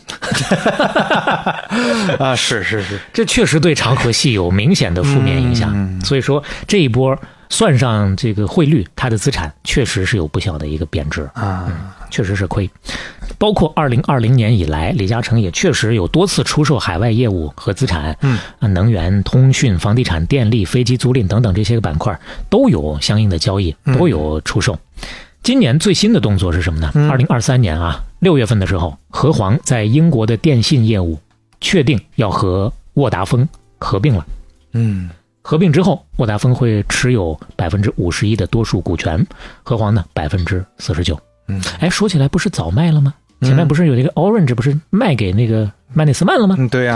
Speaker 3: 啊，是是是，
Speaker 2: 这确实对长和系有明显的负面影响。嗯、所以说，这一波算上这个汇率，它的资产确实是有不小的一个贬值啊、嗯，确实是亏。包括二零二零年以来，李嘉诚也确实有多次出售海外业务和资产，嗯，能源、通讯、房地产、电力、飞机租赁等等这些个板块都有相应的交易，都有出售。嗯、今年最新的动作是什么呢？二零二三年啊，六月份的时候，和黄在英国的电信业务确定要和沃达丰合并了。嗯，合并之后，沃达丰会持有百分之五十一的多数股权，和黄呢百分之四十九。嗯，哎，说起来不是早卖了吗？前面不是有那个 Orange 不是卖给那个麦内斯曼了吗？
Speaker 3: 嗯，对呀、啊。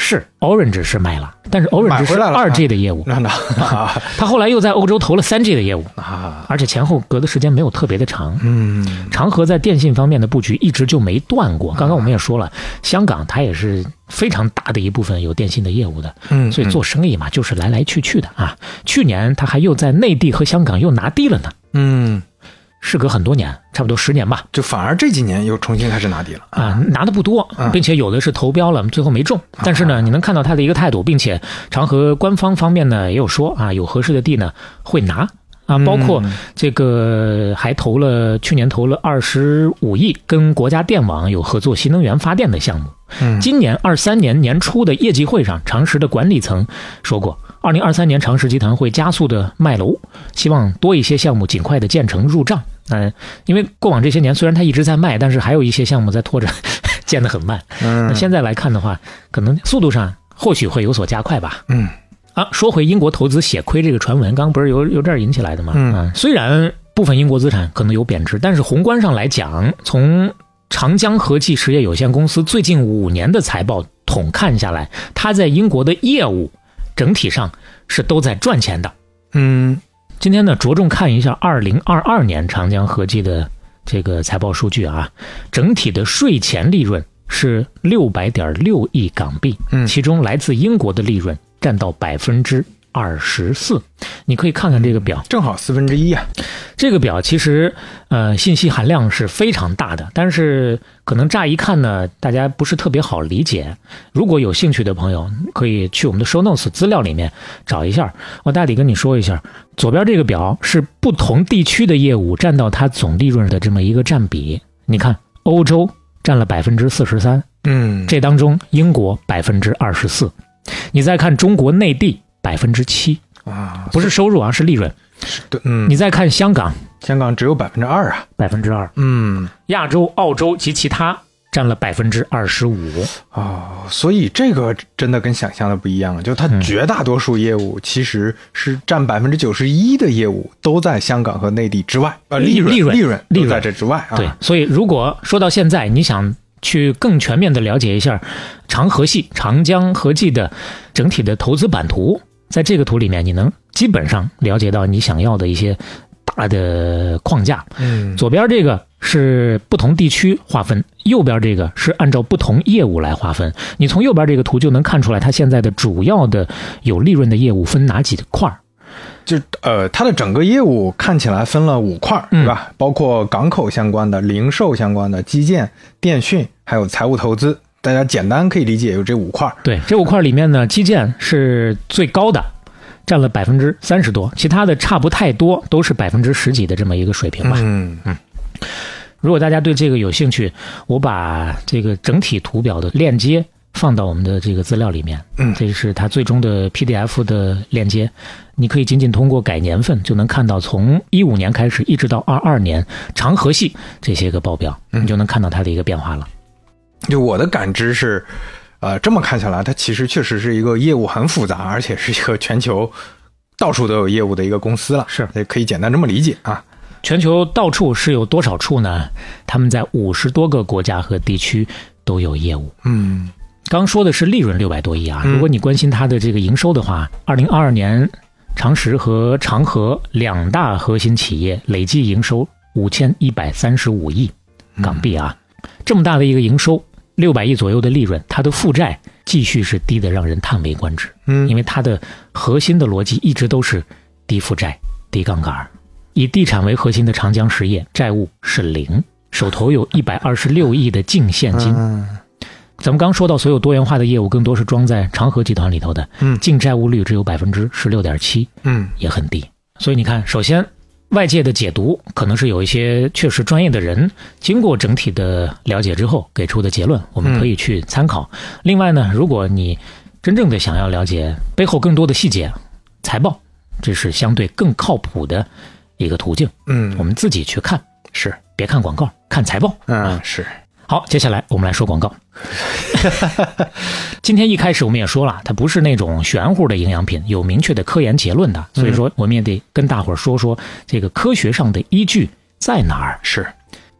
Speaker 2: 是 Orange 是卖了，但是 Orange 是 二 G 的业务，啊、他后来又在欧洲投了 三 G 的业务，啊、而且前后隔的时间没有特别的长。嗯，长和在电信方面的布局一直就没断过。刚刚我们也说了，香港它也是非常大的一部分有电信的业务的，嗯，所以做生意嘛，就是来来去去的啊。去年他还又在内地和香港又拿地了呢，嗯。事隔很多年，差不多十年吧，
Speaker 3: 就反而这几年又重新开始拿地了
Speaker 2: 啊，拿的不多，并且有的是投标了，最后没中。但是呢，你能看到他的一个态度，并且长和官方方面呢也有说啊，有合适的地呢会拿啊，包括这个还投了去年投了二十五亿，跟国家电网有合作新能源发电的项目。嗯，今年二三年年初的业绩会上，长实的管理层说过，二零二三年长实集团会加速的卖楼，希望多一些项目尽快的建成入账。嗯，因为过往这些年虽然他一直在卖，但是还有一些项目在拖着，建得很慢。嗯，那现在来看的话，可能速度上或许会有所加快吧。嗯，啊，说回英国投资血亏这个传闻，刚刚不是由由这儿引起来的吗？嗯，啊，虽然部分英国资产可能有贬值，但是宏观上来讲，从长江和记实业有限公司最近五年的财报统看下来，它在英国的业务整体上是都在赚钱的。嗯。今天呢，着重看一下二零二二年长江和记的这个财报数据啊，整体的税前利润是六百点六亿港币，嗯，其中来自英国的利润占到百分之二十四。你可以看看这个表，
Speaker 3: 正好四分之一啊。
Speaker 2: 这个表其实呃信息含量是非常大的，但是可能乍一看呢，大家不是特别好理解。如果有兴趣的朋友，可以去我们的 show notes 资料里面找一下。我大体跟你说一下，左边这个表是不同地区的业务占到它总利润的这么一个占比。你看，欧洲占了百分之四十三，嗯，这当中英国百分之二十四，你再看中国内地百分之七啊，不是收入啊，是利润。
Speaker 3: 对，嗯，
Speaker 2: 你再看香港，
Speaker 3: 香港只有百分之二啊，
Speaker 2: 百分之二，嗯，亚洲、澳洲及其他占了百分之二十五
Speaker 3: 哦，所以这个真的跟想象的不一样，就它绝大多数业务其实是占百分之九十一的业务都在香港和内地之外，呃，利润
Speaker 2: 利润
Speaker 3: 利润利润在这之外啊。
Speaker 2: 对，所以如果说到现在，你想去更全面的了解一下长和系、长江和记的整体的投资版图。在这个图里面，你能基本上了解到你想要的一些大的框架。嗯，左边这个是不同地区划分，右边这个是按照不同业务来划分。你从右边这个图就能看出来，它现在的主要的有利润的业务分哪几块？
Speaker 3: 就呃，它的整个业务看起来分了五块，对吧？嗯，包括港口相关的、零售相关的、基建、电讯，还有财务投资。大家简单可以理解有这五块。
Speaker 2: 对，这五块里面呢，基建是最高的，占了百分之三十多，其他的差不太多，都是百分之十几的这么一个水平吧。嗯嗯。如果大家对这个有兴趣，我把这个整体图表的链接放到我们的这个资料里面。嗯，这是它最终的 P D F 的链接，你可以仅仅通过改年份就能看到从一五年开始一直到二二年长和系这些个报表，你就能看到它的一个变化了。
Speaker 3: 就我的感知是，呃，这么看下来，它其实确实是一个业务很复杂，而且是一个全球到处都有业务的一个公司了。是，也可以简单这么理解啊。
Speaker 2: 全球到处是有多少处呢？他们在五十多个国家和地区都有业务。嗯，刚说的是利润六百多亿啊。如果你关心它的这个营收的话，二零二二年长实和长和两大核心企业累计营收五千一百三十五亿港币啊。嗯，这么大的一个营收，六百亿左右的利润，它的负债继续是低的让人叹为观止。嗯，因为它的核心的逻辑一直都是低负债、低杠杆。以地产为核心的长江实业债务是零，手头有一百二十六亿的净现金。嗯，咱们刚说到所有多元化的业务更多是装在长和集团里头的，嗯，净债务率只有百分之十六点七，嗯，也很低。所以你看，首先外界的解读可能是有一些确实专业的人经过整体的了解之后给出的结论，我们可以去参考。嗯，另外呢，如果你真正的想要了解背后更多的细节，财报这是相对更靠谱的一个途径。嗯，我们自己去看，是别看广告，看财报。
Speaker 3: 嗯，是。
Speaker 2: 好，接下来我们来说广告。今天一开始我们也说了，它不是那种玄乎的营养品，有明确的科研结论的，所以说我们也得跟大伙儿说说这个科学上的依据在哪儿。
Speaker 3: 是，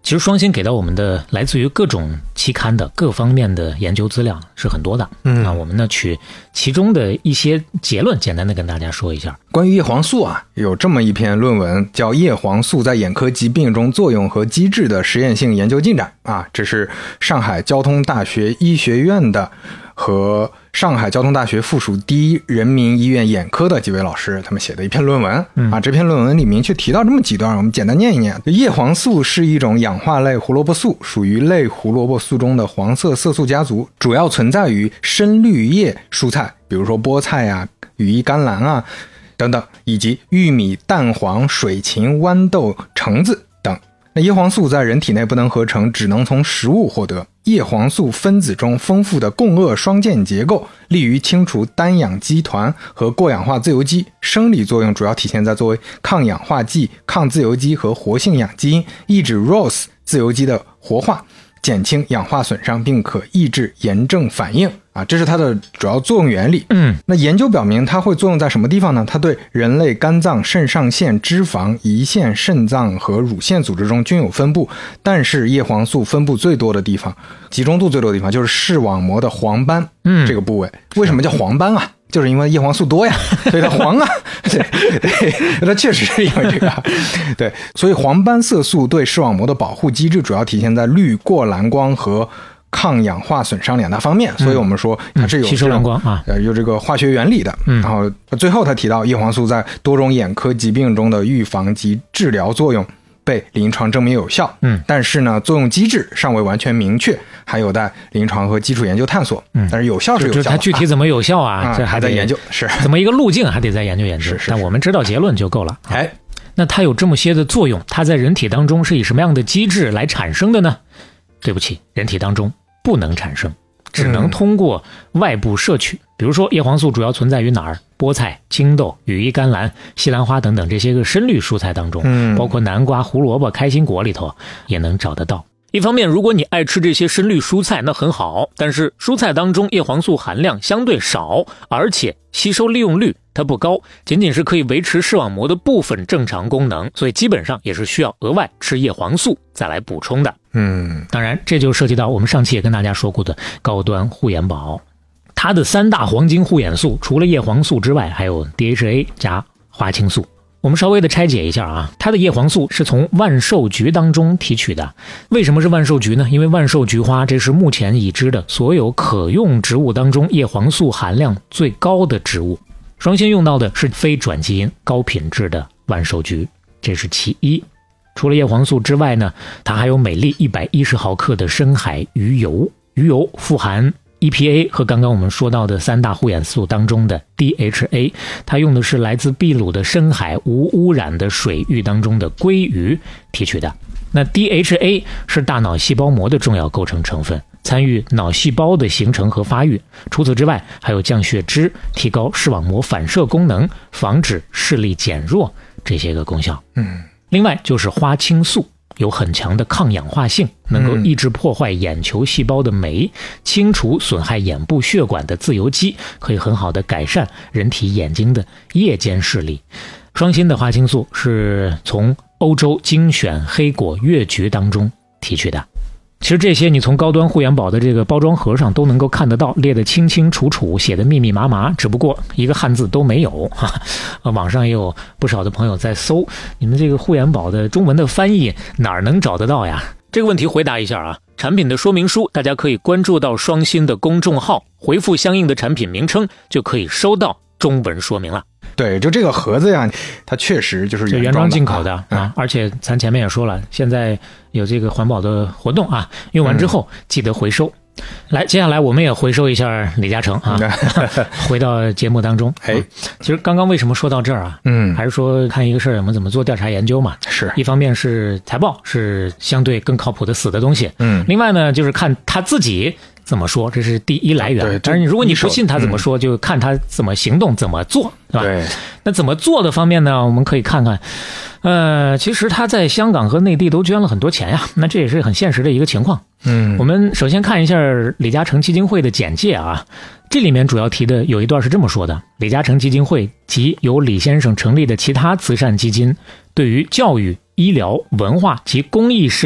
Speaker 2: 其实双星给到我们的来自于各种期刊的各方面的研究资料是很多的。嗯，那我们呢取其中的一些结论，简单的跟大家说一下。
Speaker 3: 关于叶黄素啊，有这么一篇论文叫《叶黄素在眼科疾病中作用和机制的实验性研究进展》啊，这是上海交通大学医学院的和上海交通大学附属第一人民医院眼科的几位老师他们写的一篇论文、嗯、啊，这篇论文里明确提到这么几段，我们简单念一念。叶黄素是一种氧化类胡萝卜素，属于类胡萝卜素中的黄色色素家族，主要存在于深绿叶蔬菜，比如说菠菜啊、羽衣甘蓝啊等等，以及玉米、蛋黄、水芹、豌豆、橙子等。那叶黄素在人体内不能合成，只能从食物获得。叶黄素分子中丰富的共轭双键结构利于清除单氧基团和过氧化自由基，生理作用主要体现在作为抗氧化剂、抗自由基和活性氧基因，抑制 R O S 自由基的活化，减轻氧化损伤，并可抑制炎症反应啊，这是它的主要作用原理。嗯，那研究表明它会作用在什么地方呢？它对人类肝脏、肾上腺、脂肪、胰腺、肾脏和乳腺组织中均有分布，但是叶黄素分布最多的地方，集中度最多的地方就是视网膜的黄斑这个部位。嗯、为什么叫黄斑啊？就是因为叶黄素多呀，所以它黄啊。对对，它确实是因为这个。对，所以黄斑色素对视网膜的保护机制主要体现在滤过蓝光和抗氧化损伤两大方面，所以我们说它是有、嗯、
Speaker 2: 吸收蓝光啊，
Speaker 3: 有这个化学原理的。嗯，然后最后他提到叶黄素在多种眼科疾病中的预防及治疗作用被临床证明有效。嗯，但是呢，作用机制尚未完全明确，还有待临床和基础研究探索。嗯，但是有效是有效的，
Speaker 2: 就是它具体怎么有效啊？
Speaker 3: 啊
Speaker 2: 这还
Speaker 3: 在研究，是
Speaker 2: 怎么一个路径还得再研究研究。
Speaker 3: 是是是，
Speaker 2: 但我们知道结论就够了。
Speaker 3: 哎，
Speaker 2: 那它有这么些的作用，它在人体当中是以什么样的机制来产生的呢？对不起，人体当中不能产生，只能通过外部摄取。嗯、比如说叶黄素主要存在于哪儿？菠菜、青豆、羽衣甘蓝、西兰花等等这些个深绿蔬菜当中，嗯，包括南瓜、胡萝卜、开心果里头也能找得到。一方面，如果你爱吃这些深绿蔬菜，那很好，但是蔬菜当中叶黄素含量相对少，而且吸收利用率它不高，仅仅是可以维持视网膜的部分正常功能，所以基本上也是需要额外吃叶黄素再来补充的。嗯，当然这就涉及到我们上期也跟大家说过的高端护眼宝，它的三大黄金护眼素除了叶黄素之外，还有 D H A 加花青素。我们稍微的拆解一下啊，它的叶黄素是从万寿菊当中提取的。为什么是万寿菊呢？因为万寿菊花这是目前已知的所有可用植物当中叶黄素含量最高的植物。双星用到的是非转基因高品质的万寿菊，这是其一。除了叶黄素之外呢，它还有每粒一百一十毫克的深海鱼油，鱼油富含E P A 和刚刚我们说到的三大护眼素当中的 D H A， 它用的是来自秘鲁的深海无污染的水域当中的鲑鱼提取的。那 D H A 是大脑细胞膜的重要构成成分，参与脑细胞的形成和发育。除此之外，还有降血脂、提高视网膜反射功能、防止视力减弱这些个功效。嗯，另外就是花青素。有很强的抗氧化性，能够抑制破坏眼球细胞的酶，清除损害眼部血管的自由基，可以很好的改善人体眼睛的夜间视力。双星的花青素是从欧洲精选黑果越橘当中提取的。其实这些你从高端护眼宝的这个包装盒上都能够看得到，列得清清楚楚，写得密密麻麻，只不过一个汉字都没有哈。网上也有不少的朋友在搜，你们这个护眼宝的中文的翻译哪儿能找得到呀？这个问题回答一下啊，产品的说明书大家可以关注到双星的公众号，回复相应的产品名称就可以收到中文说明了。
Speaker 3: 对，就这个盒子呀，它确实就是
Speaker 2: 原装进口的啊、嗯，而且咱前面也说了，现在有这个环保的活动啊，用完之后记得回收。嗯、来，接下来我们也回收一下李嘉诚啊，回到节目当中。哎，其实刚刚为什么说到这儿啊？嗯，还是说看一个事儿，我们怎么做调查研究嘛？是一方面是财报是相对更靠谱的死的东西，嗯，另外呢就是看他自己怎么说，这是第一来源。但是如果你不信他怎么说，嗯、就看他怎么行动，怎么做，对吧？对。那怎么做的方面呢？我们可以看看，呃，其实他在香港和内地都捐了很多钱呀，那这也是很现实的一个情况。嗯，我们首先看一下李嘉诚基金会的简介啊，这里面主要提的有一段是这么说的：李嘉诚基金会及由李先生成立的其他慈善基金，对于教育、医疗、文化及公益事业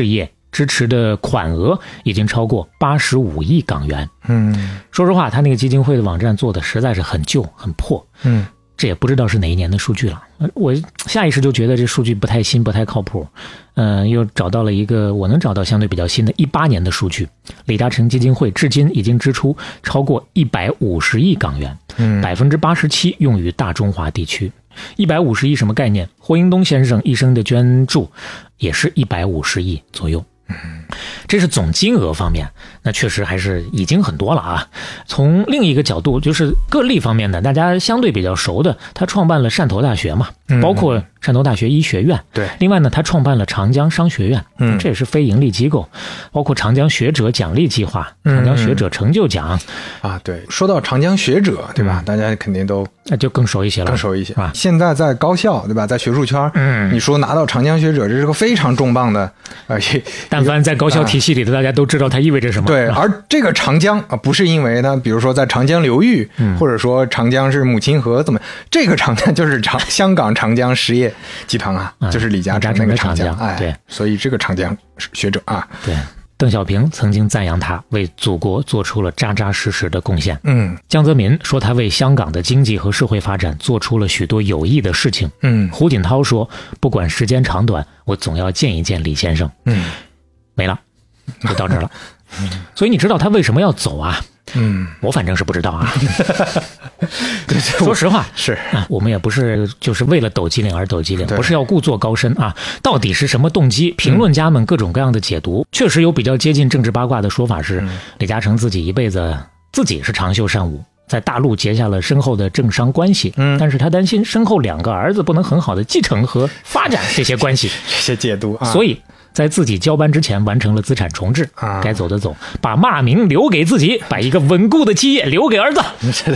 Speaker 2: 支持的款额已经超过八十五亿港元。
Speaker 3: 嗯，
Speaker 2: 说实话，他那个基金会的网站做的实在是很旧很破。
Speaker 3: 嗯，
Speaker 2: 这也不知道是哪一年的数据了。我下意识就觉得这数据不太新，不太靠谱。嗯、呃，又找到了一个我能找到相对比较新的一八年的数据，李嘉诚基金会至今已经支出超过一百五十亿港元，
Speaker 3: 嗯，
Speaker 2: 百分之八十七用于大中华地区。一百五十亿什么概念？霍英东先生一生的捐助也是一百五十亿左右。这是总金额方面，那确实还是已经很多了啊。从另一个角度，就是个例方面的，大家相对比较熟的，他创办了汕头大学嘛，包括汕头大学医学院。
Speaker 3: 对，
Speaker 2: 另外呢，他创办了长江商学院，嗯，这也是非盈利机构，包括长江学者奖励计划、长江学者成就奖。
Speaker 3: 嗯、啊，对，说到长江学者，对吧？嗯、大家肯定都
Speaker 2: 那就更熟一些了，
Speaker 3: 更熟一些啊。现在在高校，对吧？在学术圈，嗯，你说拿到长江学者，这是个非常重磅的，而且。
Speaker 2: 但凡在高校体系里的，大家都知道它意味着什么。
Speaker 3: 对，而这个长江啊，不是因为呢，比如说在长江流域，嗯、或者说长江是母亲河，怎么这个长江就是长香港长江实业集团啊，嗯、就是李嘉诚那个长江。哎，
Speaker 2: 对，
Speaker 3: 所以这个长江学者啊，
Speaker 2: 对。邓小平曾经赞扬他为祖国做出了扎扎实实的贡献。
Speaker 3: 嗯，
Speaker 2: 江泽民说他为香港的经济和社会发展做出了许多有益的事情。
Speaker 3: 嗯，
Speaker 2: 胡锦涛说，不管时间长短，我总要见一见李先生。
Speaker 3: 嗯，
Speaker 2: 没了，就到这儿了。所以你知道他为什么要走啊？
Speaker 3: 嗯，
Speaker 2: 我反正是不知道啊。说实话
Speaker 3: 是
Speaker 2: 啊，我们也不是就是为了抖机灵而抖机灵，不是要故作高深啊。到底是什么动机？评论家们各种各样的解读，嗯、确实有比较接近政治八卦的说法是，嗯、李嘉诚自己一辈子自己是长袖善舞，在大陆结下了深厚的政商关系，嗯，但是他担心身后两个儿子不能很好的继承和发展这些关系，
Speaker 3: 这些解读，啊、
Speaker 2: 所以。在自己交班之前完成了资产重置，啊、该走的走，把骂名留给自己，把一个稳固的基业留给儿子。
Speaker 3: 是的，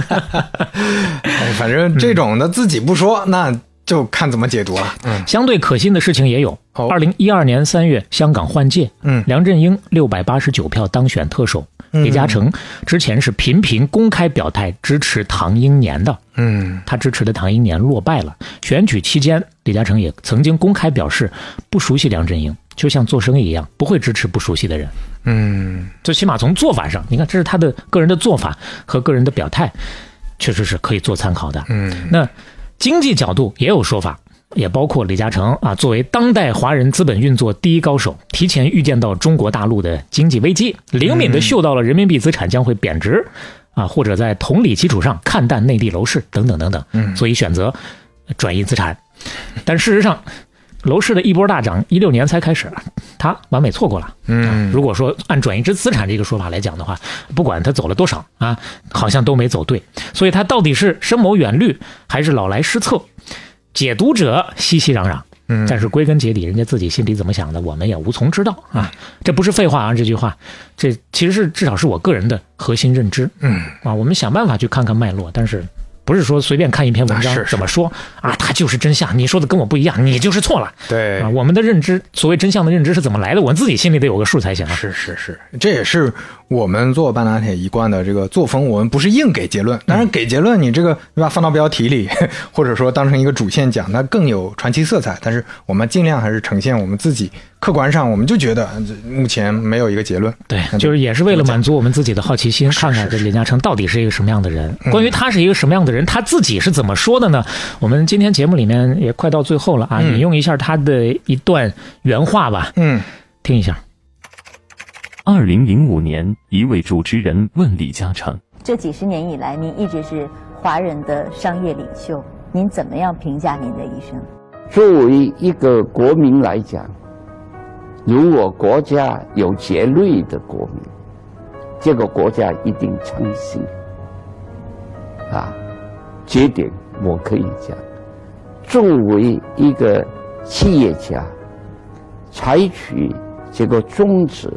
Speaker 3: 反正这种的自己不说，那就看怎么解读了。
Speaker 2: 嗯，相对可信的事情也有。二零一二年三月，香港换届，嗯，梁振英六百八十九票当选特首。李嘉诚之前是频频公开表态支持唐英年的，
Speaker 3: 嗯，
Speaker 2: 他支持的唐英年落败了。选举期间，李嘉诚也曾经公开表示不熟悉梁振英，就像做生意一样，不会支持不熟悉的人。
Speaker 3: 嗯，
Speaker 2: 最起码从做法上，你看这是他的个人的做法和个人的表态，确实是可以做参考的。
Speaker 3: 嗯，
Speaker 2: 那经济角度也有说法。也包括李嘉诚啊，作为当代华人资本运作第一高手，提前预见到中国大陆的经济危机，灵敏地嗅到了人民币资产将会贬值，啊，或者在同理基础上看淡内地楼市等等等等，所以选择转移资产。但事实上，楼市的一波大涨，一六年才开始，他完美错过了。
Speaker 3: 嗯，
Speaker 2: 如果说按转移之资产这个说法来讲的话，不管他走了多少啊，好像都没走对。所以他到底是深谋远虑，还是老来失策？解读者熙熙攘攘，嗯，但是归根结底，人家自己心里怎么想的，我们也无从知道啊。这不是废话啊，这句话，这其实是至少是我个人的核心认知，
Speaker 3: 嗯
Speaker 2: 啊，我们想办法去看看脉络，但是不是说随便看一篇文章怎么说啊，它就是真相，你说的跟我不一样，你就是错了。
Speaker 3: 对
Speaker 2: 啊，我们的认知，所谓真相的认知是怎么来的，我们自己心里得有个数才行啊。
Speaker 3: 是是是，这也是我们做半拿铁一贯的这个作风，我们不是硬给结论，当然给结论你这个对吧，放到标题里，或者说当成一个主线讲，它更有传奇色彩。但是我们尽量还是呈现我们自己客观上，我们就觉得目前没有一个结论。
Speaker 2: 对，就是也是为了满足我们自己的好奇心，看看这李嘉诚到底是一个什么样的人。关于他是一个什么样的人，他自己是怎么说的呢？我们今天节目里面也快到最后了啊，引用一下他的一段原话吧。
Speaker 3: 嗯，
Speaker 2: 听一下。
Speaker 4: 二零零五年，一位主持人问李嘉诚：“
Speaker 5: 这几十年以来，您一直是华人的商业领袖，您怎么样评价您的一生？”
Speaker 6: 作为一个国民来讲，如果国家有节律的国民，这个国家一定昌兴。啊，这点我可以讲。作为一个企业家，采取这个宗旨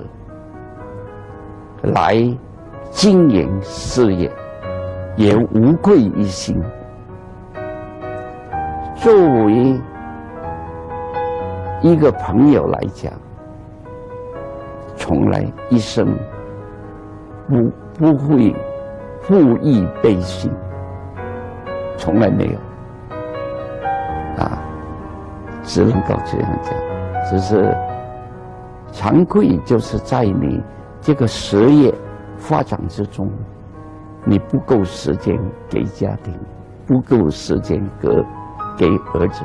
Speaker 6: 来经营事业，也无愧于心。作为一个朋友来讲，从来一生不不会负义背信，从来没有啊，只能够这样讲。只是惭愧就是在你这个事业发展之中，你不够时间给家庭，不够时间给给儿子。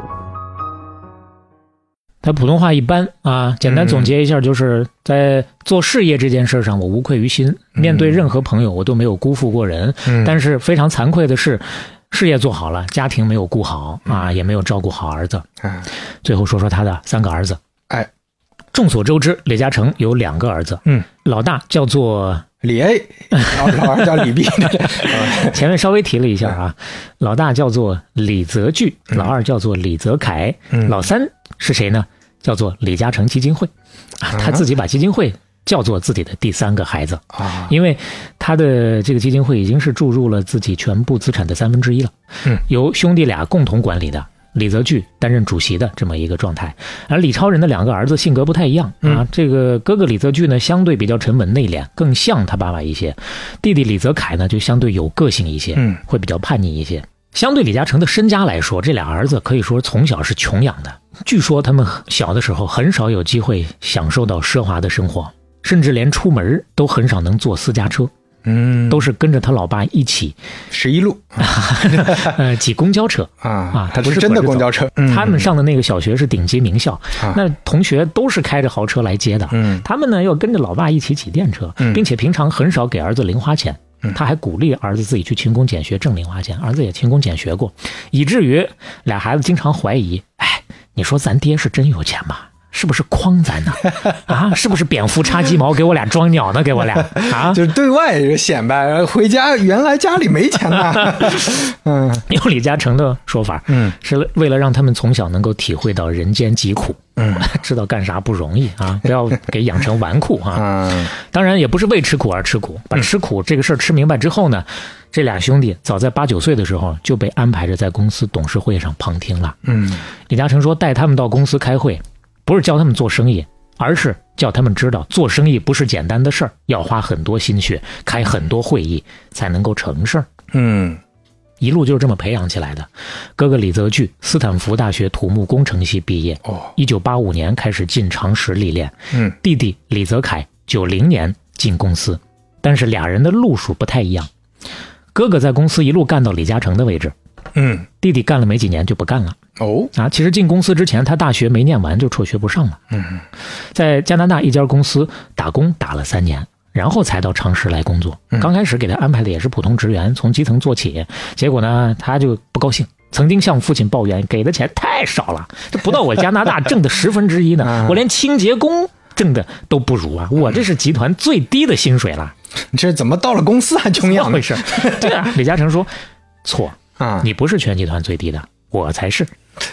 Speaker 2: 他普通话一般啊，简单总结一下，就是在做事业这件事上，我无愧于心，面对任何朋友我都没有辜负过人，嗯、但是非常惭愧的是，事业做好了，家庭没有顾好啊，也没有照顾好儿子。嗯、最后说说他的三个儿子。
Speaker 3: 哎，
Speaker 2: 众所周知，李嘉诚有两个儿子，嗯，老大叫做
Speaker 3: 李 A， 老二叫李 B。
Speaker 2: 前面稍微提了一下啊，老大叫做李泽钜，老二叫做李泽楷，嗯、老三是谁呢？叫做李嘉诚基金会，啊，他自己把基金会叫做自己的第三个孩子啊，因为他的这个基金会已经是注入了自己全部资产的三分之一了，嗯，由兄弟俩共同管理的。李泽钜担任主席的这么一个状态，而李超人的两个儿子性格不太一样啊。嗯、这个哥哥李泽钜呢，相对比较沉稳内敛，更像他爸爸一些；弟弟李泽楷呢，就相对有个性一些，嗯，会比较叛逆一些。相对李嘉诚的身家来说，这俩儿子可以说从小是穷养的。据说他们小的时候很少有机会享受到奢华的生活，甚至连出门都很少能坐私家车。嗯，都是跟着他老爸一起
Speaker 3: 十一路，
Speaker 2: 呃，挤公交车
Speaker 3: 啊啊，他不是真的公交车。
Speaker 2: 嗯、他们上的那个小学是顶级名校，啊、那同学都是开着豪车来接的。嗯，他们呢要跟着老爸一起挤电车，嗯、并且平常很少给儿子零花钱。嗯、他还鼓励儿子自己去勤工俭学挣零花钱，儿子也勤工俭学过，以至于俩孩子经常怀疑：哎，你说咱爹是真有钱吗？是不是诓咱呢？啊，是不是蝙蝠插鸡毛给我俩装鸟呢？给我俩啊，
Speaker 3: 就是对外显摆，回家原来家里没钱呢。嗯，
Speaker 2: 用李嘉诚的说法，嗯，是为了让他们从小能够体会到人间疾苦，嗯，知道干啥不容易啊，不要给养成纨绔啊。嗯，当然也不是为吃苦而吃苦，把吃苦这个事儿吃明白之后呢，这俩兄弟早在八九岁的时候就被安排着在公司董事会上旁听了。嗯，李嘉诚说带他们到公司开会。不是教他们做生意，而是叫他们知道做生意不是简单的事儿，要花很多心血，开很多会议才能够成事儿。嗯，一路就是这么培养起来的。哥哥李泽钜斯坦福大学土木工程系毕业，哦，一九八五年开始进长实历练。嗯，弟弟李泽楷九零年进公司，但是俩人的路数不太一样。哥哥在公司一路干到李嘉诚的位置。嗯，弟弟干了没几年就不干了。哦，啊，其实进公司之前，他大学没念完就辍学不上了。嗯，在加拿大一家公司打工打了三年，然后才到长实来工作。嗯、刚开始给他安排的也是普通职员，从基层做起。结果呢，他就不高兴，曾经向父亲抱怨，给的钱太少了，这不到我加拿大挣的十分之一呢，我连清洁工挣的都不如啊，我这是集团最低的薪水了。
Speaker 3: 你这怎么到了公司还穷养呢？
Speaker 2: 回事？对啊，李嘉诚说，错啊，你不是全集团最低的，我才是。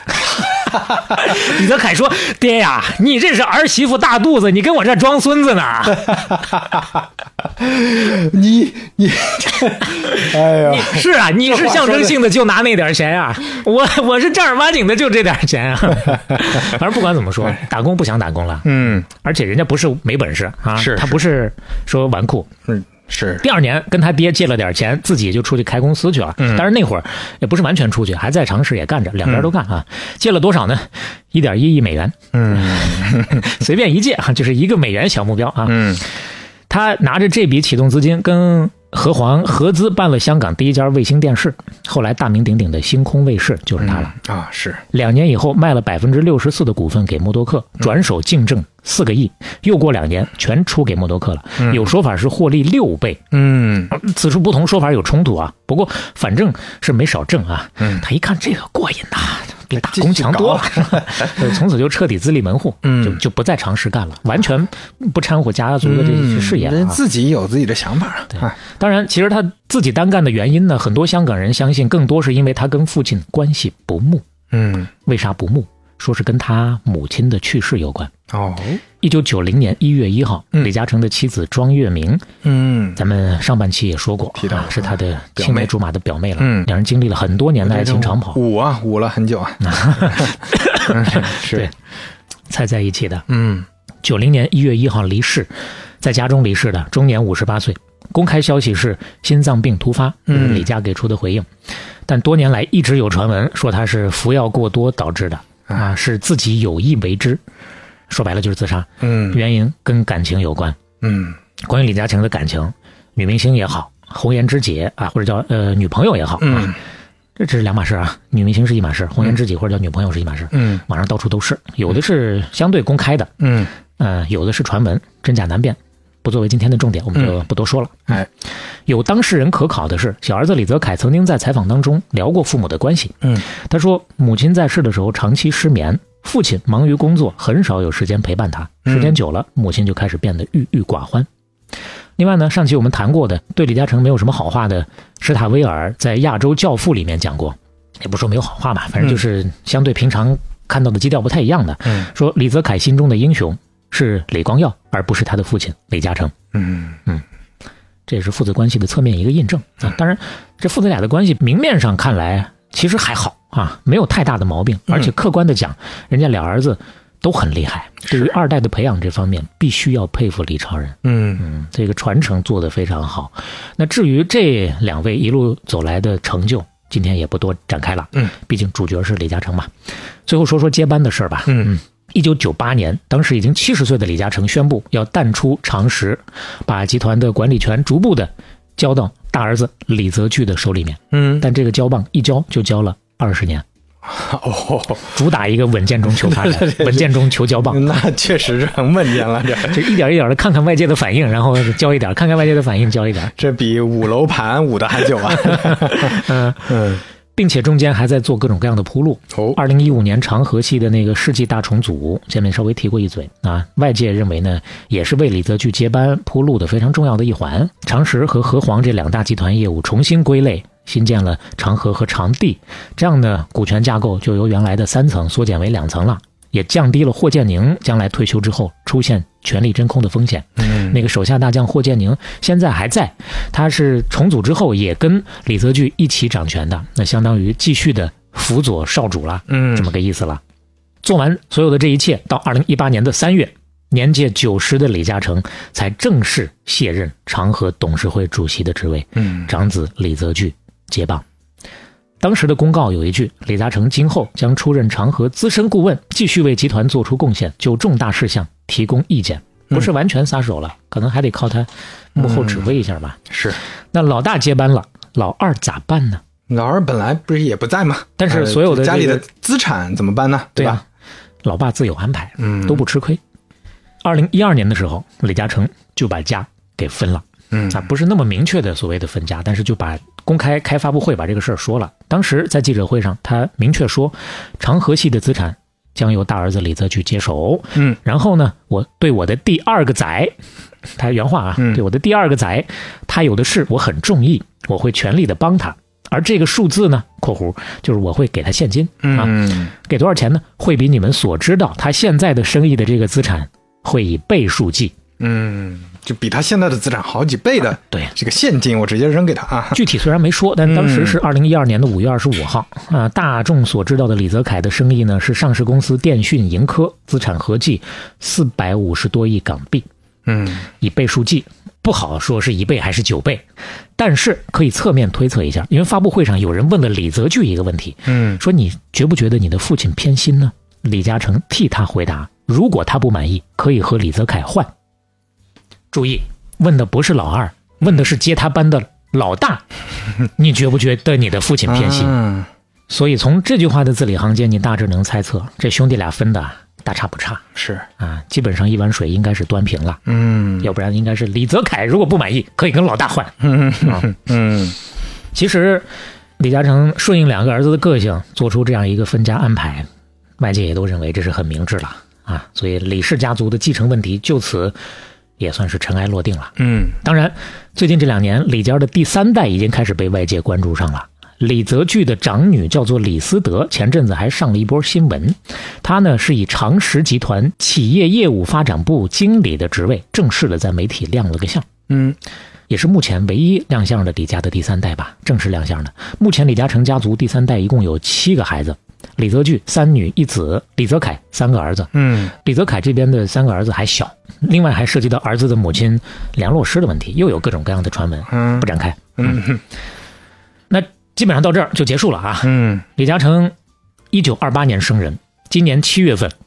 Speaker 2: 李泽楷说：“爹呀，你这是儿媳妇大肚子，你跟我这装孙子呢？
Speaker 3: 你你，哎呀，
Speaker 2: 是啊，你是象征性的就拿那点钱呀、啊，我我是正儿八经的就这点钱啊。反正不管怎么说，打工不想打工了，嗯，而且人家不是没本事啊，
Speaker 3: 是
Speaker 2: 他不是说纨绔，
Speaker 3: 嗯。”是
Speaker 2: 第二年跟他爹借了点钱，自己就出去开公司去了。嗯，但是那会儿也不是完全出去，还在长实也干着，两边都干啊。嗯、借了多少呢？一点一亿美元。嗯，随便一借啊，就是一个美元小目标啊。嗯，他拿着这笔启动资金跟和黄合资办了香港第一家卫星电视，后来大名鼎鼎的星空卫视就是他了、
Speaker 3: 嗯、啊。是
Speaker 2: 两年以后卖了百分之六十四的股份给默多克，转手净挣四个亿，又过两年全出给默多克了。嗯、有说法是获利六倍。嗯，此处不同说法有冲突啊，不过反正是没少挣啊。嗯，他一看这个过瘾呐、啊。比打工强多了，从此就彻底自立门户，嗯、就就不再长时干了，完全不掺和家族的这些事业了、啊
Speaker 3: 嗯、自己有自己的想法。
Speaker 2: 对，当然，其实他自己单干的原因呢，很多香港人相信更多是因为他跟父亲关系不睦。嗯，为啥不睦？说是跟他母亲的去世有关。哦，一九九零年一月一号，嗯、李嘉诚的妻子庄月明，嗯，咱们上半期也说过，提到、啊、是他的青梅竹马的表妹了。嗯，两人经历了很多年的爱情长跑，
Speaker 3: 舞啊舞了很久啊。
Speaker 2: 是，对，才在一起的。嗯，九零年一月一号离世，在家中离世的，终年五十八岁。公开消息是心脏病突发，这是李家给出的回应。嗯、但多年来一直有传闻说他是服药过多导致的。啊，是自己有意为之， 说白了就是自杀。
Speaker 3: 嗯，
Speaker 2: 原因跟感情有关。
Speaker 3: 嗯，
Speaker 2: 关于李嘉诚的感情，女明星也好，红颜知己啊，或者叫呃女朋友也好，
Speaker 3: 嗯，
Speaker 2: 啊、这这是两码事啊。女明星是一码事，红颜知己或者叫女朋友是一码事。
Speaker 3: 嗯，
Speaker 2: 网上到处都是，有的是相对公开的，
Speaker 3: 嗯，
Speaker 2: 呃，有的是传闻，真假难辨。不作为今天的重点，我们就不多说了。
Speaker 3: 嗯、哎，
Speaker 2: 有当事人可考的是，小儿子李泽楷曾经在采访当中聊过父母的关系。
Speaker 3: 嗯，
Speaker 2: 他说母亲在世的时候长期失眠，父亲忙于工作，很少有时间陪伴他。时间久了，母亲就开始变得郁郁寡欢。另外呢，上期我们谈过的对李嘉诚没有什么好话的施塔威尔在《亚洲教父》里面讲过，也不说没有好话吧，反正就是相对平常看到的基调不太一样的。
Speaker 3: 嗯，
Speaker 2: 说李泽楷心中的英雄是李光耀，而不是他的父亲李嘉诚。
Speaker 3: 嗯
Speaker 2: 嗯，这也是父子关系的侧面一个印证啊。当然，这父子俩的关系明面上看来其实还好啊，没有太大的毛病，而且客观的讲，人家俩儿子都很厉害。对于二代的培养这方面，必须要佩服李超人。
Speaker 3: 嗯
Speaker 2: 嗯，这个传承做得非常好。那至于这两位一路走来的成就，今天也不多展开了。
Speaker 3: 嗯，
Speaker 2: 毕竟主角是李嘉诚嘛。最后说说接班的事儿吧。
Speaker 3: 嗯
Speaker 2: 嗯。一九九八年，当时已经七十岁的李嘉诚宣布要淡出长实，把集团的管理权逐步的交到大儿子李泽钜的手里面。
Speaker 3: 嗯，
Speaker 2: 但这个交棒一交就交了二十年。
Speaker 3: 哦，
Speaker 2: 主打一个稳健中求发展，稳健中求交棒。
Speaker 3: 那确实是很稳健了，这
Speaker 2: 就一点一点的看看外界的反应，然后交一点，看看外界的反应，交一点。
Speaker 3: 这比五楼盘捂的还久啊。
Speaker 2: 嗯
Speaker 3: 嗯。
Speaker 2: 并且中间还在做各种各样的铺路。
Speaker 3: 哦，
Speaker 2: 二零一五年长河系的那个世纪大重组，前面稍微提过一嘴啊。外界认为呢，也是为李泽钜接班铺路的非常重要的一环。长实和和黄这两大集团业务重新归类，新建了长和和长地，这样的股权架构就由原来的三层缩减为两层了，也降低了霍建宁将来退休之后出现权力真空的风险。
Speaker 3: 嗯，
Speaker 2: 那个手下大将霍建宁现在还在，他是重组之后也跟李泽钜一起掌权的，那相当于继续的辅佐少主了，
Speaker 3: 嗯，
Speaker 2: 这么个意思了。做完所有的这一切，到二零一八年的三月，年届九十的李嘉诚才正式卸任长和董事会主席的职位，
Speaker 3: 嗯，
Speaker 2: 长子李泽钜接棒。当时的公告有一句，李嘉诚今后将出任长和资深顾问，继续为集团做出贡献，就重大事项提供意见。不是完全撒手了，可能还得靠他幕后指挥一下吧。
Speaker 3: 嗯、是，
Speaker 2: 那老大接班了，老二咋办呢？
Speaker 3: 老二本来不是也不在吗？
Speaker 2: 但是所有的、
Speaker 3: 这个、家里的资产怎么办呢？对吧？
Speaker 2: 对啊、老爸自有安排，
Speaker 3: 嗯，
Speaker 2: 都不吃亏。二零一二年的时候，李嘉诚就把家给分了，
Speaker 3: 嗯，
Speaker 2: 啊，不是那么明确的所谓的分家，但是就把公开开发布会把这个事儿说了。当时在记者会上，他明确说，长和系的资产将由大儿子李泽钜接手，
Speaker 3: 嗯，
Speaker 2: 然后呢，我对我的第二个仔，他原话啊，
Speaker 3: 嗯、
Speaker 2: 对我的第二个仔，他有的是我很中意，我会全力的帮他，而这个数字呢，括弧就是我会给他现金，啊，
Speaker 3: 嗯，
Speaker 2: 给多少钱呢？会比你们所知道他现在的生意的这个资产会以倍数计，
Speaker 3: 嗯，就比他现在的资产好几倍的，
Speaker 2: 啊、对，
Speaker 3: 这个现金我直接扔给他啊。
Speaker 2: 具体虽然没说，但当时是二零一二年的五月二十五号啊。大众所知道的李泽楷的生意呢，是上市公司电讯盈科，资产合计四百五十多亿港币。
Speaker 3: 嗯，
Speaker 2: 以倍数计，不好说是一倍还是九倍，但是可以侧面推测一下，因为发布会上有人问了李泽钜一个问题，
Speaker 3: 嗯，
Speaker 2: 说你觉不觉得你的父亲偏心呢？李嘉诚替他回答，如果他不满意，可以和李泽楷换。注意，问的不是老二，问的是接他班的老大，你觉不觉得你的父亲偏心？
Speaker 3: 啊、
Speaker 2: 所以从这句话的字里行间，你大致能猜测，这兄弟俩分的大差不差，
Speaker 3: 是
Speaker 2: 啊，基本上一碗水应该是端平了，
Speaker 3: 嗯，
Speaker 2: 要不然应该是李泽楷如果不满意，可以跟老大换，
Speaker 3: 嗯
Speaker 2: 啊、
Speaker 3: 嗯，
Speaker 2: 其实李嘉诚顺应两个儿子的个性，做出这样一个分家安排，外界也都认为这是很明智了啊，所以李氏家族的继承问题就此也算是尘埃落定了。
Speaker 3: 嗯，
Speaker 2: 当然，最近这两年，李家的第三代已经开始被外界关注上了。李泽钜的长女叫做李思德，前阵子还上了一波新闻。她呢是以长实集团企业业务发展部经理的职位，正式的在媒体亮了个相。
Speaker 3: 嗯，
Speaker 2: 也是目前唯一亮相的李家的第三代吧，正式亮相的。目前李嘉诚家族第三代一共有七个孩子。李泽钜三女一子，李泽楷三个儿子。
Speaker 3: 嗯，
Speaker 2: 李泽楷这边的三个儿子还小，另外还涉及到儿子的母亲梁洛施的问题，又有各种各样的传闻，
Speaker 3: 嗯，
Speaker 2: 不展开。
Speaker 3: 嗯，
Speaker 2: 嗯那基本上到这儿就结束了啊。
Speaker 3: 嗯，
Speaker 2: 李嘉诚一九二八年生人，今年七月份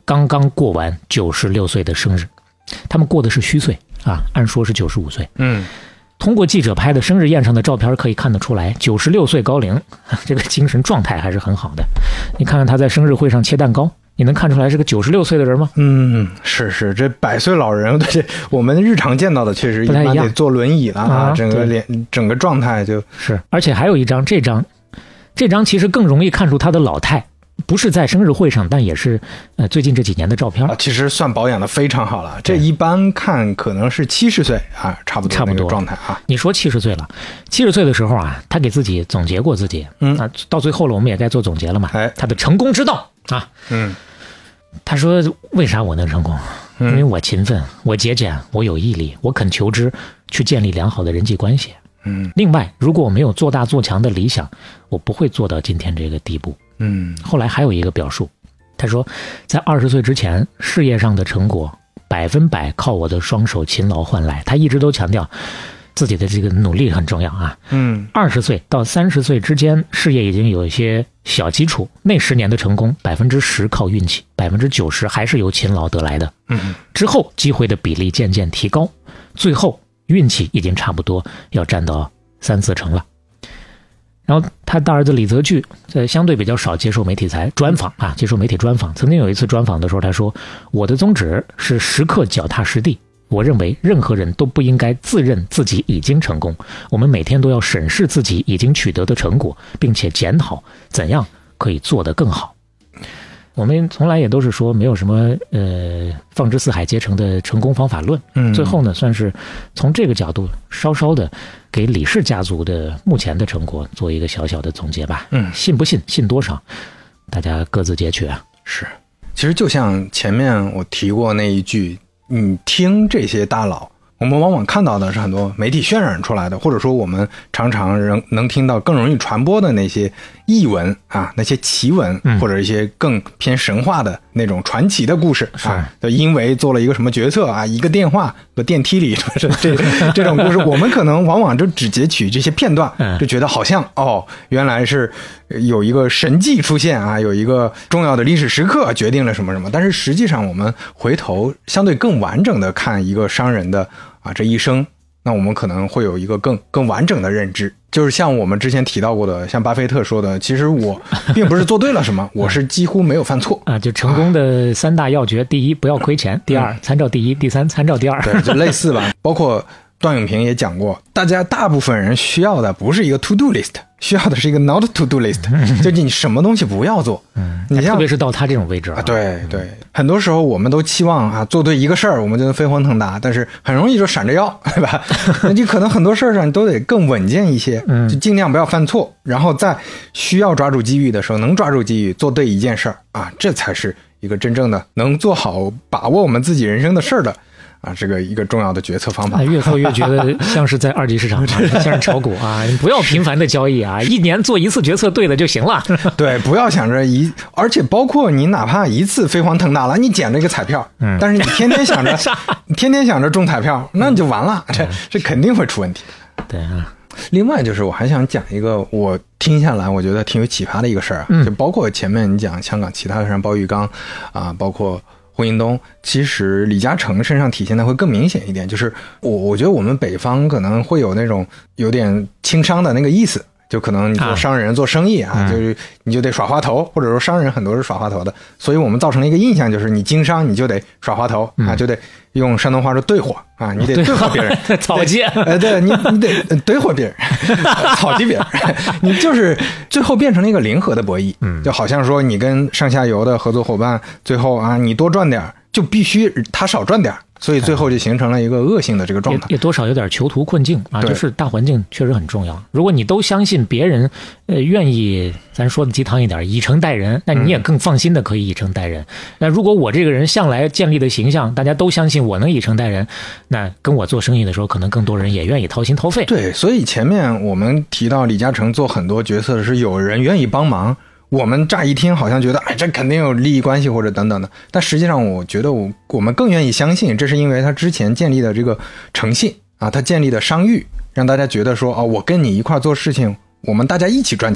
Speaker 2: 刚刚过完九十六岁的生日，他们过的是虚岁啊，按说是九十五岁。
Speaker 3: 嗯，
Speaker 2: 通过记者拍的生日宴上的照片可以看得出来，九十六岁高龄，这个精神状态还是很好的。你看看他在生日会上切蛋糕，你能看出来是个九十六岁的人吗？
Speaker 3: 嗯，是是，这百岁老人，这我们日常见到的确实一般得坐轮椅了啊，整个脸整个状态就是。
Speaker 2: 而且还有一张，这张，这张其实更容易看出他的老态。不是在生日会上，但也是呃最近这几年的照片、
Speaker 3: 啊、其实算保养的非常好了。这一般看可能是七十岁啊，差不多那个状态啊。
Speaker 2: 你说七十岁了，七十岁的时候啊，他给自己总结过自己，嗯啊，到最后了，我们也该做总结了嘛。哎，他的成功之道啊，嗯，他说为啥我能成功？因为我勤奋，我节俭，我有毅力，我肯求知，去建立良好的人际关系。嗯，另外，如果我没有做大做强的理想，我不会做到今天这个地步。嗯，后来还有一个表述，他说，在二十岁之前，事业上的成果百分百靠我的双手勤劳换来。他一直都强调自己的这个努力很重要啊。嗯，二十岁到三十岁之间，事业已经有一些小基础，那十年的成功，百分之十靠运气，百分之九十还是由勤劳得来的。嗯，之后机会的比例渐渐提高，最后运气已经差不多要占到三四成了。然后他大儿子李泽钜在相对比较少接受媒体采专访啊，接受媒体专访。曾经有一次专访的时候，他说：“我的宗旨是时刻脚踏实地。我认为任何人都不应该自认自己已经成功，我们每天都要审视自己已经取得的成果，并且检讨怎样可以做得更好。”我们从来也都是说没有什么呃放之四海皆成的成功方法论。嗯，最后呢，算是从这个角度稍稍的给李氏家族的目前的成果做一个小小的总结吧。嗯，信不信，信多少，大家各自截取啊。
Speaker 3: 是，其实就像前面我提过那一句，你听这些大佬，我们往往看到的是很多媒体渲染出来的，或者说我们常常能能听到更容易传播的那些译文啊，那些奇文，或者一些更偏神话的那种传奇的故事、嗯、啊，因为做了一个什么决策啊，一个电话和电梯里这这种故事，我们可能往往就只截取这些片段，就觉得好像哦，原来是有一个神迹出现啊，有一个重要的历史时刻决定了什么什么，但是实际上我们回头相对更完整的看一个商人的啊这一生，那我们可能会有一个更更完整的认知。就是像我们之前提到过的，像巴菲特说的，其实我并不是做对了什么，我是几乎没有犯错
Speaker 2: 啊。就成功的三大要诀：第一，不要亏钱；第二，参照第一；第三，参照第二。
Speaker 3: 对，就类似吧。包括段永平也讲过，大家大部分人需要的不是一个 to do list， 需要的是一个 not to do list， 就你什么东西不要做。
Speaker 2: 嗯，你特别是到他这种位置啊，
Speaker 3: 对对，很多时候我们都期望啊做对一个事儿，我们就能飞黄腾达，但是很容易就闪着腰，对吧？你可能很多事儿上你都得更稳健一些，就尽量不要犯错，然后在需要抓住机遇的时候能抓住机遇，做对一件事儿啊，这才是一个真正的能做好把握我们自己人生的事儿的。啊，这个一个重要的决策方法，
Speaker 2: 越说越觉得像是在二级市场上，像是炒股啊！你不要频繁的交易啊，一年做一次决策对的就行了。
Speaker 3: 对，不要想着一，而且包括你哪怕一次飞黄腾达了，你捡了一个彩票，嗯，但是你天天想着，天天想着中彩票，那你就完了，这这肯定会出问题。
Speaker 2: 对啊。
Speaker 3: 另外就是我还想讲一个我听下来我觉得挺有启发的一个事儿啊，嗯，就包括前面你讲香港其他的像包玉刚啊，包括胡英东，其实李嘉诚身上体现的会更明显一点，就是我我觉得我们北方可能会有那种有点轻商的那个意思，就可能你做商人、啊、做生意啊、嗯，就是你就得耍滑头，或者说商人很多是耍滑头的，所以我们造成了一个印象，就是你经商你就得耍滑头、嗯、啊，就得用山东话说对火啊，你得对火别人，
Speaker 2: 草芥，
Speaker 3: 呃，对你你得对火别人，草击别人，你就是最后变成了一个零和的博弈，嗯，就好像说你跟上下游的合作伙伴，最后啊你多赚点就必须他少赚点。所以最后就形成了一个恶性的这个状态，
Speaker 2: 也, 也多少有点囚徒困境啊。就是大环境确实很重要。如果你都相信别人，呃，愿意咱说的鸡汤一点，以诚待人，那你也更放心的可以以诚待人。嗯、那如果我这个人向来建立的形象，大家都相信我能以诚待人，那跟我做生意的时候，可能更多人也愿意掏心掏肺。
Speaker 3: 对，所以前面我们提到李嘉诚做很多决策是有人愿意帮忙。我们乍一听好像觉得，哎，这肯定有利益关系或者等等的，但实际上我觉得我我们更愿意相信，这是因为他之前建立的这个诚信啊，他建立的商誉，让大家觉得说，哦，我跟你一块做事情，我们大家一起赚钱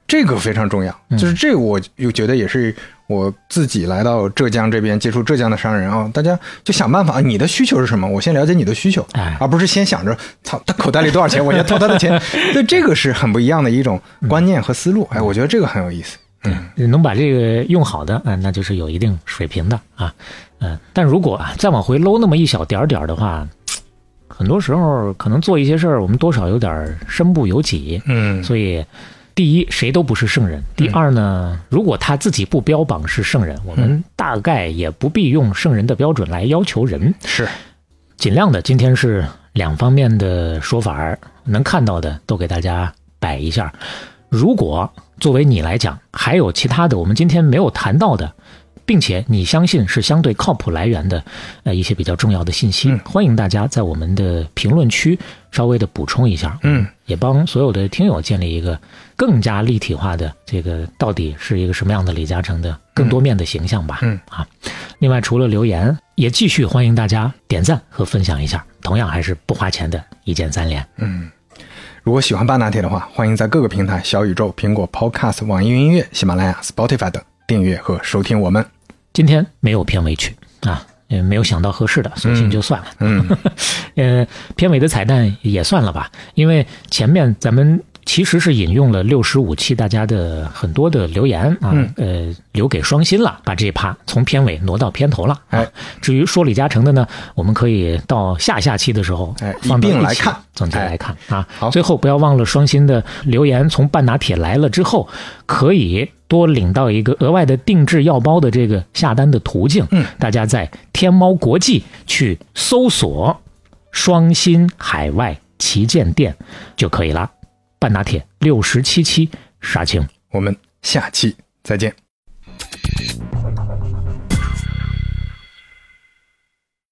Speaker 3: 这个非常重要，就是这个我又觉得也是我自己来到浙江这边接触浙江的商人啊，大家就想办法，你的需求是什么？我先了解你的需求，而不是先想着操他口袋里多少钱，我先偷他的钱。对，这个是很不一样的一种观念和思路。哎，我觉得这个很有意思。
Speaker 2: 嗯，能把这个用好的，嗯，那就是有一定水平的啊。嗯，但如果啊再往回搂那么一小点点的话，很多时候可能做一些事儿，我们多少有点身不由己。嗯，所以。第一，谁都不是圣人。第二呢，如果他自己不标榜是圣人，我们大概也不必用圣人的标准来要求人。
Speaker 3: 是，
Speaker 2: 尽量的，今天是两方面的说法，能看到的都给大家摆一下。如果作为你来讲，还有其他的我们今天没有谈到的，并且你相信是相对靠谱来源的呃一些比较重要的信息，嗯、欢迎大家在我们的评论区稍微的补充一下，嗯，也帮所有的听友建立一个更加立体化的这个到底是一个什么样的李嘉诚的更多面的形象吧，嗯啊。另外，除了留言，也继续欢迎大家点赞和分享一下，同样还是不花钱的一键三连，
Speaker 3: 嗯。如果喜欢半拿铁的话，欢迎在各个平台小宇宙、苹果 Podcast、网易云音乐、喜马拉雅、Spotify 等订阅和收听我们。
Speaker 2: 今天没有片尾曲啊，也没有想到合适的，索性就算了。嗯，呃，片尾的彩蛋也算了吧，因为前面咱们其实是引用了六十五期大家的很多的留言啊，嗯、呃，留给双薪了，把这一趴从片尾挪到片头了。哎、啊，至于说李嘉诚的呢，我们可以到下下期的时候放到一起
Speaker 3: 一并来看，
Speaker 2: 总结来看、哎、啊。好，最后不要忘了双薪的留言，从半拿铁来了之后，可以多领到一个额外的定制药包的这个下单的途径。嗯，大家在天猫国际去搜索双薪海外旗舰店就可以了。半拿铁六十七期杀青，
Speaker 3: 我们下期再见。